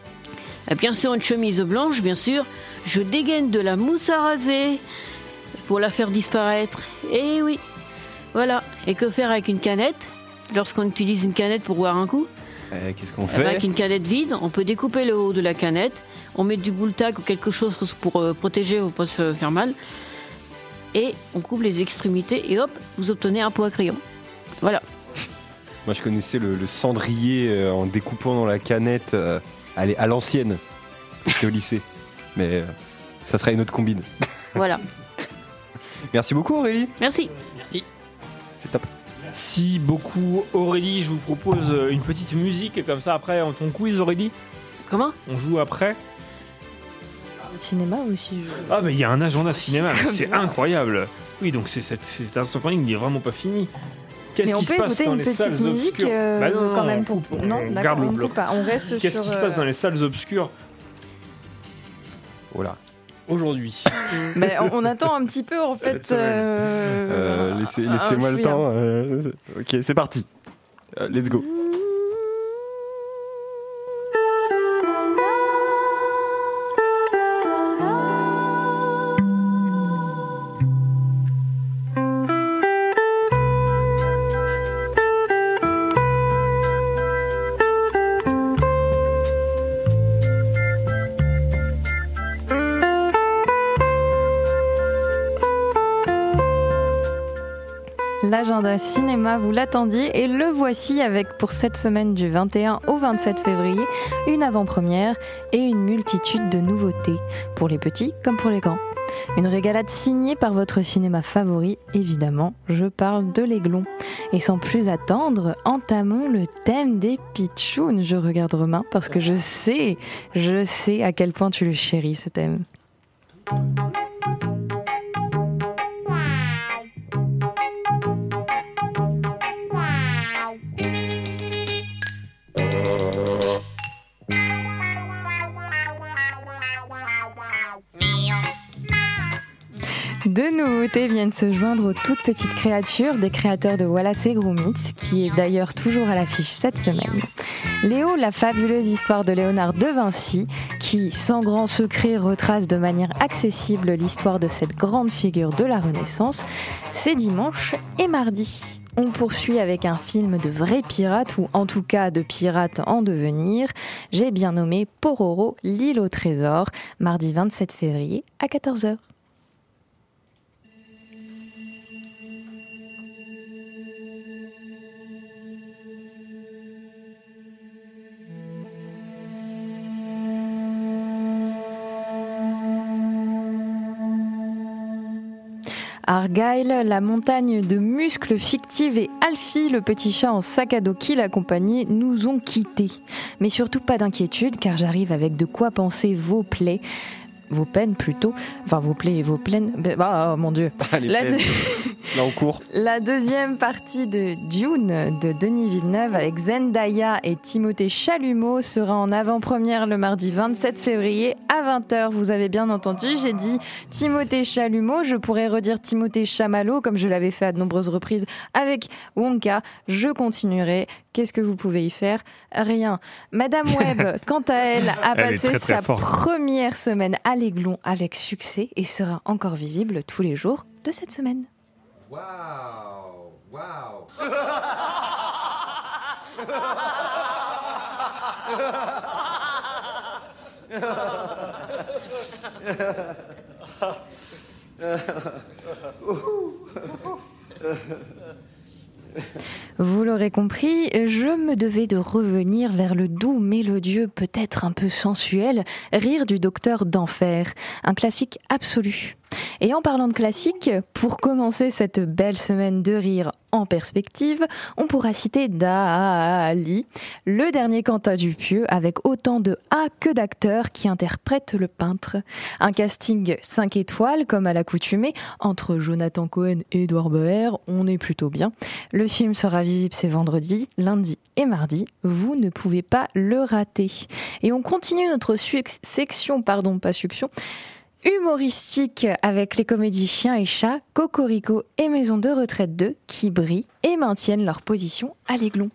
Et bien sur une chemise blanche, bien sûr, je dégaine de la mousse à raser pour la faire disparaître. Et oui, voilà. Et que faire avec une canette lorsqu'on utilise une canette pour boire un coup? Euh, qu'est-ce qu'on fait? Avec une canette vide, on peut découper le haut de la canette, on met du boule tac ou quelque chose pour euh, protéger, pour pas se faire mal. Et on coupe les extrémités et hop, vous obtenez un pot à crayon. Voilà. Moi, je connaissais le, le cendrier euh, en découpant dans la canette euh, allez, à l'ancienne. J'étais au lycée. Mais euh, ça sera une autre combine. Voilà. Merci beaucoup, Aurélie. Merci. Merci. C'était top. Merci beaucoup, Aurélie. Je vous propose une petite musique comme ça après ton quiz, Aurélie. Comment ? On joue après. Cinéma aussi. Je... Ah, mais il y a un agenda cinéma, C'est c'est ça. incroyable. Oui, donc c'est, cet, cet instant chronique n'est vraiment pas fini. Qu'est-ce Mais on qui se peut passe écouter dans une les petite salles musique, obscures euh, Bah non, quand non, même on pour- coupe, non, on d'accord, garde le on bloc. coupe pas, on reste Qu'est-ce sur, qui se passe euh, dans les salles obscures Voilà. Aujourd'hui. Mais on, on attend un petit peu en fait. euh, Euh, laissez, un laissez-moi le fouillant. temps. euh, ok, c'est parti. Euh, let's go. L'agenda cinéma, vous l'attendiez et le voici avec pour cette semaine du vingt et un au vingt-sept février, une avant-première et une multitude de nouveautés, pour les petits comme pour les grands. Une régalade signée par votre cinéma favori, évidemment, je parle de l'Aiglon. Et sans plus attendre, entamons le thème des pitchouns. Je regarde Romain parce que je sais, je sais à quel point tu le chéris ce thème. Deux nouveautés viennent se joindre aux toutes petites créatures des créateurs de Wallace et Gromit, qui est d'ailleurs toujours à l'affiche cette semaine. Léo, la fabuleuse histoire de Léonard de Vinci, qui, sans grand secret, retrace de manière accessible l'histoire de cette grande figure de la Renaissance, c'est dimanche et mardi. On poursuit avec un film de vrais pirates, ou en tout cas de pirates en devenir. J'ai bien nommé Pororo, l'île au trésor, mardi vingt-sept février à quatorze heures. Argyle, la montagne de muscles fictive et Alfie, le petit chat en sac à dos qui l'accompagnait, nous ont quittés. Mais surtout pas d'inquiétude car j'arrive avec de quoi penser vos plaies. Vos peines plutôt, enfin vos plaies et vos plaines. Bah, oh mon Dieu. Allez, La, deux... Là, on court. La deuxième partie de Dune de Denis Villeneuve avec Zendaya et Timothée Chalumeau sera en avant-première le mardi vingt-sept février à vingt heures. Vous avez bien entendu, j'ai dit Timothée Chalumeau. Je pourrais redire Timothée Chamallow comme je l'avais fait à de nombreuses reprises avec Wonka. Je continuerai. Qu'est-ce que vous pouvez y faire ? Rien. Madame Webb, quant à elle, a Elle est passé très, très sa forte. première semaine à l'Aiglon avec succès et sera encore visible tous les jours de cette semaine. Waouh, waouh. Vous l'aurez compris, je me devais de revenir vers le doux, mélodieux, peut-être un peu sensuel, rire du docteur d'enfer, un classique absolu. Et en parlant de classique, pour commencer cette belle semaine de rire en perspective, on pourra citer Dali, le dernier Quentin Dupieux, avec autant de A que d'acteurs qui interprètent le peintre. Un casting cinq étoiles, comme à l'accoutumée, entre Jonathan Cohen et Edouard Baer, on est plutôt bien. Le film sera visible ces vendredis, lundi et mardi, vous ne pouvez pas le rater. Et on continue notre suc- section, pardon, pas succion, humoristique avec les comédies Chiens et Chats, Cocorico et Maison de retraite deux qui brillent et maintiennent leur position à l'Aiglon.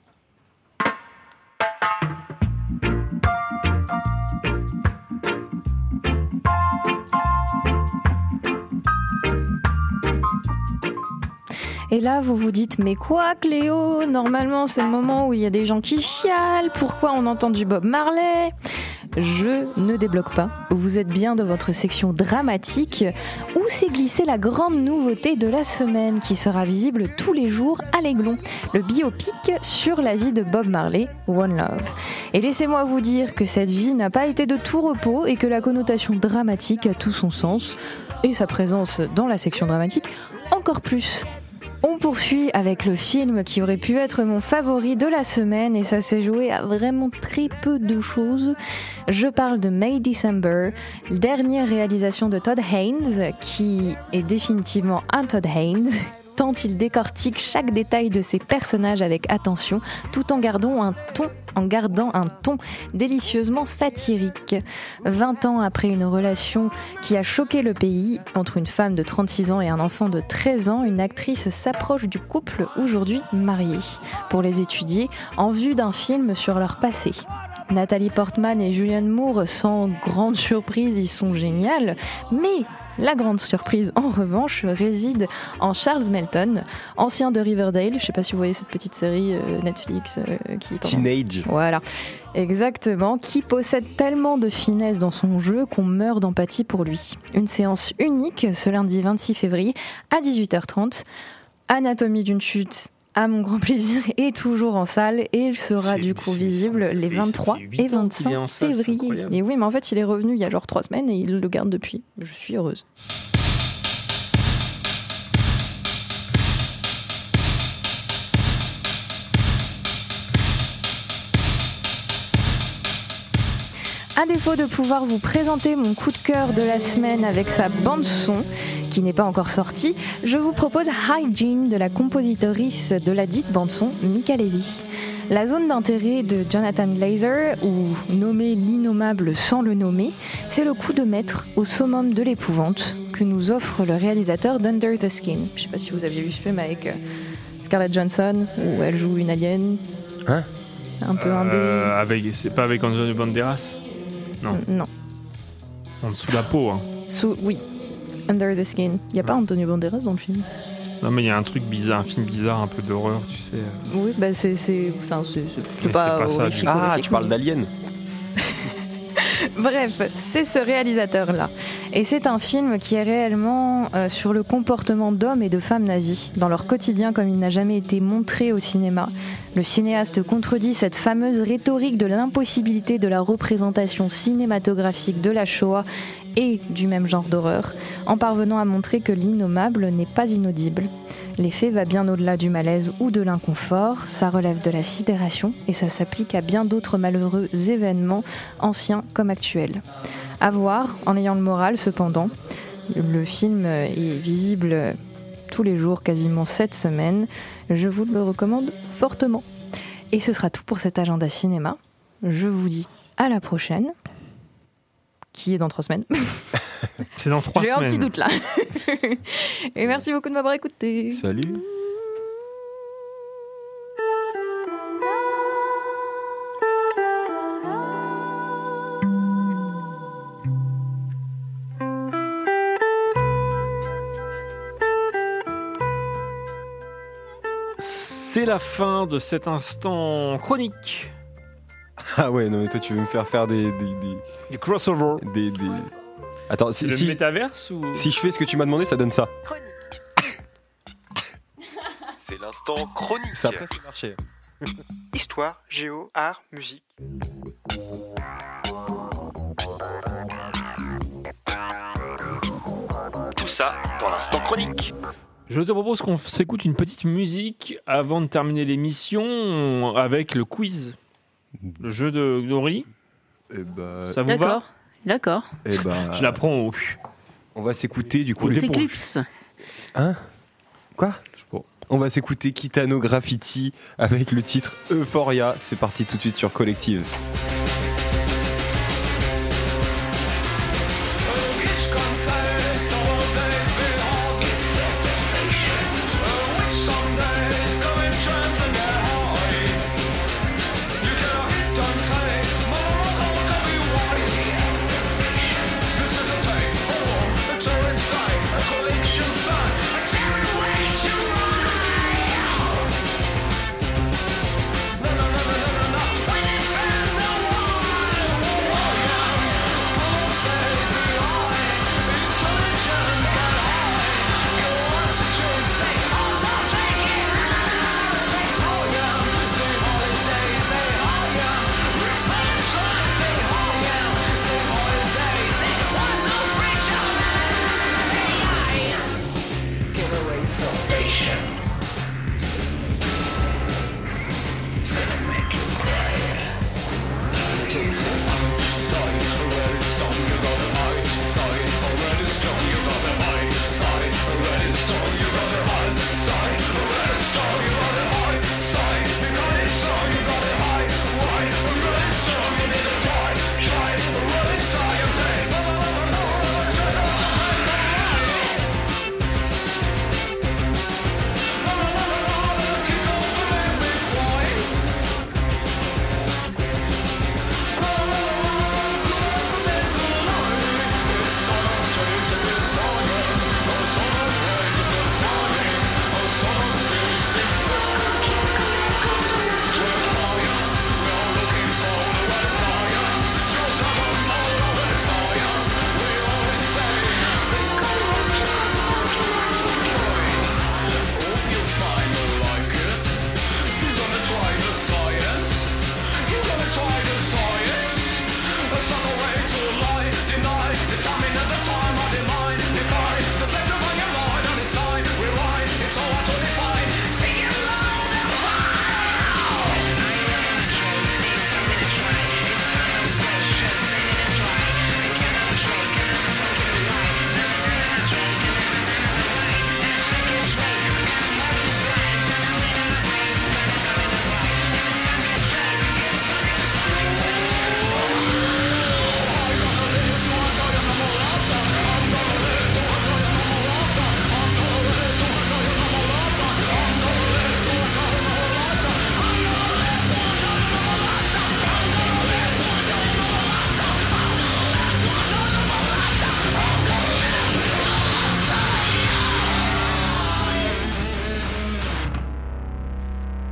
Et là, vous vous dites, mais quoi, Cléo ? Normalement, c'est le moment où il y a des gens qui chialent. Pourquoi on entend du Bob Marley ? Je ne débloque pas. Vous êtes bien dans votre section dramatique où s'est glissée la grande nouveauté de la semaine qui sera visible tous les jours à l'Aiglon, le biopic sur la vie de Bob Marley, One Love. Et laissez-moi vous dire que cette vie n'a pas été de tout repos et que la connotation dramatique a tout son sens et sa présence dans la section dramatique encore plus. On poursuit avec le film qui aurait pu être mon favori de la semaine et ça s'est joué à vraiment très peu de choses. Je parle de May December, dernière réalisation de Todd Haynes, qui est définitivement un Todd Haynes, tant il décortique chaque détail de ses personnages avec attention, tout en gardant un ton, en gardant un ton délicieusement satirique. vingt ans après une relation qui a choqué le pays, entre une femme de trente-six ans et un enfant de treize ans, une actrice s'approche du couple aujourd'hui marié, pour les étudier en vue d'un film sur leur passé. Nathalie Portman et Julianne Moore, sans grande surprise, y sont géniales, mais la grande surprise, en revanche, réside en Charles Melton, ancien de Riverdale. Je ne sais pas si vous voyez cette petite série euh, Netflix euh, qui... Teenage. Voilà, exactement, qui possède tellement de finesse dans son jeu qu'on meurt d'empathie pour lui. Une séance unique, ce lundi vingt-six février à dix-huit heures trente. Anatomie d'une chute, à mon grand plaisir, est toujours en salle et il sera C'est- du coup c'est- visible ça fait- les ça vingt-trois fait huit et ans qu'il est vingt-cinq en salle, c'est février. incroyable. Et oui, mais en fait, il est revenu il y a genre trois semaines et il le garde depuis. Je suis heureuse. À défaut de pouvoir vous présenter mon coup de cœur de la semaine avec sa bande-son, qui n'est pas encore sortie, je vous propose Hygiene de la compositrice de la dite bande-son, Mika Levy. La zone d'intérêt de Jonathan Glazer, ou nommer l'innommable sans le nommer, c'est le coup de maître au summum de l'épouvante que nous offre le réalisateur d'Under the Skin. Je ne sais pas si vous aviez vu ce film avec euh, Scarlett Johansson, où elle joue une alien. Hein Un peu indé. Euh, avec, c'est pas avec Antonio Banderas. Non. Non. En dessous de la peau. Hein. Sous, oui, Under the Skin. Il n'y a pas Antonio Banderas dans le film. Non, mais il y a un truc bizarre, un film bizarre, un peu d'horreur, tu sais. Oui, bah c'est, c'est, enfin, c'est, c'est, c'est Mais pas, c'est pas ça, horrifique, du coup. Ah, horrifique, tu parles mais- d'Alien. Bref, c'est ce réalisateur-là. Et c'est un film qui est réellement euh, sur le comportement d'hommes et de femmes nazis, dans leur quotidien comme il n'a jamais été montré au cinéma. Le cinéaste contredit cette fameuse rhétorique de l'impossibilité de la représentation cinématographique de la Shoah et du même genre d'horreur, en parvenant à montrer que l'innommable n'est pas inaudible. L'effet va bien au-delà du malaise ou de l'inconfort, ça relève de la sidération et ça s'applique à bien d'autres malheureux événements, anciens comme actuels. À voir, en ayant le moral cependant. Le film est visible tous les jours, quasiment cette semaine. Je vous le recommande fortement. Et ce sera tout pour cet agenda cinéma. Je vous dis à la prochaine, qui est dans trois semaines. C'est dans trois J'ai semaines. un petit doute là. Et merci beaucoup de m'avoir écouté. Salut. C'est la fin de cet instant chronique. Ah ouais, non mais toi tu veux me faire faire des... Des, des, des crossover. Des, des... Attends, si, Le si, métaverse ou... si je fais ce que tu m'as demandé, ça donne ça. C'est l'instant chronique. Ça a presque marché. Histoire, géo, art, musique. Tout ça dans l'instant chronique. Je te propose qu'on s'écoute une petite musique avant de terminer l'émission avec le quiz. Le jeu de Glory. Eh bah... Ça vous va? D'accord, d'accord. Eh bah... Je la prends au... On va s'écouter du coup... Au les- Eclipse. Hein? Quoi? Je sais pas. On va s'écouter Kitano Graffiti avec le titre Euphoria. C'est parti tout de suite sur Collective. No, no, no, no, no, no.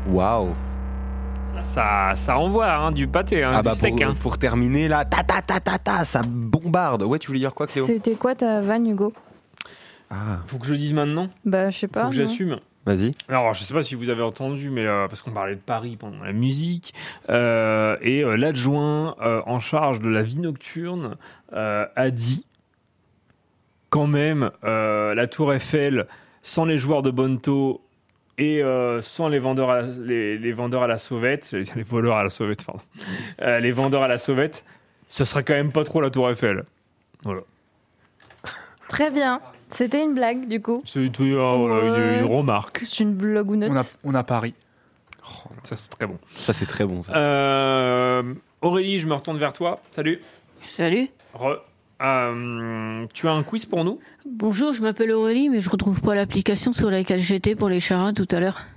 Waouh. Ça, ça, ça envoie hein, du pâté, hein, Ah du bah steak. pour, hein. pour terminer là, ta ta ta ta ta, ça bombarde. Ouais, tu voulais dire quoi, Cléo? C'était quoi ta vanne, Hugo? Ah. Faut que je le dise maintenant. Bah, je sais pas. Faut que non. j'assume. Vas-y. Alors, je sais pas si vous avez entendu, mais euh, parce qu'on parlait de Paris pendant la musique, euh, et euh, l'adjoint euh, en charge de la vie nocturne euh, a dit quand même euh, la Tour Eiffel sans les joueurs de Bonto et euh, sans les vendeurs à la, les, les vendeurs à la sauvette, j'allais dire les voleurs à la sauvette, pardon, euh, les vendeurs à la sauvette, ça serait quand même pas trop la Tour Eiffel. Voilà. Très bien. C'était une blague, du coup. C'est une, une, une remarque. C'est une blagounette. On a, on a Paris. Oh, ça, c'est très bon. Ça, c'est très bon. Ça. Euh, Aurélie, je me retourne vers toi. Salut. Salut. Re. Euh, tu as un quiz pour nous? Bonjour, je m'appelle Aurélie, mais je retrouve pas l'application sur laquelle j'étais pour les charades tout à l'heure.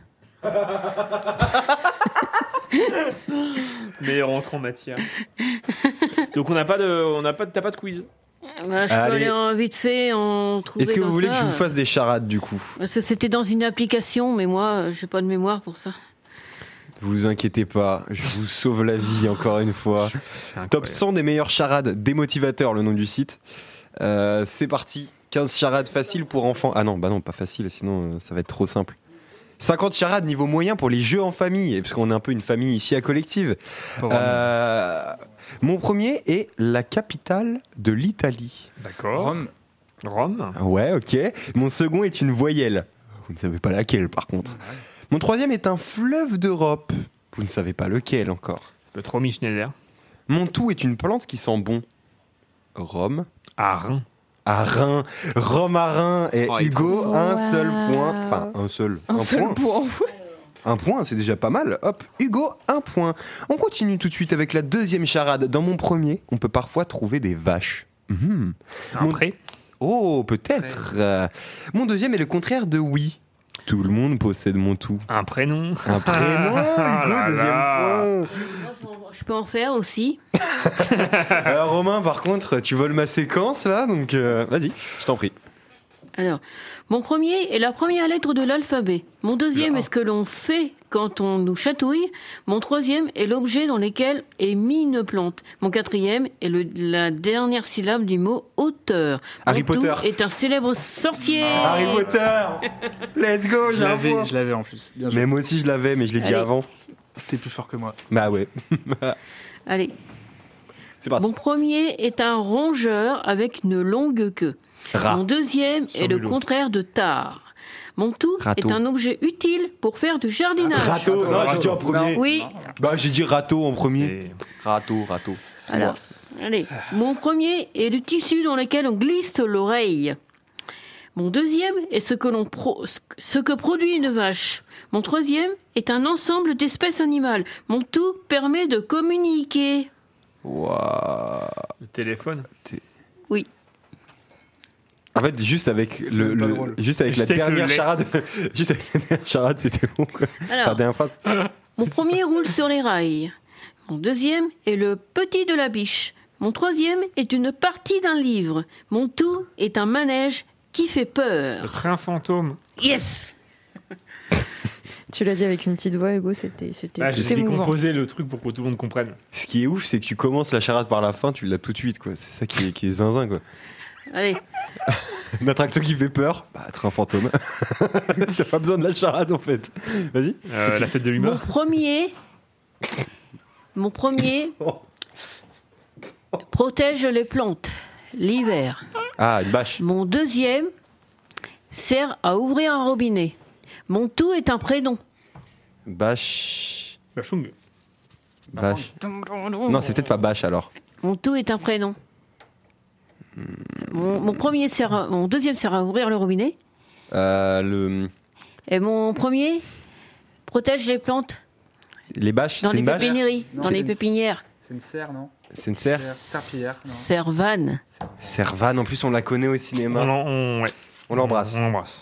Meilleur entrée en matière. Donc on n'a pas de, on n'a pas, de, t'as pas de quiz. Bah, je Allez. peux aller en vite fait en trouver. Est-ce que vous dans voulez ça. que je vous fasse des charades du coup? Parce que c'était dans une application, mais moi, euh, j'ai pas de mémoire pour ça. Vous inquiétez pas, je vous sauve la vie encore une fois. Top cent des meilleures charades démotivateurs, le nom du site. Euh, c'est parti, quinze charades faciles pour enfants. Ah non, bah non, pas facile, sinon euh, ça va être trop simple. cinquante charades niveau moyen pour les jeux en famille, parce qu'on est un peu une famille ici à Collective. Euh, mon premier est la capitale de l'Italie. D'accord. Rome. Rome. Ouais, ok. Mon second est une voyelle. Vous ne savez pas laquelle, par contre. Mon troisième est un fleuve d'Europe. Vous ne savez pas lequel encore. Le Romy Schneider. Mon tout est une plante qui sent bon. Rome. À Rhin. À Rhin. Rome à Rhin. Et Oh, il est Hugo, trop un fort. seul point. Enfin, un seul. Un, seul point. point. Un point, c'est déjà pas mal. Hop, Hugo, un point. On continue tout de suite avec la deuxième charade. Dans mon premier, on peut parfois trouver des vaches. Mhm. Un Mon- pré. Oh, peut-être. Euh, Mon deuxième est le contraire de oui. Tout le monde possède mon tout. Un prénom. Un prénom, Ah Hugo, là deuxième là. fois. Je peux en faire aussi. Alors Romain, par contre, tu voles ma séquence là, donc euh, vas-y, je t'en prie. Alors, mon premier est la première lettre de l'alphabet. Mon deuxième est ce que l'on fait quand on nous chatouille. Mon troisième est l'objet dans lequel est mis une plante. Mon quatrième est le- la dernière syllabe du mot auteur. Mon Harry Potter. tout est un célèbre sorcier. Harry Potter. Let's go, Je j'ai un l'avais, point. je l'avais en plus. Bien joué. Mais moi aussi je l'avais, mais je l'ai dit Allez. avant. T'es plus fort que moi. Bah ouais. Allez. C'est parti. Mon premier est un rongeur avec une longue queue. Rat. Mon deuxième est le Samuelo. contraire de tard. Mon tout Râteau. est un objet utile pour faire du jardinage. Râteau, non, j'ai dit en premier. Oui. Bah j'ai dit râteau en premier. Râteau, râteau. Alors, allez. Mon premier est le tissu dans lequel on glisse l'oreille. Mon deuxième est ce que, l'on pro- ce que produit une vache. Mon troisième est un ensemble d'espèces animales. Mon tout permet de communiquer. Waouh. Le téléphone. Oui. En fait, juste avec C'est le, pas le- drôle. juste avec Juste la avec le dernière lait. charade, juste avec la dernière charade, c'était bon quoi. Alors. La dernière phrase. Mon premier roule sur les rails. Mon deuxième est le petit de la biche. Mon troisième est une partie d'un livre. Mon tout est un manège qui fait Le peur. train fantôme. Yes. Tu l'as dit avec une petite voix, Hugo, c'était c'était Ah, j'ai c'est émouvant. décomposé le truc pour que tout le monde comprenne. Ce qui est ouf, c'est que tu commences la charade par la fin, tu l'as tout de suite quoi. C'est ça qui est, qui est zinzin quoi. Allez. Une attraction qui fait peur, bah train fantôme. T'as pas besoin de la charade en fait. Vas-y. Euh, la fête de Mon l'humeur. premier. Mon premier. Protège les plantes l'hiver. Ah, une bâche. Mon deuxième sert à ouvrir un robinet. Mon tout est un prénom. Bâche. Bachung. Bâche. Non, c'est peut-être pas bâche alors. Mon tout est un prénom. Mon, mon premier sert à- mon deuxième sert à ouvrir le robinet. Euh, le... Et mon premier protège les plantes Les bâches, dans c'est les une bâche. pépineries, Non, dans c'est les une- pépinières. C'est une serre, non? C'est une serre. Serpillière. non. Servane. Servane, en plus on la connaît au cinéma. On, l'en- on- ouais. On l'embrasse. On l'embrasse.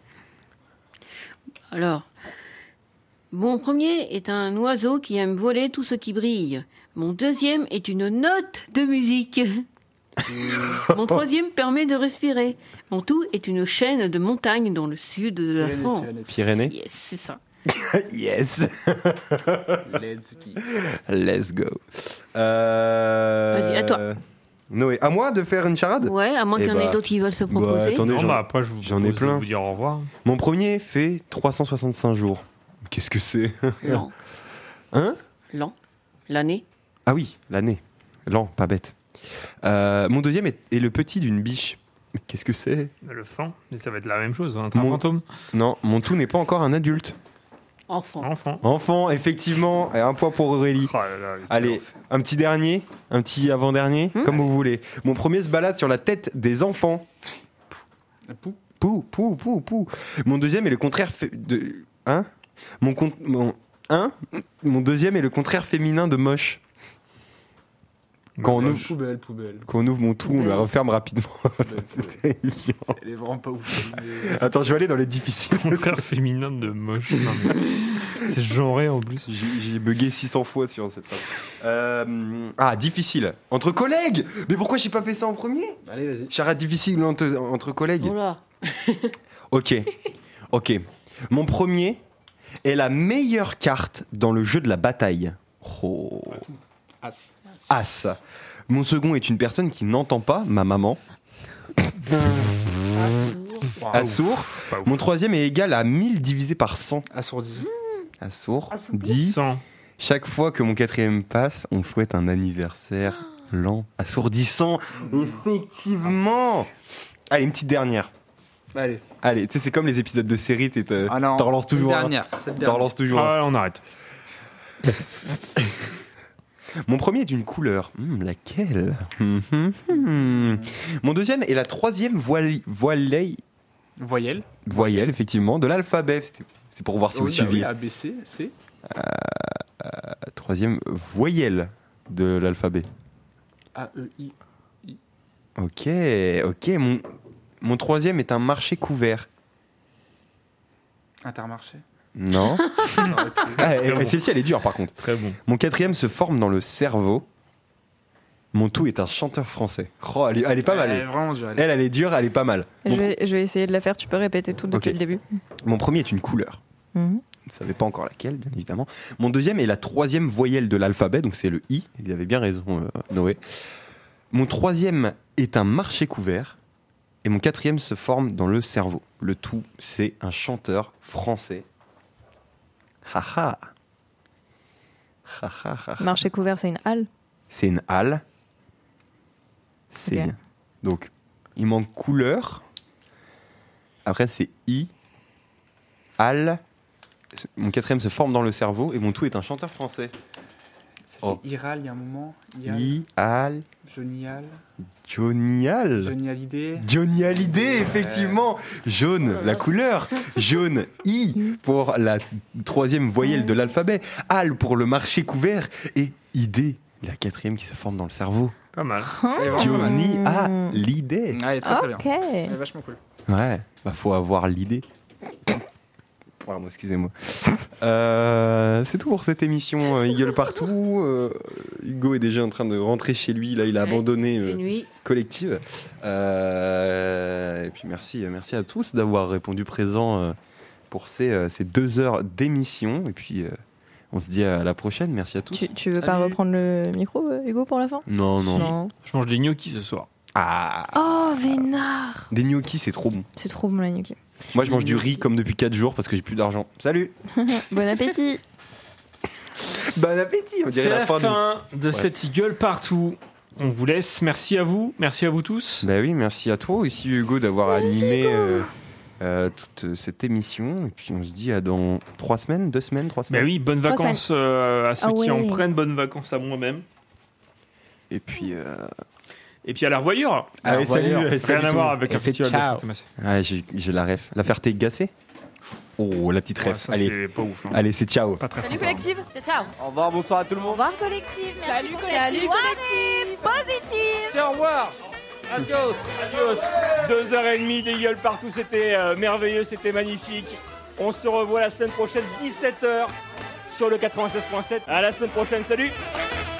Alors, mon premier est un oiseau qui aime voler tout ce qui brille. Mon deuxième est une note de musique. Mon troisième permet de respirer. Mon tout est une chaîne de montagnes dans le sud de la Pyrénées, France. Pyrénées. Pyrénées. Yes, c'est ça. Yes. Let's go. Let's go. Euh... Vas-y, à toi. Noé, à moi de faire une charade? Ouais, à moins Eh qu'il y en ait bah, d'autres qui veulent se bah, proposer. attendez, Non, j'en, bah, après, je vous j'en ai propose de plein. vous dire au revoir. Mon premier fait trois cent soixante-cinq jours. Qu'est-ce que c'est? L'an. Hein? L'an. L'année. Ah oui, l'année. L'an, pas bête. Euh, mon deuxième est, est le petit d'une biche. Qu'est-ce que c'est? Le fan, mais ça va être la même chose, un train Mon- fantôme. Non, mon tout n'est pas encore un adulte. Enfant. Enfant. Enfant, effectivement. Et un point pour Aurélie. Oh là là, le Allez, un petit dernier, un petit avant-dernier, Hmm. comme vous voulez. Mon premier se balade sur la tête des enfants. Pou. Pou, pou, pou, pou. Mon deuxième est le contraire fé- de... Hein? Mon, con- mon... Hein? Mon deuxième est le contraire féminin de moche. Quand on, ouvre, Poubelle, poubelle. quand on ouvre mon tout, on le referme rapidement. C'était évident. Elle est vraiment pas ouf. mais- Attends, je vais aller dans les difficiles. contraire féminin de moche. Non, mais c'est genré en plus. J'ai, j'ai bugué six cents fois sur cette phrase. Euh, ah, difficile. Entre collègues. Mais pourquoi j'ai pas fait ça en premier? Allez, vas-y. Charade difficile entre, entre collègues. Oh là. Ok. Ok. Mon premier est la meilleure carte dans le jeu de la bataille. Oh. As. As. Mon second est une personne qui n'entend pas, ma maman. Assourd. Assourd. Pas ouf. Mon troisième est égal à mille divisé par cent. Assourdi. Assourd. Dit. cent. Chaque fois que mon quatrième passe, on souhaite un anniversaire lent, assourdissant. Effectivement. Allez, une petite dernière. Allez. Allez, tu sais, c'est comme les épisodes de série, tu te- Ah non. t'en relances toujours. Cette un. dernière. Cette T'en dernière. relances toujours. un. Ah, on arrête. Mon premier est d'une couleur. Hmm, laquelle? Hum, hum, hum. Mon deuxième est la troisième voile, voile, Voyelle. voyelle, effectivement, de l'alphabet. C'était, c'était pour voir si Oh, vous bah suiviez. oui, A, B, C, C. Troisième voyelle de l'alphabet. A, E, I. Ok, ok. Mon, mon troisième est un marché couvert. Intermarché. Non. Ah, et- et celle-ci, elle est dure par contre. Très bon. Mon quatrième se forme dans le cerveau. Mon tout est un chanteur français. Oh, elle, est, elle est pas mal. Elle est Elle, vraiment dure. elle, elle est dure, elle est pas mal. Je Mon, vais, je vais essayer de la faire, tu peux répéter tout depuis Ok. le début. mon premier est une couleur. Mhm. Vous ne savez pas encore laquelle, bien évidemment. Mon deuxième est la troisième voyelle de l'alphabet, donc c'est le I. Il avait bien raison, euh, Noé. Mon troisième est un marché couvert. Et mon quatrième se forme dans le cerveau. Le tout, c'est un chanteur français. Haha. Ha, ha, ha, ha. Marché couvert, c'est une halle. C'est une halle. C'est Ok. bien. Donc, il manque couleur. Après, c'est I. Halle. Mon quatrième se forme dans le cerveau. Et mon tout est un chanteur français. Ça fait Oh. Iral, il y a un moment. Iral. I, Hal, Johnny Hal. Johnny Hal. Johnny Hallyday. Johnny Hallyday, effectivement. Jaune, la couleur. Jaune, I pour la troisième voyelle de l'alphabet. Hal pour le marché couvert. Et idée, la quatrième qui se forme dans le cerveau. Pas mal. Elle est vraiment pas mal. Johnny Hallyday. Ah, elle est très très bien. Ok. Elle est vachement cool. Ouais, bah faut avoir l'idée. Pardon, excusez-moi. Euh, c'est tout pour cette émission euh, Eagle Partout. Euh, Hugo est déjà en train de rentrer chez lui. Là, il a Ouais, abandonné c'est euh, nuit. Collective. Euh, et puis merci, merci à tous d'avoir répondu présent euh, pour ces, euh, ces deux heures d'émission. Et puis euh, on se dit à la prochaine. Merci à tous. Tu, tu veux pas reprendre le micro, euh, Hugo, pour la fin? Non, non. Non. Je mange des gnocchis ce soir. Ah, Oh, vénard! des gnocchis, c'est trop bon. C'est trop bon, la gnocchi. Moi, je mange du riz comme depuis quatre jours parce que j'ai plus d'argent. Salut. Bon appétit! Bon appétit. On dirait C'est la, la fin, fin du- de Ouais. cette Eagle Partout. On vous laisse. Merci à vous. Merci à vous tous. Bah oui, merci à toi aussi Hugo d'avoir animé euh, euh, toute cette émission. Et puis on se dit à dans trois semaines, deux semaines, trois Bah semaines. oui, bonnes Trois vacances euh, à ceux Ah qui en ouais. prennent. Bonnes vacances à moi-même. Et puis. Euh... Et puis à la revoyure. Allez, salut, Rien allez, salut à tout le voir monde. avec Et un c'est festival de ciao. Fantomas. Ouais, j'ai, j'ai la ref. La Ferté-Gassé. Oh, la petite Ouais, ref. ça, Allez, c'est pas ouf. hein. allez, c'est ciao. Pas très Salut sympa. collective, ciao ciao. Au revoir, bonsoir à tout le Au monde. revoir collective, merci. Salut, Salut collective. collective, positive. Tiens, au revoir. Adios, adios. Deux heures et demie d'Eagle Partout, c'était euh, merveilleux, c'était magnifique. On se revoit la semaine prochaine, dix-sept heures, sur le quatre-vingt-seize point sept. À la semaine prochaine, salut.